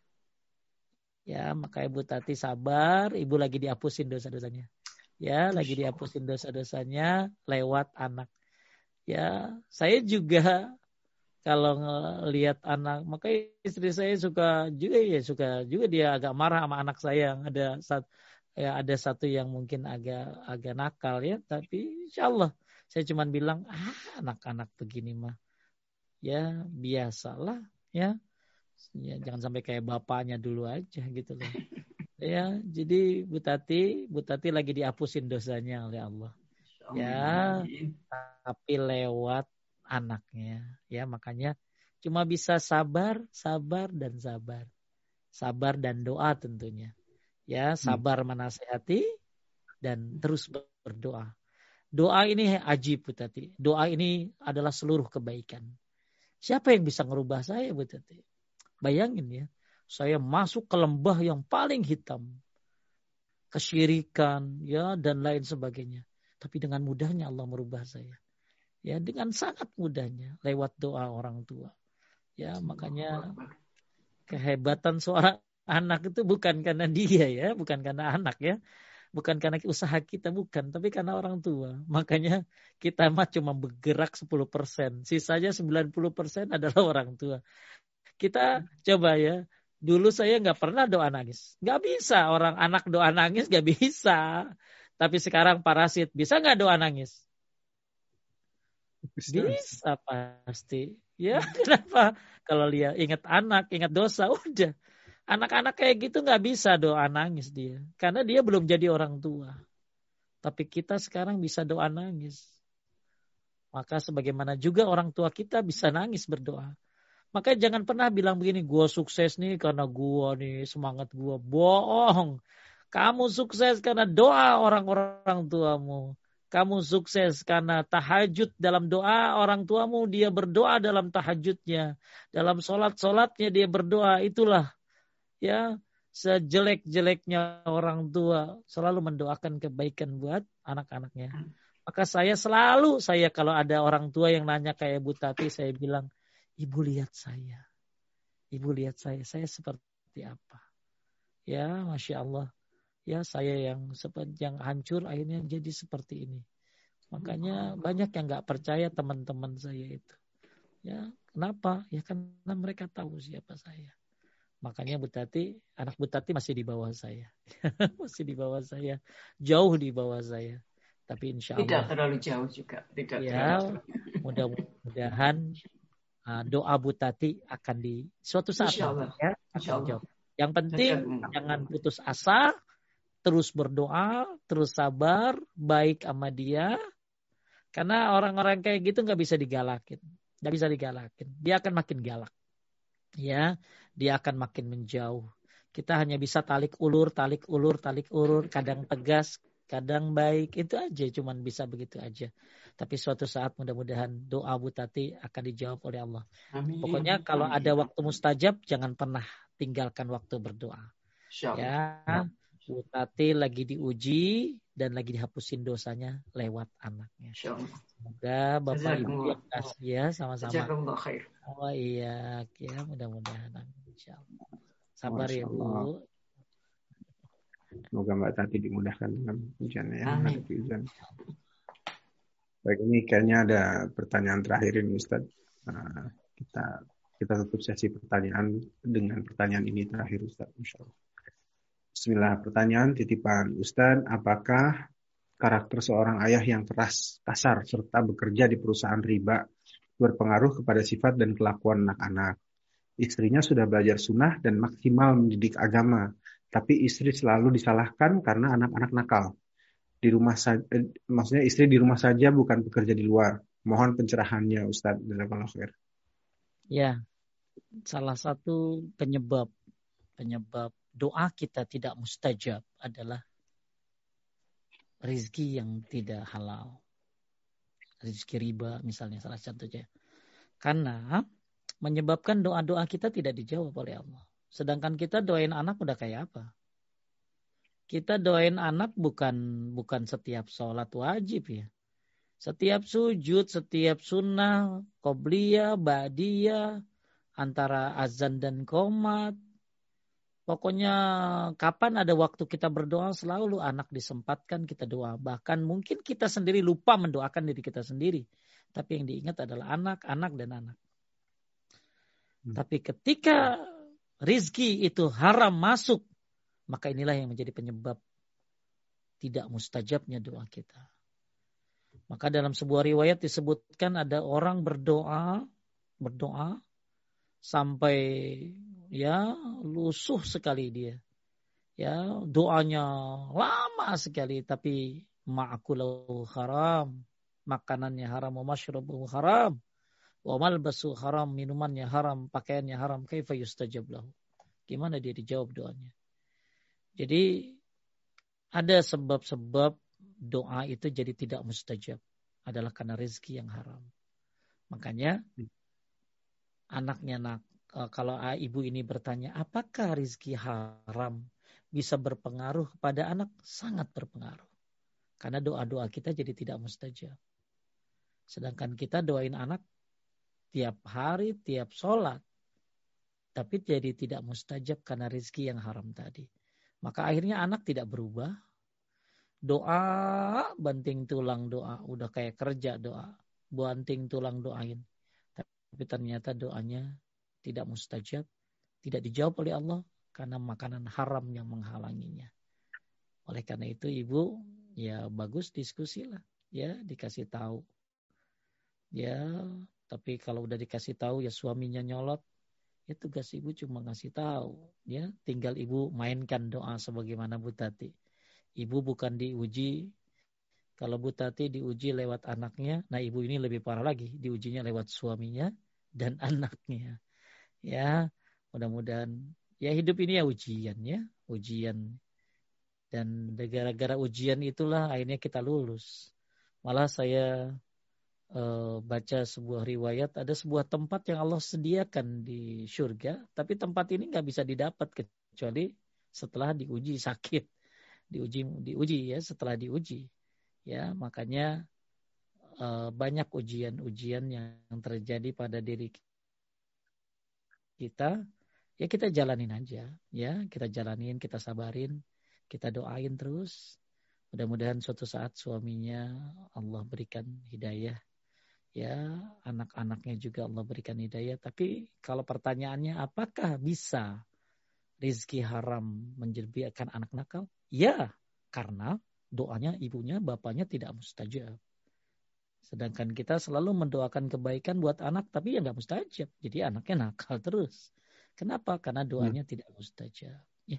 Ya maka Ibu Tati sabar, Ibu lagi dihapusin dosa-dosanya. Ya lagi dihapusin dosa-dosanya lewat anak. Ya saya juga kalau ngelihat anak, maka istri saya suka juga ya suka juga dia agak marah sama anak saya yang ada saat ya ada satu yang mungkin agak agak nakal ya, tapi insya Allah saya cuma bilang ah anak-anak begini mah ya biasalah ya, ya jangan sampai kayak bapaknya dulu aja gitu loh ya. Jadi Bu Tati Bu Tati lagi dihapusin dosanya oleh Allah ya, tapi lewat anaknya ya, makanya cuma bisa sabar sabar dan sabar sabar dan doa tentunya. Ya, sabar menasihati dan terus berdoa. Doa ini ajib, Bu Tati. Doa ini adalah seluruh kebaikan. Siapa yang bisa ngerubah saya, Bu Tati? Bayangin ya, saya masuk ke lembah yang paling hitam. Kesyirikan, ya, dan lain sebagainya. Tapi dengan mudahnya Allah merubah saya. Ya, dengan sangat mudahnya lewat doa orang tua. Ya, makanya kehebatan seorang anak itu bukan karena dia ya, bukan karena anak ya, bukan karena usaha kita, bukan, tapi karena orang tua. Makanya kita mah cuma bergerak sepuluh persen, sisanya sembilan puluh persen adalah orang tua. Kita coba ya, dulu saya nggak pernah doa nangis, nggak bisa orang anak doa nangis nggak bisa. Tapi sekarang parasit bisa nggak doa nangis? Bisa, bisa pasti. Ya kenapa? Kalau lihat ingat anak, ingat dosa, udah. Anak-anak kayak gitu nggak bisa doa nangis dia. Karena dia belum jadi orang tua. Tapi kita sekarang bisa doa nangis. Maka sebagaimana juga orang tua kita bisa nangis berdoa. Maka jangan pernah bilang begini, gue sukses nih karena gue nih semangat gue. Bohong. Kamu sukses karena doa orang-orang tuamu. Kamu sukses karena tahajud dalam doa orang tuamu. Dia berdoa dalam tahajudnya. Dalam sholat-sholatnya dia berdoa. Itulah. Ya, sejelek-jeleknya orang tua selalu mendoakan kebaikan buat anak-anaknya. Maka saya selalu, saya kalau ada orang tua yang nanya kayak Bu Tati, saya bilang, Ibu lihat saya. Ibu lihat saya, saya seperti apa. Ya, Masya Allah. Ya, saya yang yang hancur akhirnya jadi seperti ini. Makanya banyak yang gak percaya teman-teman saya itu. Ya, kenapa? Ya karena mereka tahu siapa saya. Makanya Bu Tati, anak Bu Tati masih di bawah saya. Masih di bawah saya. Jauh di bawah saya. Tapi insya Allah. Tidak terlalu jauh juga. Tidak ya, terlalu jauh. Mudah-mudahan uh, doa Bu Tati akan di suatu saat nanti ya. Akan jawab. Yang penting Jajak. Jangan putus asa. Terus berdoa. Terus sabar. Baik sama dia. Karena orang-orang kayak gitu gak bisa digalakin. Gak bisa digalakin. Dia akan makin galak. Ya, dia akan makin menjauh. Kita hanya bisa talik ulur, talik ulur, talik ulur, kadang tegas, kadang baik, itu aja, cuman bisa begitu aja. Tapi suatu saat mudah-mudahan doa Bu Tati akan dijawab oleh Allah. Amin. Pokoknya kalau Amin. Ada waktu mustajab, jangan pernah tinggalkan waktu berdoa. Ya, Bu Tati lagi diuji dan lagi dihapusin dosanya lewat anaknya. Semoga Bapak Ibu yang kasih ya sama-sama. Oh iya, ya mudah-mudahan insyaallah. Sabar ya Bu. Semoga Mbak Tati dimudahkan dengan ujiannya ya. Ujian. Baik, ini kayaknya ada pertanyaan terakhir ini Ustaz. Nah, kita Kita tutup sesi pertanyaan dengan pertanyaan ini terakhir Ustaz, insyaallah. Bismillah, pertanyaan titipan Ustaz, apakah karakter seorang ayah yang keras, kasar, serta bekerja di perusahaan riba berpengaruh kepada sifat dan kelakuan anak-anak? Istrinya sudah belajar sunnah dan maksimal mendidik agama, tapi istri selalu disalahkan karena anak-anak nakal. Di rumah saja, eh, maksudnya istri di rumah saja bukan bekerja di luar. Mohon pencerahannya Ustaz. Jazakallahu khair. Ya, salah satu penyebab penyebab doa kita tidak mustajab adalah rizki yang tidak halal. Rizki riba misalnya salah satunya. Karena menyebabkan doa-doa kita tidak dijawab oleh Allah. Sedangkan kita doain anak udah kayak apa? Kita doain anak bukan bukan setiap sholat wajib ya. Setiap sujud, setiap sunnah, qobliyah, ba'diyah, antara azan dan qomat. Pokoknya kapan ada waktu kita berdoa selalu anak disempatkan kita doa. Bahkan mungkin kita sendiri lupa mendoakan diri kita sendiri. Tapi yang diingat adalah anak, anak dan anak. Hmm. Tapi ketika rizki itu haram masuk, maka inilah yang menjadi penyebab tidak mustajabnya doa kita. Maka dalam sebuah riwayat disebutkan ada orang berdoa, berdoa sampai ya lusuh sekali dia. Ya, doanya lama sekali tapi ma'kulahu haram, makanannya haram, wa masyrabuhu haram, wa malbasu haram, minumannya haram, pakaiannya haram, kaifa yustajab lahu? Gimana dia dijawab doanya? Jadi ada sebab-sebab doa itu jadi tidak mustajab adalah karena rezeki yang haram. Makanya anaknya nak kalau ibu ini bertanya, apakah rizki haram bisa berpengaruh kepada anak? Sangat berpengaruh. Karena doa-doa kita jadi tidak mustajab. Sedangkan kita doain anak tiap hari, tiap sholat. Tapi jadi tidak mustajab karena rizki yang haram tadi. Maka akhirnya anak tidak berubah. Doa, banting tulang doa. Udah kayak kerja doa. Banting tulang doain. Tapi ternyata doanya tidak mustajab, tidak dijawab oleh Allah karena makanan haram yang menghalanginya. Oleh karena itu ibu, ya bagus diskusilah, ya dikasih tahu. Ya, tapi kalau udah dikasih tahu ya suaminya nyolot, ya tugas ibu cuma ngasih tahu, ya tinggal ibu mainkan doa sebagaimana Bu Tati. Ibu bukan diuji, kalau Bu Tati diuji lewat anaknya, nah ibu ini lebih parah lagi, diujinya lewat suaminya dan anaknya. Ya, mudah-mudahan ya hidup ini ya ujian ya, ujian. Dan gara-gara ujian itulah akhirnya kita lulus. Malah saya eh, baca sebuah riwayat, ada sebuah tempat yang Allah sediakan di surga, tapi tempat ini nggak bisa didapat kecuali setelah diuji sakit, diuji diuji ya, setelah diuji. Ya, makanya eh, banyak ujian-ujian yang terjadi pada diri kita. kita, ya kita jalanin aja, ya kita jalanin, kita sabarin, kita doain terus. Mudah-mudahan suatu saat suaminya Allah berikan hidayah, ya anak-anaknya juga Allah berikan hidayah. Tapi kalau pertanyaannya apakah bisa rizki haram menjadikan anak nakal? Ya, karena doanya ibunya, bapaknya tidak mustajab. Sedangkan kita selalu mendoakan kebaikan buat anak, tapi ya nggak mustajab. Jadi anaknya nakal terus. Kenapa? Karena doanya hmm. tidak mustajab. Ya.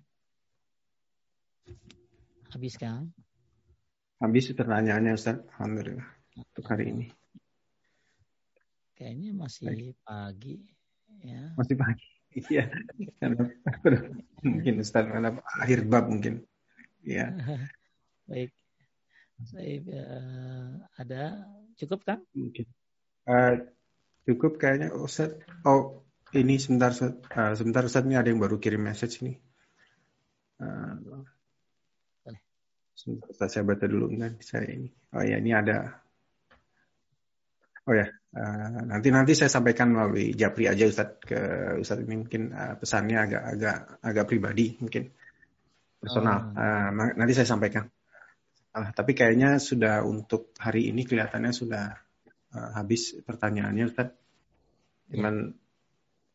Habis kan? Habis pertanyaannya Ustaz. Alhamdulillah. Untuk hari ini. Kayaknya masih Baik. pagi. Ya. Masih pagi. Iya. Mungkin Ustaz, karena akhir bab mungkin. Ya. Baik. Saya uh, ada cukup kan? Mungkin. Uh, cukup kayaknya Ustaz. Oh ini sebentar uh, sebentar Ustaz, ini ada yang baru kirim message ini. Uh, Boleh. Sebentar Ustaz, saya baca dulu kan saya ini. Oh ya ini ada. Oh ya uh, nanti nanti saya sampaikan melalui Japri aja Ustaz ke Ustaz ini, mungkin uh, pesannya agak agak agak pribadi mungkin personal. Oh. Uh, nanti saya sampaikan. Uh, tapi kayaknya sudah untuk hari ini kelihatannya sudah uh, habis pertanyaannya Ustaz. Cuman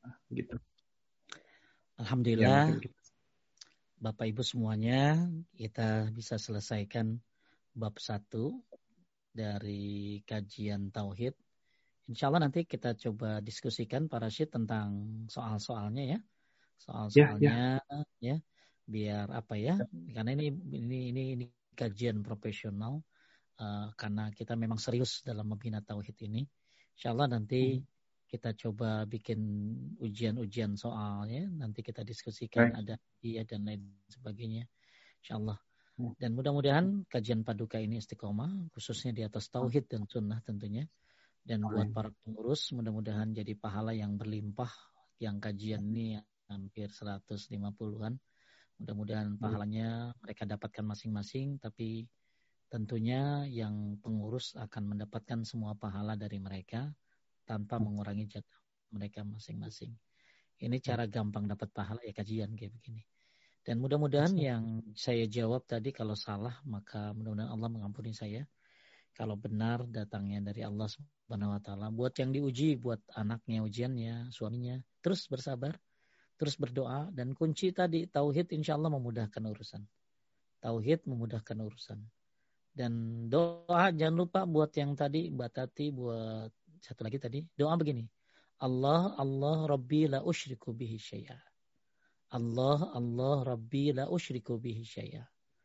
gitu. Alhamdulillah, ya, Bapak Ibu semuanya, kita bisa selesaikan bab satu dari kajian Tauhid. Insya Allah nanti kita coba diskusikan Pak Rashid tentang soal-soalnya ya. Soal-soalnya ya, ya, biar apa ya? Karena ini ini ini, ini kajian profesional uh, karena kita memang serius dalam membina tauhid ini. Insya Allah nanti hmm. kita coba bikin ujian-ujian soalnya, nanti kita diskusikan. Baik. Ada iya dan lain sebagainya. Insya Allah. Dan mudah-mudahan kajian paduka ini istiqomah, khususnya di atas tauhid dan sunnah tentunya. Dan buat para pengurus, mudah-mudahan jadi pahala yang berlimpah, yang kajian ini hampir seratus lima puluhan. Mudah-mudahan pahalanya mereka dapatkan masing-masing, tapi tentunya yang pengurus akan mendapatkan semua pahala dari mereka tanpa mengurangi jatah mereka masing-masing. Ini cara gampang dapat pahala ya kajian kayak begini. Dan mudah-mudahan yang saya jawab tadi kalau salah, maka mudah-mudahan Allah mengampuni saya. Kalau benar datangnya dari Allah Subhanahu wa taala. Buat yang diuji, buat anaknya ujiannya, suaminya, terus bersabar, terus berdoa, dan kunci tadi tauhid insya Allah memudahkan urusan. Tauhid memudahkan urusan. Dan doa jangan lupa buat yang tadi Mbak Tati, buat satu lagi tadi, doa begini. Allah Allah Rabbi la usyriku bihi syai'a. Allah Allah Rabbi la usyriku bihi syai'a.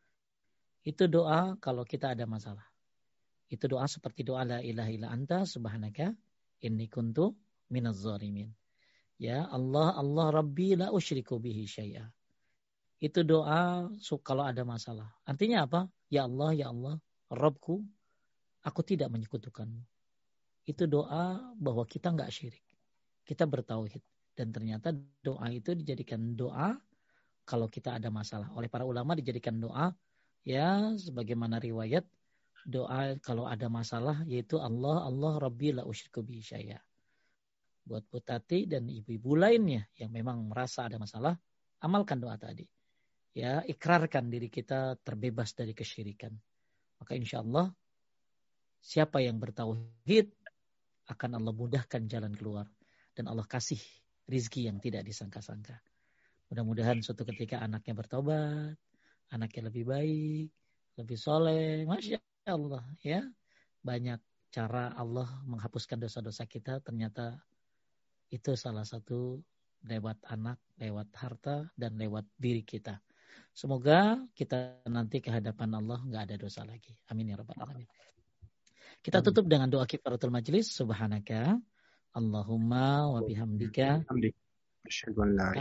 Itu doa kalau kita ada masalah. Itu doa seperti doa la ilaha illa anta subhanaka inni kuntu minaz zalimin. Ya Allah Allah Rabbi la usyriku bihi syai'a. Itu doa kalau ada masalah. Artinya apa? Ya Allah ya Allah Rabbku, aku tidak menyekutukanmu. Itu doa bahwa kita enggak syirik. Kita bertauhid. Dan ternyata doa itu dijadikan doa kalau kita ada masalah. Oleh para ulama dijadikan doa ya sebagaimana riwayat doa kalau ada masalah yaitu Allah Allah Rabbi la usyriku bihi syai'a. Buat Bu Tati dan ibu-ibu lainnya yang memang merasa ada masalah, amalkan doa tadi. Ya, ikrarkan diri kita terbebas dari kesyirikan. Maka insya Allah siapa yang bertauhid akan Allah mudahkan jalan keluar dan Allah kasih rizki yang tidak disangka-sangka. Mudah-mudahan suatu ketika anaknya bertobat, anaknya lebih baik, lebih soleh, masya Allah ya. Banyak cara Allah menghapuskan dosa-dosa kita, ternyata itu salah satu lewat anak, lewat harta, dan lewat diri kita. Semoga kita nanti ke hadapan Allah nggak ada dosa lagi. Amin ya rabbal alamin. Kita tutup dengan doa kifaratul majlis. Subhanaka Allahumma wa bihamdika asyhadu an la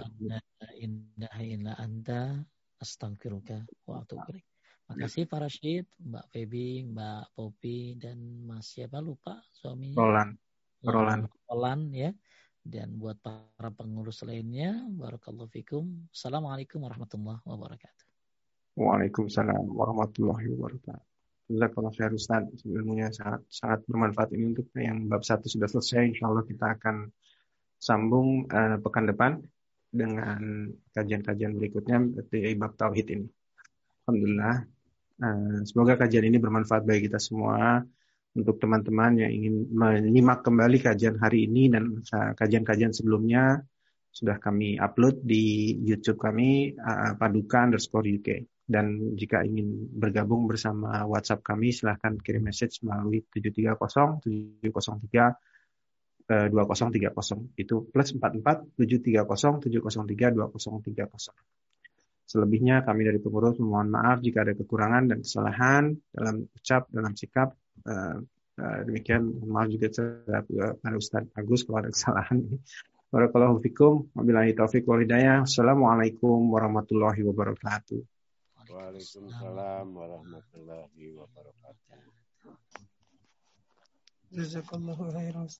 ilaha illa anta astaghfiruka wa atubu ilaik. Makasih Pak Rashid, Mbak Feby, Mbak Popi, dan Mas siapa lupa suaminya? Roland. Roland. Roland ya. Dan buat para pengurus lainnya, barakallahu fikum. Assalamualaikum warahmatullahi wabarakatuh. Waalaikumsalam warahmatullahi wabarakatuh. Jazakallahu khair Ustaz. Ilmunya sangat sangat bermanfaat ini untuk yang bab satu sudah selesai. Insyaallah kita akan sambung uh, pekan depan dengan kajian-kajian berikutnya di bab tauhid ini. Alhamdulillah. Uh, semoga kajian ini bermanfaat bagi kita semua. Untuk teman-teman yang ingin menyimak kembali kajian hari ini dan kajian-kajian sebelumnya sudah kami upload di YouTube kami uh, Paduka underscore U K. Dan jika ingin bergabung bersama WhatsApp kami silahkan kirim message melalui tujuh tiga nol tujuh nol tiga dua nol tiga nol. Itu plus empat empat tujuh tiga nol tujuh nol tiga dua nol tiga nol. Selebihnya kami dari pengurus mohon maaf jika ada kekurangan dan kesalahan dalam ucap, dalam sikap. Uh, uh, demikian maaf juga terhadap uh, Ustaz Agus kalau ada kesalahan. Barakallahu fikum. Wabillahi taufiq wal hidayah. Assalamualaikum warahmatullahi wabarakatuh. Waalaikumsalam warahmatullahi wabarakatuh. Jazakallahu khairan.